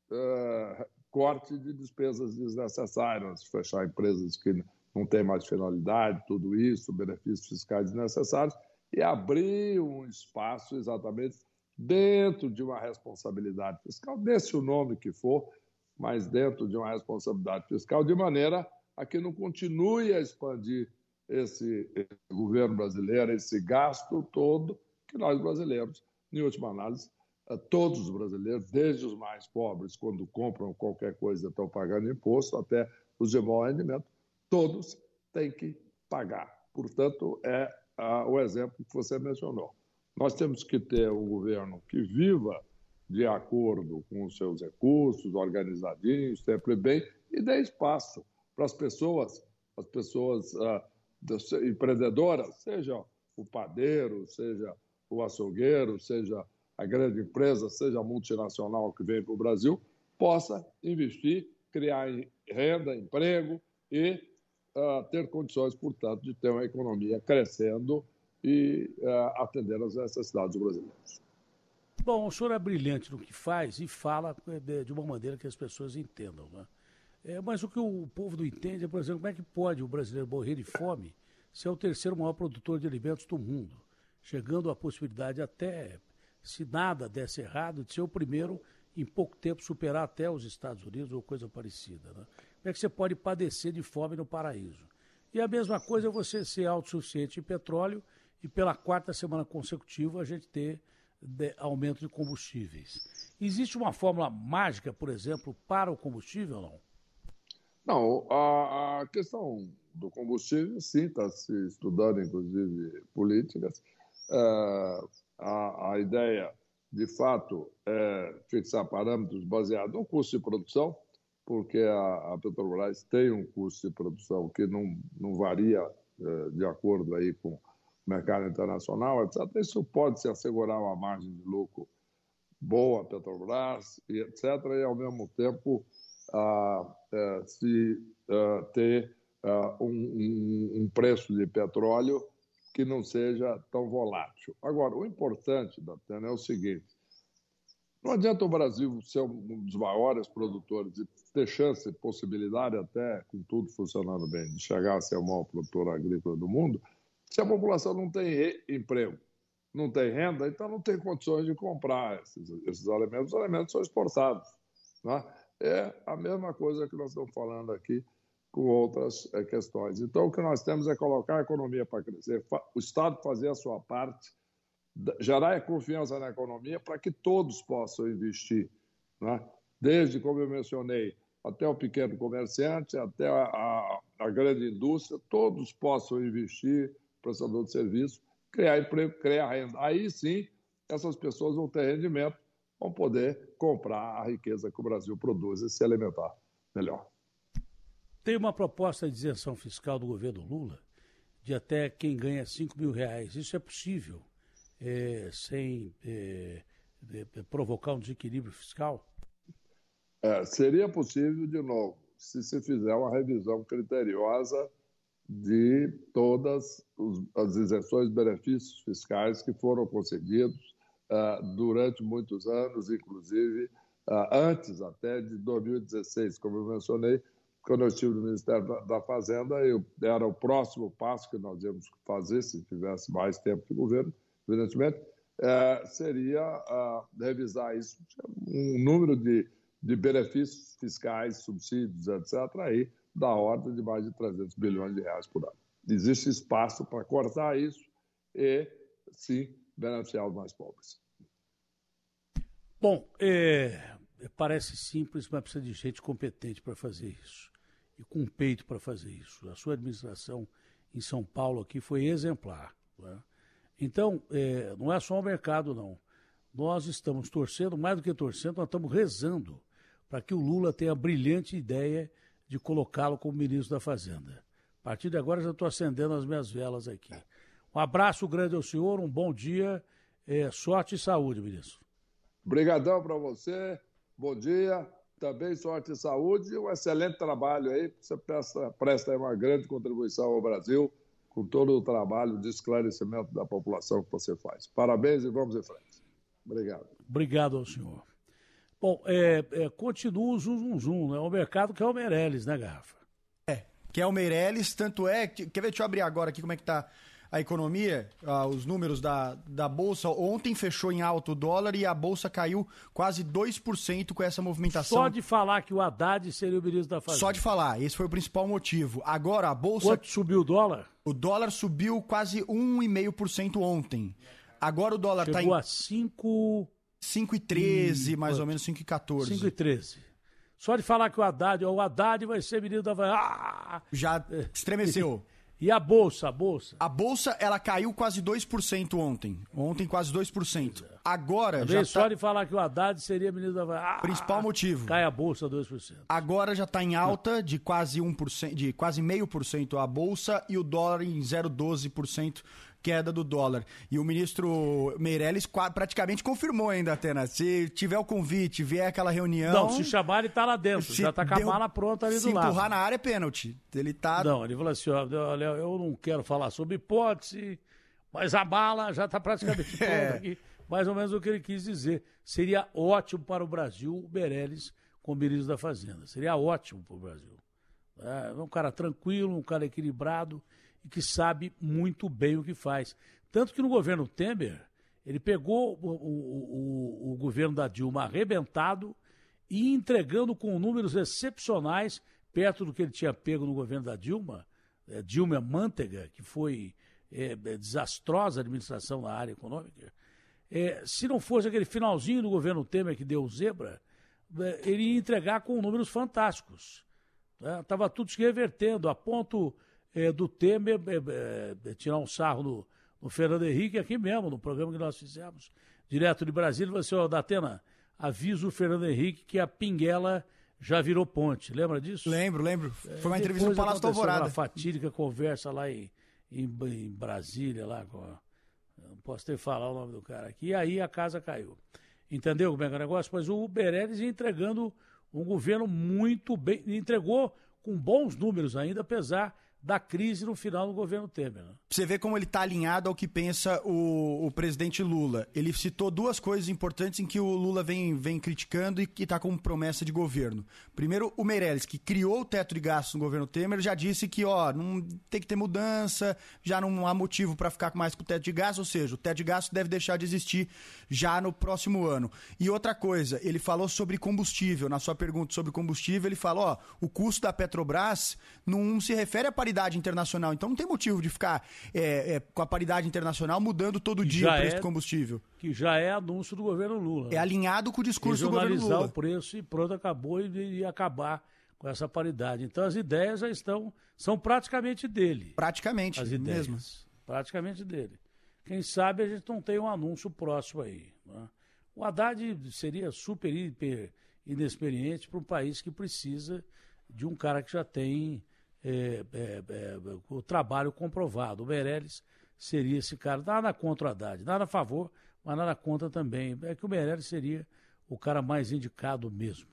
Uh, corte de despesas desnecessárias, fechar empresas que não têm mais finalidade, tudo isso, benefícios fiscais desnecessários, e abrir um espaço exatamente dentro de uma responsabilidade fiscal, desse o nome que for, mas dentro de uma responsabilidade fiscal, de maneira a que não continue a expandir esse, esse governo brasileiro, esse gasto todo que nós brasileiros, em última análise, todos os brasileiros, desde os mais pobres, quando compram qualquer coisa, estão pagando imposto, até os de mau rendimento, todos têm que pagar. Portanto, é ah, o exemplo que você mencionou. Nós temos que ter um governo que viva de acordo com os seus recursos, organizadinho, sempre bem, e dê espaço para as pessoas, as pessoas ah, empreendedoras, seja o padeiro, seja o açougueiro, seja a grande empresa, seja a multinacional que vem para o Brasil, possa investir, criar renda, emprego e uh, ter condições, portanto, de ter uma economia crescendo e uh, atender às necessidades dos brasileiros. Bom, o senhor é brilhante no que faz e fala de uma maneira que as pessoas entendam, né? É, mas o que o povo não entende é, por exemplo, como é que pode o brasileiro morrer de fome se é o terceiro maior produtor de alimentos do mundo, chegando à possibilidade até... se nada desse errado, de ser o primeiro, em pouco tempo, superar até os Estados Unidos ou coisa parecida, né? Como é que você pode padecer de fome no paraíso? E a mesma coisa é você ser autossuficiente em petróleo e pela quarta semana consecutiva a gente ter de, aumento de combustíveis. Existe uma fórmula mágica, por exemplo, para o combustível ou não? Não, a, a questão do combustível, sim, está se estudando, inclusive, políticas. Uh, A, a ideia, de fato, é fixar parâmetros baseados no custo de produção, porque a, a Petrobras tem um custo de produção que não, não varia é, de acordo aí com o mercado internacional, etcétera. Isso pode se assegurar uma margem de lucro boa à Petrobras, e etcétera, e, ao mesmo tempo, a, é, se a, ter a, um, um, um preço de petróleo que não seja tão volátil. Agora, o importante, Datena, é o seguinte: não adianta o Brasil ser um dos maiores produtores e ter chance, possibilidade até, com tudo funcionando bem, de chegar a ser o maior produtor agrícola do mundo, se a população não tem emprego, não tem renda, então não tem condições de comprar esses, esses alimentos. Os alimentos são exportados, né? É a mesma coisa que nós estamos falando aqui com outras é, questões. Então, o que nós temos é colocar a economia para crescer, o Estado fazer a sua parte gerar confiança na economia para que todos possam investir, né? Desde, como eu mencionei, até o pequeno comerciante, até a, a, a grande indústria, todos possam investir, prestador de serviço, criar emprego, criar renda. Aí sim, essas pessoas vão ter rendimento, vão poder comprar a riqueza que o Brasil produz e se alimentar melhor. Tem uma proposta de isenção fiscal do governo Lula de até quem ganha cinco mil reais. Isso é possível, é, sem é, é, provocar um desequilíbrio fiscal? É, seria possível, de novo, se se fizer uma revisão criteriosa de todas os, as isenções e benefícios fiscais que foram concedidos uh, durante muitos anos, inclusive uh, antes até de dois mil e dezesseis, como eu mencionei, quando eu estive no Ministério da, da Fazenda, eu, era o próximo passo que nós íamos fazer, se tivesse mais tempo de governo, evidentemente, uh, seria uh, revisar isso, um número de de benefícios fiscais, subsídios, etcétera, aí da ordem de mais de trezentos bilhões de reais por ano. Existe espaço para cortar isso e, sim, beneficiar os mais pobres. Bom, é, parece simples, mas precisa de gente competente para fazer isso e com peito para fazer isso. A sua administração em São Paulo aqui foi exemplar, né? Então, é, não é só o mercado, não. Nós estamos torcendo, mais do que torcendo, nós estamos rezando para que o Lula tenha a brilhante ideia de colocá-lo como ministro da Fazenda. A partir de agora já estou acendendo as minhas velas aqui. Um abraço grande ao senhor, um bom dia, é, sorte e saúde, ministro. Obrigadão para você, bom dia, também sorte e saúde e um excelente trabalho aí, você presta, presta uma grande contribuição ao Brasil com todo o trabalho de esclarecimento da população que você faz. Parabéns e vamos em frente. Obrigado. Obrigado ao senhor. Bom, é, é, continua o zum, zum, zum, né? O mercado que é o Meirelles, né, Garrafa? É, que é o Meirelles, tanto é... Que, quer ver, deixa eu abrir agora aqui como é que tá a economia, ah, os números da, da Bolsa. Ontem fechou em alto o dólar e a Bolsa caiu quase dois por cento com essa movimentação. Só de falar que o Haddad seria o ministro da Fazenda. Só de falar, esse foi o principal motivo. Agora a Bolsa... Quanto subiu o dólar? O dólar subiu quase um vírgula cinco por cento ontem. Agora o dólar está em... Chegou a cinco... cinco e treze, mais ou menos cinco e quatorze. cinco e treze. Só de falar que o Haddad, o Haddad vai ser ministro da Fazenda. Ah! Já estremeceu. E a Bolsa, a Bolsa? A Bolsa, ela caiu quase dois por cento ontem. Ontem quase dois por cento. Agora Também já só tá... de falar que o Haddad seria ministro da Fazenda. Ah! Principal motivo. Cai a Bolsa dois por cento. Agora já está em alta de quase um por cento, de quase zero vírgula cinco por cento a Bolsa e o dólar em zero vírgula doze por cento queda do dólar. E o ministro Meirelles praticamente confirmou ainda, Atena. Se tiver o convite, vier aquela reunião... Não, se chamar, ele tá lá dentro. Já tá com a deu, mala pronta ali do lado. Se empurrar na área é pênalti. Ele tá... Não, ele falou assim, olha, eu não quero falar sobre hipótese, mas a bala já tá praticamente pronta é. aqui. Mais ou menos o que ele quis dizer. Seria ótimo para o Brasil o Meirelles como ministro da Fazenda. Seria ótimo para o Brasil. É um cara tranquilo, um cara equilibrado e que sabe muito bem o que faz. Tanto que no governo Temer, ele pegou o, o, o, o governo da Dilma arrebentado e entregando com números excepcionais, perto do que ele tinha pego no governo da Dilma, é, Dilma Manteiga, que foi é, é, desastrosa a administração na área econômica. É, se não fosse aquele finalzinho do governo Temer que deu o zebra, é, ele ia entregar com números fantásticos. Estava tudo se revertendo, a ponto... É, do Temer é, é, tirar um sarro no, no Fernando Henrique aqui mesmo, no programa que nós fizemos, direto de Brasília, ele falou assim, ó, Datena, avisa o Fernando Henrique que a Pinguela já virou ponte, lembra disso? Lembro, lembro, foi uma é, entrevista no Palácio da Alvorada. Uma fatídica conversa lá em, em, em Brasília, lá com a, não posso ter falar o nome do cara aqui, e aí a casa caiu. Entendeu como é que é o negócio? Mas o Meirelles ia entregando um governo muito bem, entregou com bons números ainda, apesar da crise no final do governo Temer. Né? Você vê como ele está alinhado ao que pensa o, o presidente Lula. Ele citou duas coisas importantes em que o Lula vem, vem criticando e que está como promessa de governo. Primeiro, o Meirelles, que criou o teto de gastos no governo Temer, já disse que ó, não tem que ter mudança, já não há motivo para ficar mais com o teto de gastos, ou seja, o teto de gastos deve deixar de existir já no próximo ano. E outra coisa, ele falou sobre combustível. Na sua pergunta sobre combustível, ele falou, ó, o custo da Petrobras não se refere à paridade paridade internacional. Então não tem motivo de ficar é, é, com a paridade internacional mudando todo que dia o preço é, do combustível. Que já é anúncio do governo Lula. É alinhado com o discurso do governo Lula. O preço e pronto, acabou e, e acabar com essa paridade. Então as ideias já estão, são praticamente dele. Praticamente, as ideias, mesmo. Praticamente dele. Quem sabe a gente não tem um anúncio próximo aí. Né? O Haddad seria super, hiper inexperiente para um país que precisa de um cara que já tem é, é, é, o trabalho comprovado. O Meirelles seria esse cara. Nada contra o Haddad, nada a favor, mas nada contra também. É que o Meirelles seria o cara mais indicado mesmo.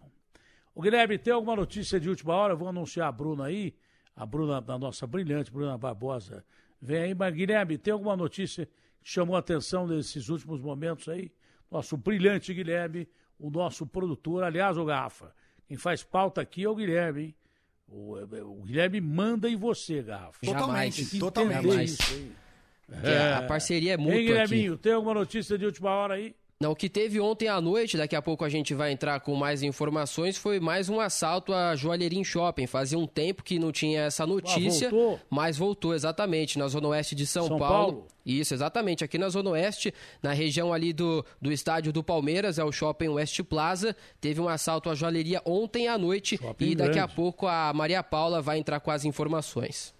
O Guilherme, tem alguma notícia de última hora? Eu vou anunciar a Bruna aí, a Bruna, a nossa brilhante Bruna Barbosa. Vem aí, mas Guilherme, tem alguma notícia que chamou a atenção nesses últimos momentos aí? Nosso brilhante Guilherme, o nosso produtor, aliás, o Garrafa, quem faz pauta aqui é o Guilherme, hein? O, o Guilherme manda em você, Garrafa. Totalmente, totalmente. Isso aí. É. A parceria é mútua. Ei, Guilherminho, aqui. Tem alguma notícia de última hora aí? Não, o que teve ontem à noite, daqui a pouco a gente vai entrar com mais informações, foi mais um assalto à Joalheria Shopping. Fazia um tempo que não tinha essa notícia, ah, voltou? Mas voltou, exatamente, na Zona Oeste de São, São Paulo. Paulo. Isso, exatamente, aqui na Zona Oeste, na região ali do, do estádio do Palmeiras, é o Shopping West Plaza. Teve um assalto à joalheria ontem à noite shopping e daqui grande. A pouco a Maria Paula vai entrar com as informações.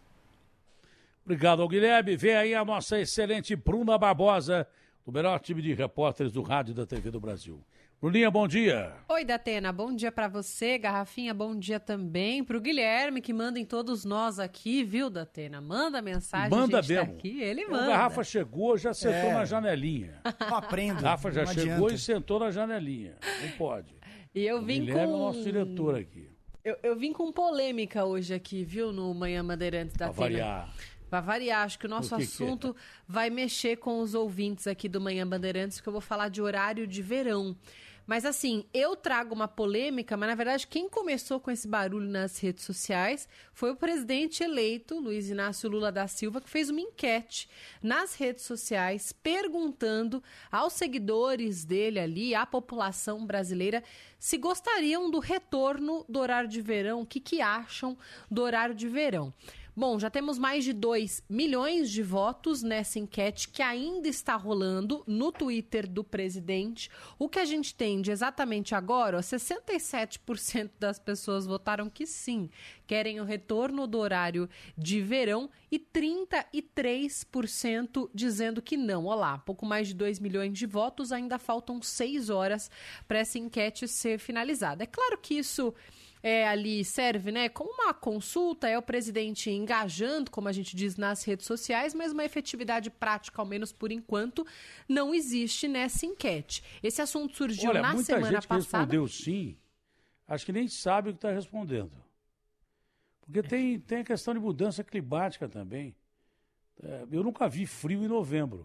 Obrigado ao Guilherme. Vem aí a nossa excelente Bruna Barbosa, do melhor time de repórteres do rádio e da T V do Brasil. Bruninha, bom dia. Oi, Datena, bom dia pra você. Garrafinha, bom dia também pro Guilherme, que manda em todos nós aqui, viu, Datena? Manda mensagem, manda a gente mesmo. Tá aqui, ele manda. O Garrafa chegou, já sentou é. na janelinha. Não aprendo. O Garrafa já chegou adianta. e sentou na janelinha. Não pode. E eu o vim Guilherme com... é o nosso diretor aqui. Eu, eu vim com polêmica hoje aqui, viu, no Manhã Bandeirantes da Pra variar. Para variar, acho que o nosso o que assunto que é? vai mexer com os ouvintes aqui do Manhã Bandeirantes, que eu vou falar de horário de verão. Mas assim, eu trago uma polêmica, mas na verdade quem começou com esse barulho nas redes sociais foi o presidente eleito, Luiz Inácio Lula da Silva, que fez uma enquete nas redes sociais perguntando aos seguidores dele ali, à população brasileira, se gostariam do retorno do horário de verão, o que, que acham do horário de verão. Bom, já temos mais de dois milhões de votos nessa enquete que ainda está rolando no Twitter do presidente. O que a gente tem de exatamente agora, ó, sessenta e sete por cento das pessoas votaram que sim, querem o retorno do horário de verão e trinta e três por cento dizendo que não. Olá, pouco mais de dois milhões de votos, ainda faltam seis horas para essa enquete ser finalizada. É claro que isso... É, ali serve, né, como uma consulta, é o presidente engajando, como a gente diz, nas redes sociais, mas uma efetividade prática, ao menos por enquanto, não existe nessa enquete. Esse assunto surgiu Olha, na muita semana gente que passada. respondeu sim, acho que nem sabe o que está respondendo. Porque tem, tem a questão de mudança climática também. É, eu nunca vi frio em novembro.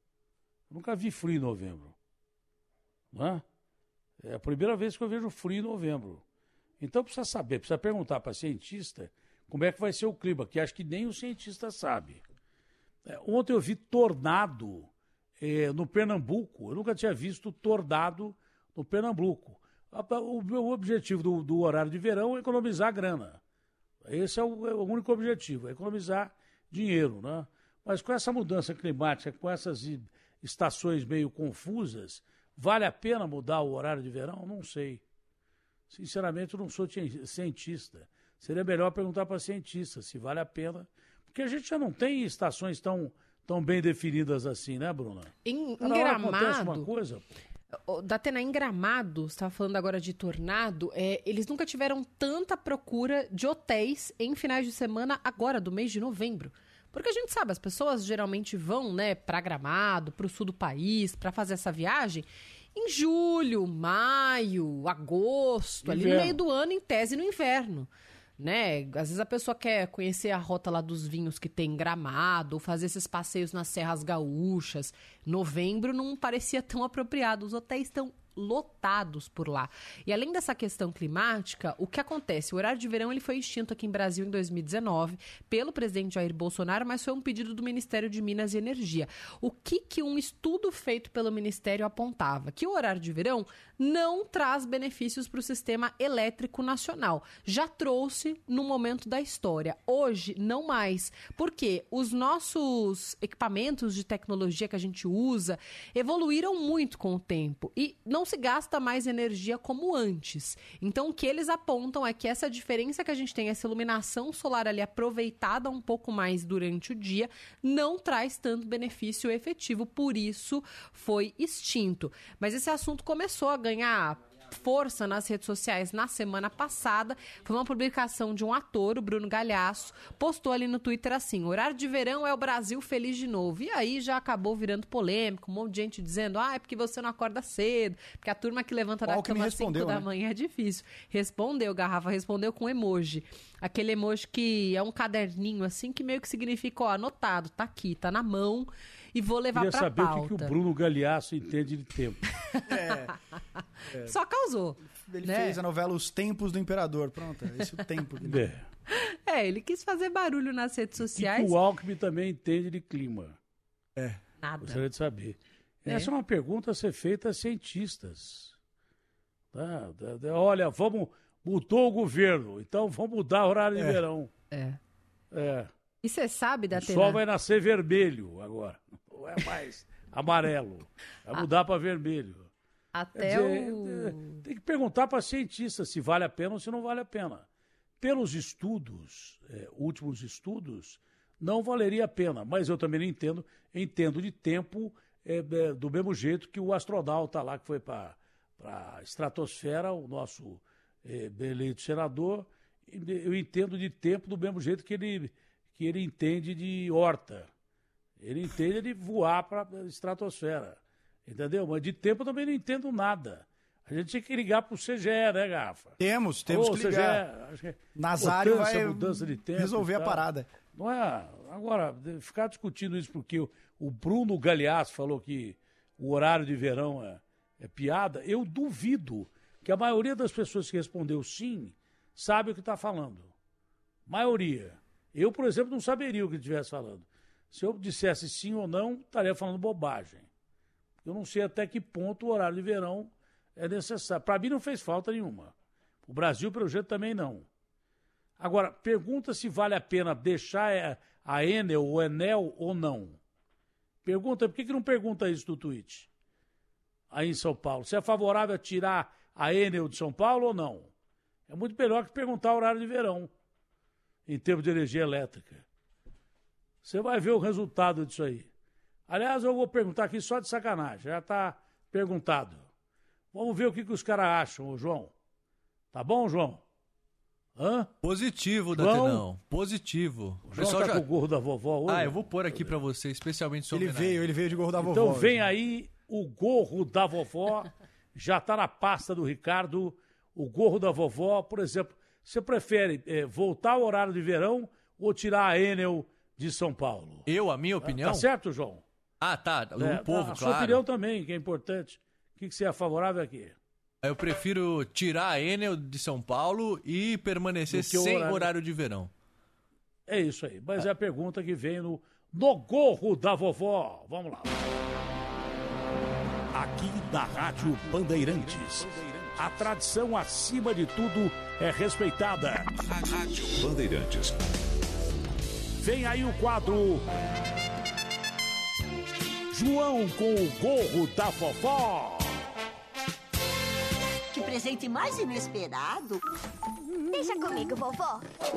Eu nunca vi frio em novembro. Não é? É a primeira vez que eu vejo frio em novembro. Então precisa saber, precisa perguntar para cientista como é que vai ser o clima, que acho que nem o cientista sabe. É, ontem eu vi tornado é, no Pernambuco, eu nunca tinha visto tornado no Pernambuco. O meu objetivo do, do horário de verão é economizar grana. Esse é o, é o único objetivo, é economizar dinheiro, né? Mas com essa mudança climática, com essas estações meio confusas, vale a pena mudar o horário de verão? Não sei. Sinceramente, eu não sou cientista. Seria melhor perguntar para cientista se vale a pena. Porque a gente já não tem estações tão, tão bem definidas assim, né, Bruna? Em, Cada em hora Gramado, acontece uma coisa. Datena, em Gramado, você estava falando agora de tornado, é, eles nunca tiveram tanta procura de hotéis em finais de semana agora, do mês de novembro. Porque a gente sabe, as pessoas geralmente vão, né, para Gramado, para o sul do país, para fazer essa viagem em julho, maio, agosto, ali no meio do ano, em tese, no inverno, né? Às vezes a pessoa quer conhecer a rota lá dos vinhos que tem em Gramado, ou fazer esses passeios nas Serras Gaúchas. Novembro não parecia tão apropriado. Os hotéis estão lotados por lá. E além dessa questão climática, o que acontece? O horário de verão ele foi extinto aqui em Brasil em dois mil e dezenove pelo presidente Jair Bolsonaro, mas foi um pedido do Ministério de Minas e Energia. O que, que um estudo feito pelo Ministério apontava? Que o horário de verão não traz benefícios para o sistema elétrico nacional. Já trouxe no momento da história. Hoje, não mais. Porque os nossos equipamentos de tecnologia que a gente usa evoluíram muito com o tempo e não se gasta mais energia como antes. Então, o que eles apontam é que essa diferença que a gente tem, essa iluminação solar ali aproveitada um pouco mais durante o dia, não traz tanto benefício efetivo, por isso foi extinto. Mas esse assunto começou a ganhar força nas redes sociais na semana passada. Foi uma publicação de um ator, o Bruno Galhaço, postou ali no Twitter assim: horário de verão é o Brasil feliz de novo. E aí já acabou virando polêmico, um monte de gente dizendo, ah, é porque você não acorda cedo, porque a turma que levanta da cama às cinco da manhã é difícil. Respondeu, Garrafa, respondeu com emoji. Aquele emoji que é um caderninho assim, que meio que significa, ó, anotado, tá aqui, tá na mão e vou levar pra pauta. Queria saber o que, que o Bruno Galhaço entende de tempo. É. É. Só causou. Ele né? fez a novela Os Tempos do Imperador. Pronto, é esse o tempo. Que ele... é. é, ele quis fazer barulho nas redes sociais. E o Alckmin também entende de clima. É. Nada. Gostaria de saber. É. Essa é uma pergunta a ser feita a cientistas. Tá? Olha, vamos... Mudou o governo, então vamos mudar o horário de é. verão. É. É. E você sabe, da O sol vai nascer vermelho agora. Não é mais amarelo. Vai mudar para vermelho. Até dizer, o... Tem que perguntar para cientistas se vale a pena ou se não vale a pena. Pelos estudos, é, últimos estudos, não valeria a pena. Mas eu também não entendo. Entendo de tempo é, é, do mesmo jeito que o astronauta lá que foi para a estratosfera, o nosso é, eleito senador, eu entendo de tempo do mesmo jeito que ele, que ele entende de horta. Ele entende de voar para a estratosfera. Entendeu? Mas de tempo eu também não entendo nada. A gente tinha que ligar para o C G E, né, Garrafa? Temos, temos Ô, que ligar. C G E, acho que Nazário vai mudança de tempo resolver a parada. Não é? Agora, ficar discutindo isso porque o, o Bruno Galhaço falou que o horário de verão é, é piada, eu duvido que a maioria das pessoas que respondeu sim sabe o que está falando. Maioria. Eu, por exemplo, não saberia o que ele estivesse falando. Se eu dissesse sim ou não, estaria falando bobagem. Eu não sei até que ponto o horário de verão é necessário. Para mim não fez falta nenhuma. O Brasil, pelo jeito, também não. Agora, pergunta se vale a pena deixar a Enel ou Enel ou não. Pergunta, por que, que não pergunta isso no tweet? Aí em São Paulo. Você é favorável a tirar a Enel de São Paulo ou não? É muito melhor que perguntar o horário de verão, em termos de energia elétrica. Você vai ver o resultado disso aí. Aliás, eu vou perguntar aqui só de sacanagem. Já está perguntado. Vamos ver o que, que os caras acham, João. Tá bom, João? Hã? Positivo, João? Datenão. Positivo. O João tá já... com o gorro da vovó hoje? Ah, eu vou pôr aqui pra você, especialmente sobre Ele veio, ele veio de gorro da vovó. Então vem hoje. aí o gorro da vovó. Já tá na pasta do Ricardo. O gorro da vovó, por exemplo. Você prefere é, voltar ao horário de verão ou tirar a Enel de São Paulo? Eu, a minha opinião? Tá certo, João? Ah, tá. O é, povo, a claro. sua opinião também, que é importante. O que, que você é favorável aqui? Eu prefiro tirar a Enel de São Paulo e permanecer sem horário... horário de verão. É isso aí. Mas é a pergunta que vem no, no gorro da vovó. Vamos lá. Aqui da Rádio Bandeirantes. A tradição, acima de tudo, é respeitada. Rádio Bandeirantes. Vem aí o quadro João com o gorro da vovó. Que presente mais inesperado. Deixa comigo, vovó.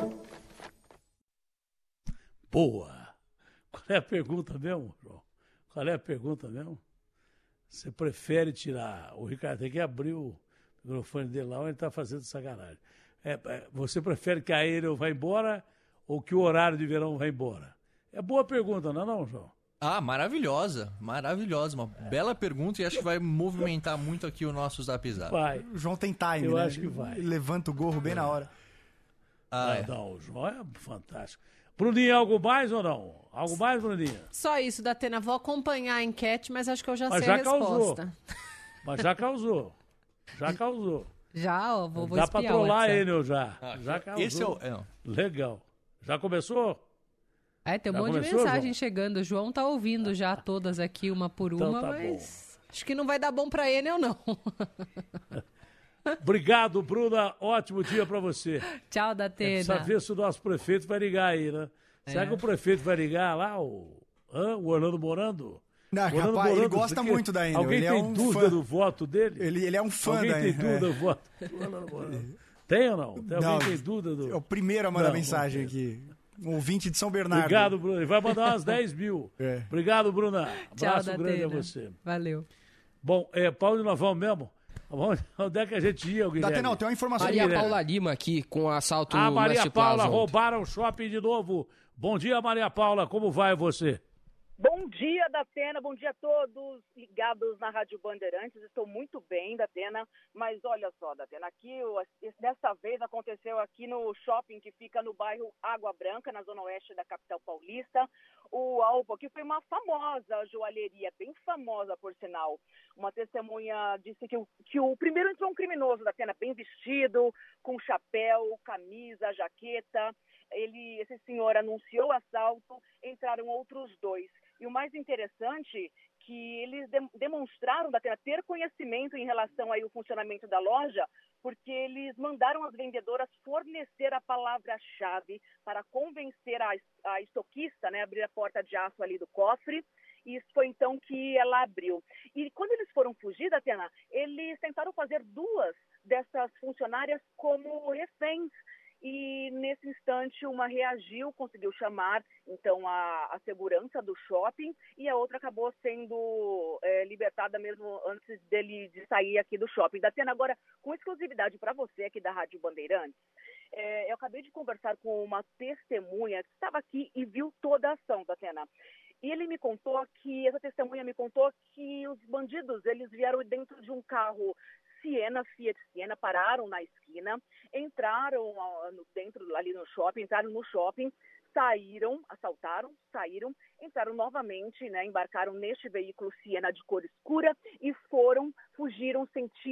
Boa. Qual é a pergunta mesmo, João? Qual é a pergunta mesmo? Você prefere tirar... O Ricardo tem que abrir o microfone dele lá, onde ele está fazendo sacanagem. É, é, você prefere que a Enel vá embora ou que o horário de verão vá embora? É boa pergunta, não é não, João? Ah, maravilhosa, maravilhosa, uma é. bela pergunta e acho que vai movimentar muito aqui o nosso Zap Zap. Vai. O João tem time, Eu né? acho que vai. Ele levanta o gorro bem é. na hora. Ah, não, é. não, o João é fantástico. Bruninho, algo mais ou não? Algo mais, Bruninho? Só isso, Datena. Vou acompanhar a enquete, mas acho que eu já mas sei já a resposta. Causou. Mas já causou. Já causou. Já, ó, vou, vou Dá pra trollar ele, eu já. Ah, já causou. esse é o... É. Legal. Já começou? É, tem um Já monte começou, de mensagem João? chegando. O João tá ouvindo já todas aqui, uma por uma, Então tá mas acho que não vai dar bom pra ele, eu não. Obrigado, Bruna. Ótimo dia pra você. Tchau, Datena. Precisa ver se o nosso prefeito vai ligar aí, né? Será É. que o prefeito vai ligar lá, o, hã? o Orlando Morando? Não, Orlando rapaz, ele Morando, gosta você quer- muito da Enel. Alguém Ele é tem um dúvida fã. do voto dele? Ele, ele é um fã Alguém da tem Enel. dúvida é. do voto do Orlando Morando? Tem ou não? Tem Não, alguém tem dúvida do... É o primeiro a mandar Não, mensagem não tem. aqui. Um ouvinte de São Bernardo. Obrigado, Bruna. Ele vai mandar umas dez mil. É. Obrigado, Bruna. Tchau, Abraço grande a Datena. você. Valeu. Bom, é, Paulo, nós vamos mesmo? Vamos- Onde é que a gente ia, Guilherme? Datena, tem uma informação. Maria Guilherme. Paula Lima aqui com assalto Ah, no Maria West Paula, Plaza ontem. roubaram o shopping de novo. Bom dia, Maria Paula. Como vai você? Bom dia, Datena. Bom dia a todos ligados na Rádio Bandeirantes. Estou muito bem, Datena. Mas olha só, Datena, aqui, o- dessa vez aconteceu aqui no shopping que fica no bairro Água Branca, na zona oeste da capital paulista. O alvo aqui foi uma famosa joalheria, bem famosa, por sinal. Uma testemunha disse que o, que o primeiro entrou um criminoso, Datena, bem vestido, com chapéu, camisa, jaqueta. Ele, esse senhor anunciou o assalto, entraram outros dois. E o mais interessante que eles de- demonstraram Datena, ter conhecimento em relação aí ao funcionamento da loja, porque eles mandaram as vendedoras fornecer a palavra-chave para convencer a, a estoquista, né, a abrir a porta de aço ali do cofre. E isso foi então que ela abriu. E quando eles foram fugir, Datena, eles tentaram fazer duas dessas funcionárias como reféns. E nesse instante uma reagiu, conseguiu chamar então a, a segurança do shopping e a outra acabou sendo é, libertada mesmo antes dele de sair aqui do shopping. Datena, agora com exclusividade para você aqui da Rádio Bandeirantes, é, eu acabei de conversar com uma testemunha que estava aqui e viu toda a ação, Datena. E ele me contou que, essa testemunha me contou que os bandidos, eles vieram dentro de um carro Siena, Fiat Siena, pararam na esquina, entraram ó, no- dentro ali no shopping, entraram no shopping, saíram, assaltaram, saíram, entraram novamente, né, embarcaram neste veículo Siena de cor escura e foram, fugiram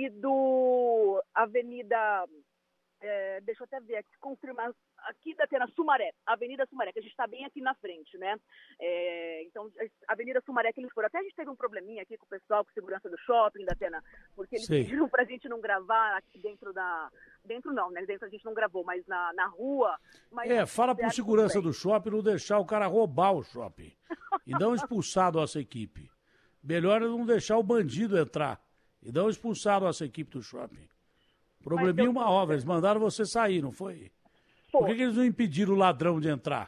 sentido Avenida... É, deixa eu até ver aqui, confirmar, aqui da Atena Sumaré, Avenida Sumaré, que a gente está bem aqui na frente, né? É, então, Avenida Sumaré que eles foram. Até a gente teve um probleminha aqui com o pessoal, com segurança do shopping, da Atena, porque eles Sei. pediram pra gente não gravar aqui dentro da... Dentro não, né? Dentro a gente não gravou, mas na, na rua... Mas É, fala pro certo, segurança tudo bem. do shopping não deixar o cara roubar o shopping. E não expulsar a nossa equipe. Melhor é não deixar o bandido entrar. E não expulsar a nossa equipe do shopping. Probleminha uma obra, eles mandaram você sair, não foi? Por que, que eles não impediram o ladrão de entrar?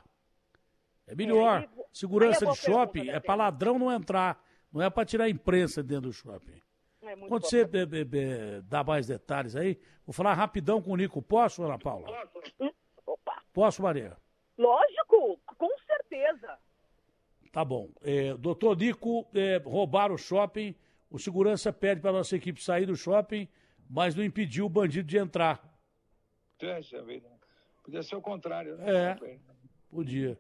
É melhor. É, aí- Segurança aí é de boa shopping pergunta, é né, para ladrão não entrar. Não é para tirar a imprensa dentro do shopping. É muito Quando boa você be- be- be- dá mais detalhes aí, vou falar rapidão com o Nico. Posso, Ana Paula? Opa. Posso, Maria? Lógico, com certeza. Tá bom. É, doutor Nico, é, roubaram o shopping. O segurança pede para a nossa equipe sair do shopping, mas não impediu o bandido de entrar. Puxa vida. Podia ser o contrário, né? É, podia.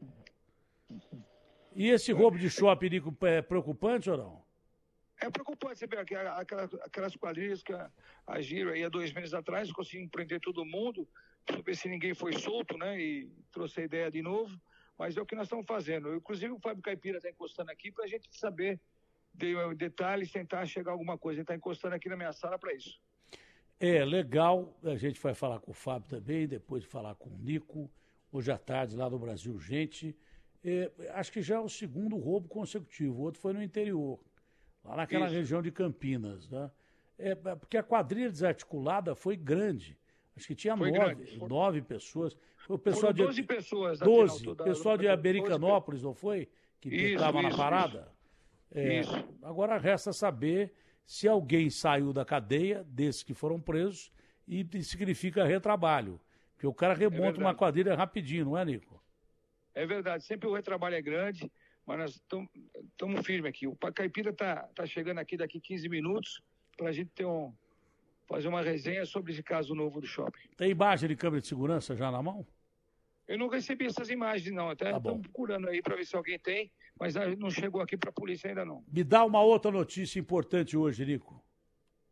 E esse roubo de shopping, Nico, é preocupante ou não? É preocupante você ver aqui, aquelas, aquelas quadrilhas que agiram aí há dois meses atrás, conseguiram prender todo mundo, para ver se ninguém foi solto, né? E trouxe a ideia de novo. Mas é o que nós estamos fazendo. Eu, inclusive, o Fábio Caipira está encostando aqui para a gente saber de, detalhes, tentar chegar a alguma coisa. Ele está encostando aqui na minha sala para isso. É, legal. A gente vai falar com o Fábio também, depois de falar com o Nico, hoje à tarde, lá no Brasil Gente. É, acho que já é o segundo roubo consecutivo. O outro foi no interior, lá naquela Isso. região de Campinas, né? É, porque a quadrilha desarticulada foi grande. Acho que tinha Foi nove, grande. Foi- nove pessoas. Foi o pessoal Foram de doze pessoas. da doze. final, O da- pessoal de doze Americanópolis, não foi? Que Isso, estava na isso, parada? É, Isso. agora resta saber se alguém saiu da cadeia, desses que foram presos, e significa retrabalho. Porque o cara remonta verdade. uma quadrilha rapidinho, não é, Nico? É verdade, sempre o retrabalho é grande, mas nós estamos firmes aqui. O Caipira está tá chegando aqui daqui quinze minutos para a gente ter um, fazer uma resenha sobre esse caso novo do shopping. Tem imagem de câmera de segurança já na mão? Eu não recebi essas imagens, não. Até Tá bom. estamos procurando aí para ver se alguém tem, mas ah, não chegou aqui para a polícia ainda não. Me dá uma outra notícia importante hoje, Nico.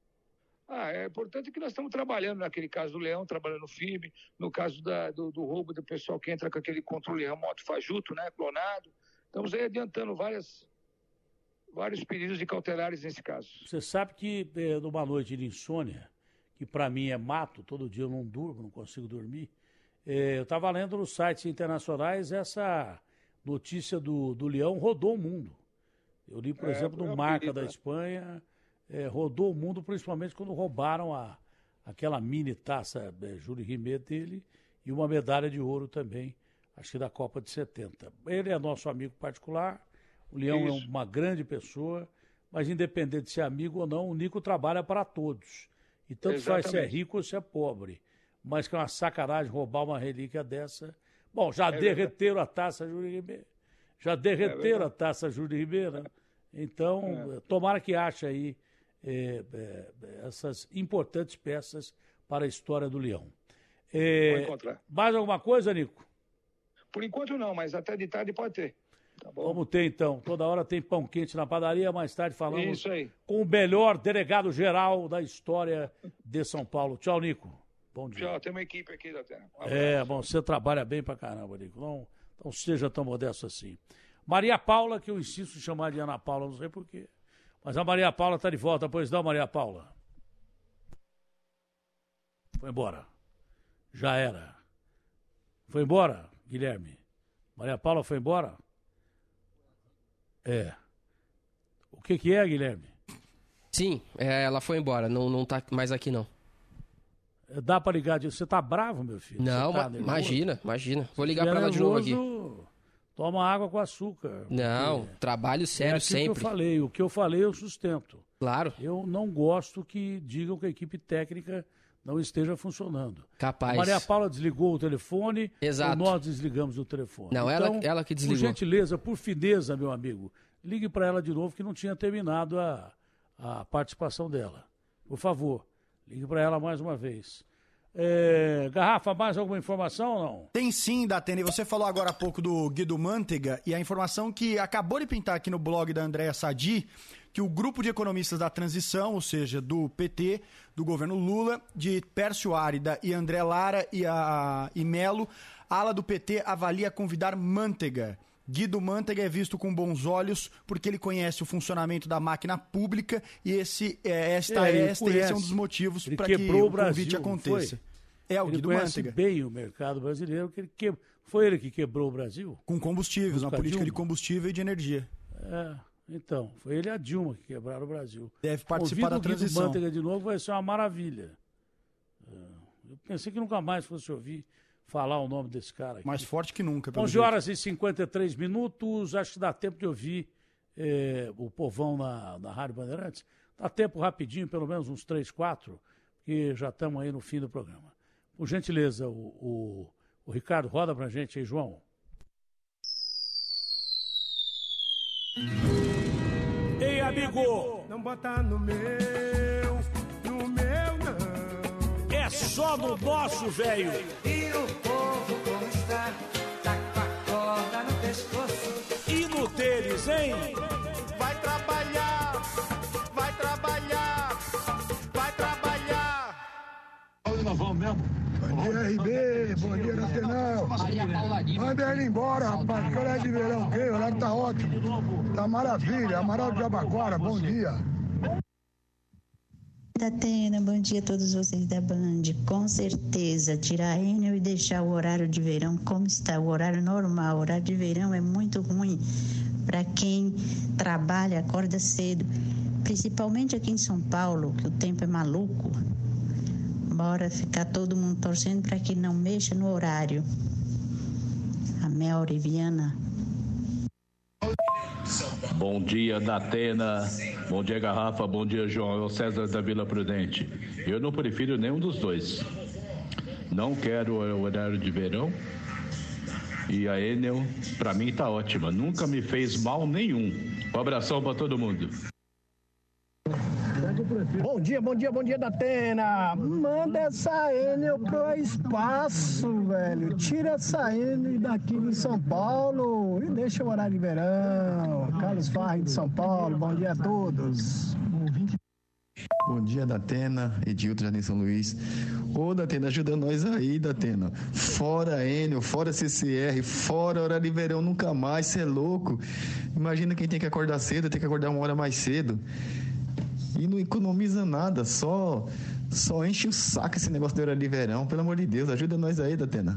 Ah, é importante que nós estamos trabalhando naquele caso do Leão, trabalhando no F I B, no caso da, do, do roubo do pessoal que entra com aquele controle remoto fajuto, né, clonado. Estamos aí adiantando várias, vários pedidos de cautelares nesse caso. Você sabe que é, numa noite de insônia, que para mim é mato, todo dia eu não durmo, não consigo dormir, é, eu estava lendo nos sites internacionais essa notícia do, do Leão rodou o mundo. Eu li, por é, exemplo, no Marca da Espanha... É, rodou o mundo, principalmente quando roubaram a, aquela mini taça é, Júlio Rimet dele e uma medalha de ouro também, acho que da Copa de setenta. Ele é nosso amigo particular, o Leão Isso. é uma grande pessoa, mas independente de ser amigo ou não, o Nico trabalha para todos. E tanto Exatamente. faz se é rico ou se é pobre. Mas que é uma sacanagem roubar uma relíquia dessa. Bom, já é derreteram verdade. a taça Júlio Rimet. Já derreteram é a taça Júlio Rimet, né? Então, é. tomara que ache aí É, é, essas importantes peças para a história do Leão. É, Vou encontrar. Mais alguma coisa, Nico? Por enquanto não, mas até de tarde pode ter. Tá bom? Vamos ter então. Toda hora tem pão quente na padaria, mais tarde falamos Isso aí. com o melhor delegado-geral da história de São Paulo. Tchau, Nico. Bom dia. Tchau, tem uma equipe aqui da Terra. Um é, bom, você trabalha bem pra caramba, Nico. Não, não seja tão modesto assim. Maria Paula, que eu insisto em chamar de Ana Paula, não sei porquê. Mas a Maria Paula está de volta, pois não, Maria Paula? Foi embora. Já era. Foi embora, Guilherme? Maria Paula foi embora? É. O que que é, Guilherme? Sim, é, ela foi embora, não, não tá mais aqui não. Dá para ligar disso. Você tá bravo, meu filho? Não, tá imagina, imagina. Vou ligar para ela de novo aqui. Toma água com açúcar. Não, trabalho sério é sempre. Que eu falei, o que eu falei eu sustento. Claro. Eu não gosto que digam que a equipe técnica não esteja funcionando. Capaz. A Maria Paula desligou o telefone. Exato. Ou nós desligamos o telefone. Não, então, ela, ela que desligou. Por gentileza, por fineza, meu amigo, ligue para ela de novo que não tinha terminado a, a participação dela. Por favor, ligue para ela mais uma vez. É, Garrafa, mais alguma informação ou não? Tem sim, Datena. E você falou agora há pouco do Guido Mantega e a informação que acabou de pintar aqui no blog da Andréa Sadi, que o grupo de economistas da transição, ou seja, do P T, do governo Lula, de Pércio Árida e André Lara e, a, e Melo, a ala do P T avalia convidar Mantega. Guido Mantega é visto com bons olhos porque ele conhece o funcionamento da máquina pública e esse, é, esta, é, esta, esse é um dos motivos para que o, o convite aconteça. É o ele Guido conhece Mantega. bem o mercado brasileiro, que ele que... foi ele que quebrou o Brasil. Com combustíveis, uma política Dilma. de combustível e de energia. É, então, foi ele e a Dilma que quebraram o Brasil. Deve participar da transição. O Guido Mantega de novo vai ser uma maravilha. Eu pensei que nunca mais fosse ouvir falar o nome desse cara aqui. Mais forte que nunca. onze horas e cinquenta e três minutos, acho que dá tempo de ouvir eh, o povão na, na Rádio Bandeirantes. Dá tempo rapidinho, pelo menos uns três, quatro, porque já estamos aí no fim do programa. Por gentileza, o, o, o Ricardo, roda pra gente aí, João. Ei, amigo! Não botar no meu, no meu não. É só no nosso, velho! E o povo como está, tá com a corda no pescoço. E no deles, hein? Vai trabalhar, vai trabalhar, vai trabalhar. Onde nós vamos mesmo? Bom dia, R B, bom dia, Nacional. Manda ele embora, rapaz, que horário de verão, que o horário tá ótimo. Tá maravilha, Amaral de Jabaquara, bom dia. Datena, bom dia a todos vocês da Band. Com certeza, tirar a Enel e deixar o horário de verão como está, o horário normal. O horário de verão é muito ruim para quem trabalha, acorda cedo. Principalmente aqui em São Paulo, que o tempo é maluco. Bora ficar todo mundo torcendo para que não mexa no horário. A Mel Oriviana. Bom dia, Datena. Bom dia, Garrafa. Bom dia, João. Eu, César da Vila Prudente. Eu não prefiro nenhum dos dois. Não quero o horário de verão. E a Enel, para mim, tá ótima. Nunca me fez mal nenhum. Um abração para todo mundo. Bom dia, bom dia, bom dia, Datena. Manda essa Enel pro espaço, velho. Tira essa Enel daqui de São Paulo e deixa o horário de verão. Carlos Farri de São Paulo, bom dia a todos. Bom dia, Datena, Edilton, Jardim São Luís. Ô, Datena, ajuda nós aí, Datena. Fora Enel, fora C C R, fora horário de verão, nunca mais, cê é louco. Imagina quem tem que acordar cedo, tem que acordar uma hora mais cedo. E não economiza nada, só, só enche o saco esse negócio de horário de verão. Pelo amor de Deus, ajuda nós aí, Datena.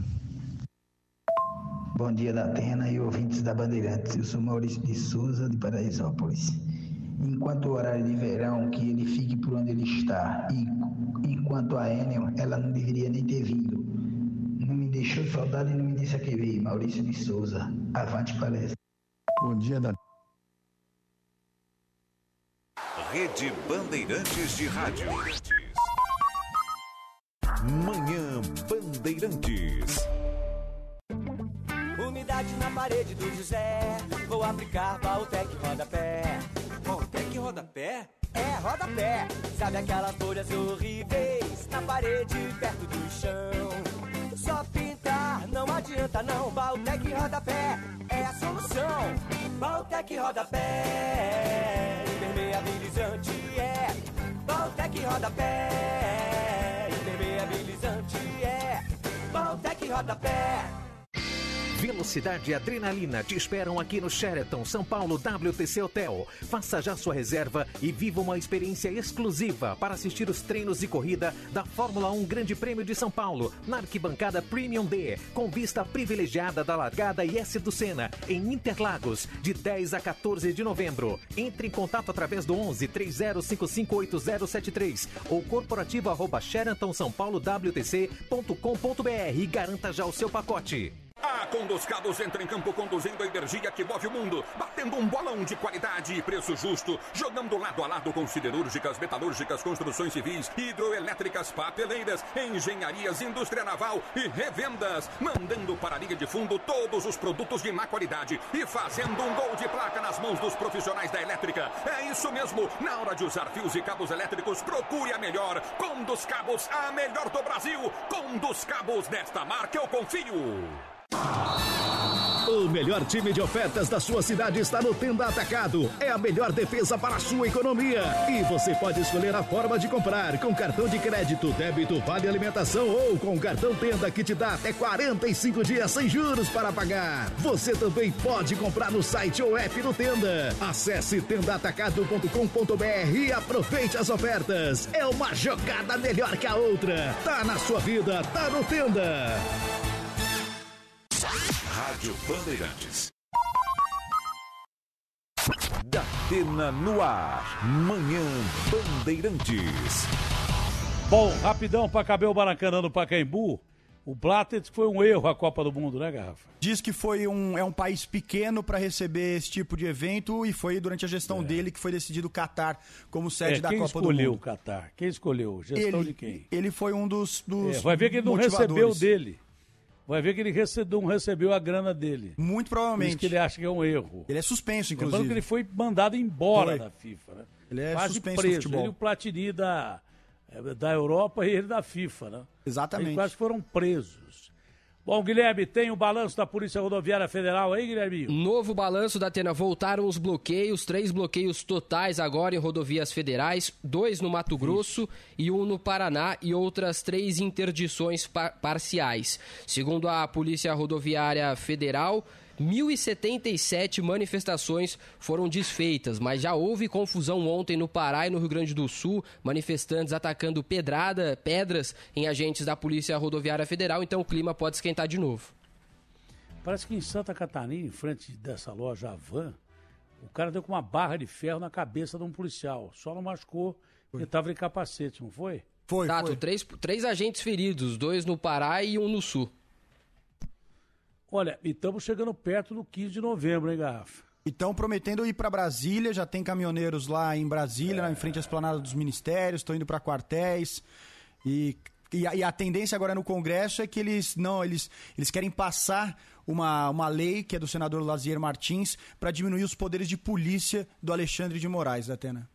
Bom dia, Datena e ouvintes da Bandeirantes. Eu sou Maurício de Souza, de Paraisópolis. Enquanto o horário de verão, que ele fique por onde ele está, e enquanto a Enel, ela não deveria nem ter vindo. Não me deixou saudade e não me disse a que veio. Maurício de Souza, avante palestra. Bom dia, da Rede Bandeirantes de Rádio. Manhã Bandeirantes. Umidade na parede do José. Vou aplicar Bautec Rodapé. Bautec Rodapé? É, rodapé. Sabe aquelas folhas horríveis na parede perto do chão? Só pintar, não adianta não. Bautec Rodapé é a solução. Bautec Rodapé, impermeabilizante é. Bautec Rodapé, impermeabilizante é. Bautec Rodapé. Velocidade e adrenalina te esperam aqui no Sheraton São Paulo W T C Hotel. Faça já sua reserva e viva uma experiência exclusiva para assistir os treinos de corrida da Fórmula um Grande Prêmio de São Paulo na arquibancada Premium D, com vista privilegiada da largada e S do Senna, em Interlagos, de dez a quatorze de novembro. Entre em contato através do onze, três zero cinco cinco oito zero sete três ou corporativo arroba sheraton são paulo w t c ponto com ponto b r e garanta já o seu pacote. A Condoscabos entra em campo conduzindo a energia que move o mundo, batendo um bolão de qualidade e preço justo, jogando lado a lado com siderúrgicas, metalúrgicas, construções civis, hidroelétricas, papeleiras, engenharias, indústria naval e revendas, mandando para a linha de fundo todos os produtos de má qualidade e fazendo um gol de placa nas mãos dos profissionais da elétrica. É isso mesmo, na hora de usar fios e cabos elétricos, procure a melhor. Condoscabos, a melhor do Brasil. Condoscabos, nesta marca eu confio. O melhor time de ofertas da sua cidade está no Tenda Atacado. É a melhor defesa para a sua economia. E você pode escolher a forma de comprar, com cartão de crédito, débito, vale alimentação ou com cartão Tenda, que te dá até quarenta e cinco dias sem juros para pagar. Você também pode comprar no site ou app do Tenda. Acesse tenda atacado ponto com ponto b r e aproveite as ofertas. É uma jogada melhor que a outra. Tá na sua vida, tá no Tenda. Rádio Bandeirantes. Datena no ar. Manhã Bandeirantes. Bom, rapidão para caber o Maracanã no Pacaembu. O Blatter disse que foi um erro a Copa do Mundo, né, Garrafa? Diz que foi um, é um país pequeno para receber esse tipo de evento e foi durante a gestão é. dele que foi decidido o Catar como sede é, da Copa do Mundo. Quem escolheu o Catar? Quem escolheu? Gestão ele, de quem? Ele foi um dos, dos é, vai ver que ele não recebeu dele. Vai ver que ele recebeu, não recebeu a grana dele. Muito provavelmente. Por isso que ele acha que é um erro. Ele é suspenso, inclusive. Lembrando que ele foi mandado embora foi. da FIFA, né? Ele é quase suspenso preso. do futebol. Ele e o Platini da, da Europa e ele da FIFA, né? Exatamente. Eles quase foram presos. Bom, Guilherme, tem o balanço da Polícia Rodoviária Federal aí, Guilherme? Novo balanço da Atena. Voltaram os bloqueios, três bloqueios totais agora em rodovias federais, dois no Mato Grosso Isso. e um no Paraná e outras três interdições par- parciais. Segundo a Polícia Rodoviária Federal, mil e setenta e sete manifestações foram desfeitas, mas já houve confusão ontem no Pará e no Rio Grande do Sul, manifestantes atacando pedrada, pedras em agentes da Polícia Rodoviária Federal, então o clima pode esquentar de novo. Parece que em Santa Catarina, em frente dessa loja Avan, o cara deu com uma barra de ferro na cabeça de um policial, só não machucou, ele estava de capacete, não foi? Foi, Tato, foi. Três, três agentes feridos, dois no Pará e um no Sul. Olha, e estamos chegando perto do quinze de novembro, hein, Garrafa? E estão prometendo ir para Brasília, já tem caminhoneiros lá em Brasília, é. em frente à esplanada dos ministérios, estão indo para quartéis. E, e, a, e a tendência agora no Congresso é que eles não, eles, eles querem passar uma, uma lei, que é do senador Lazier Martins, para diminuir os poderes de polícia do Alexandre de Moraes, Datena.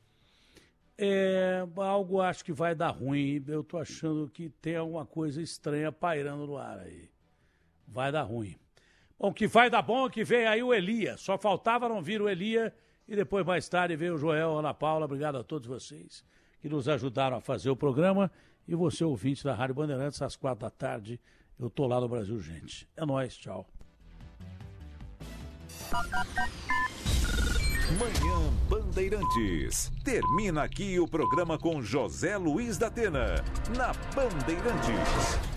É, algo acho que vai dar ruim. Eu tô achando que tem alguma coisa estranha pairando no ar aí. Vai dar ruim. Bom, que vai dar bom é que vem aí o Elias. Só faltava não vir o Elias E depois, mais tarde, veio o Joel, Ana Paula. Obrigado a todos vocês que nos ajudaram a fazer o programa. E você, ouvinte da Rádio Bandeirantes, às quatro da tarde. Eu tô lá no Brasil, gente. É nóis, tchau. Manhã Bandeirantes. Termina aqui o programa com José Luiz da Atena, na Bandeirantes.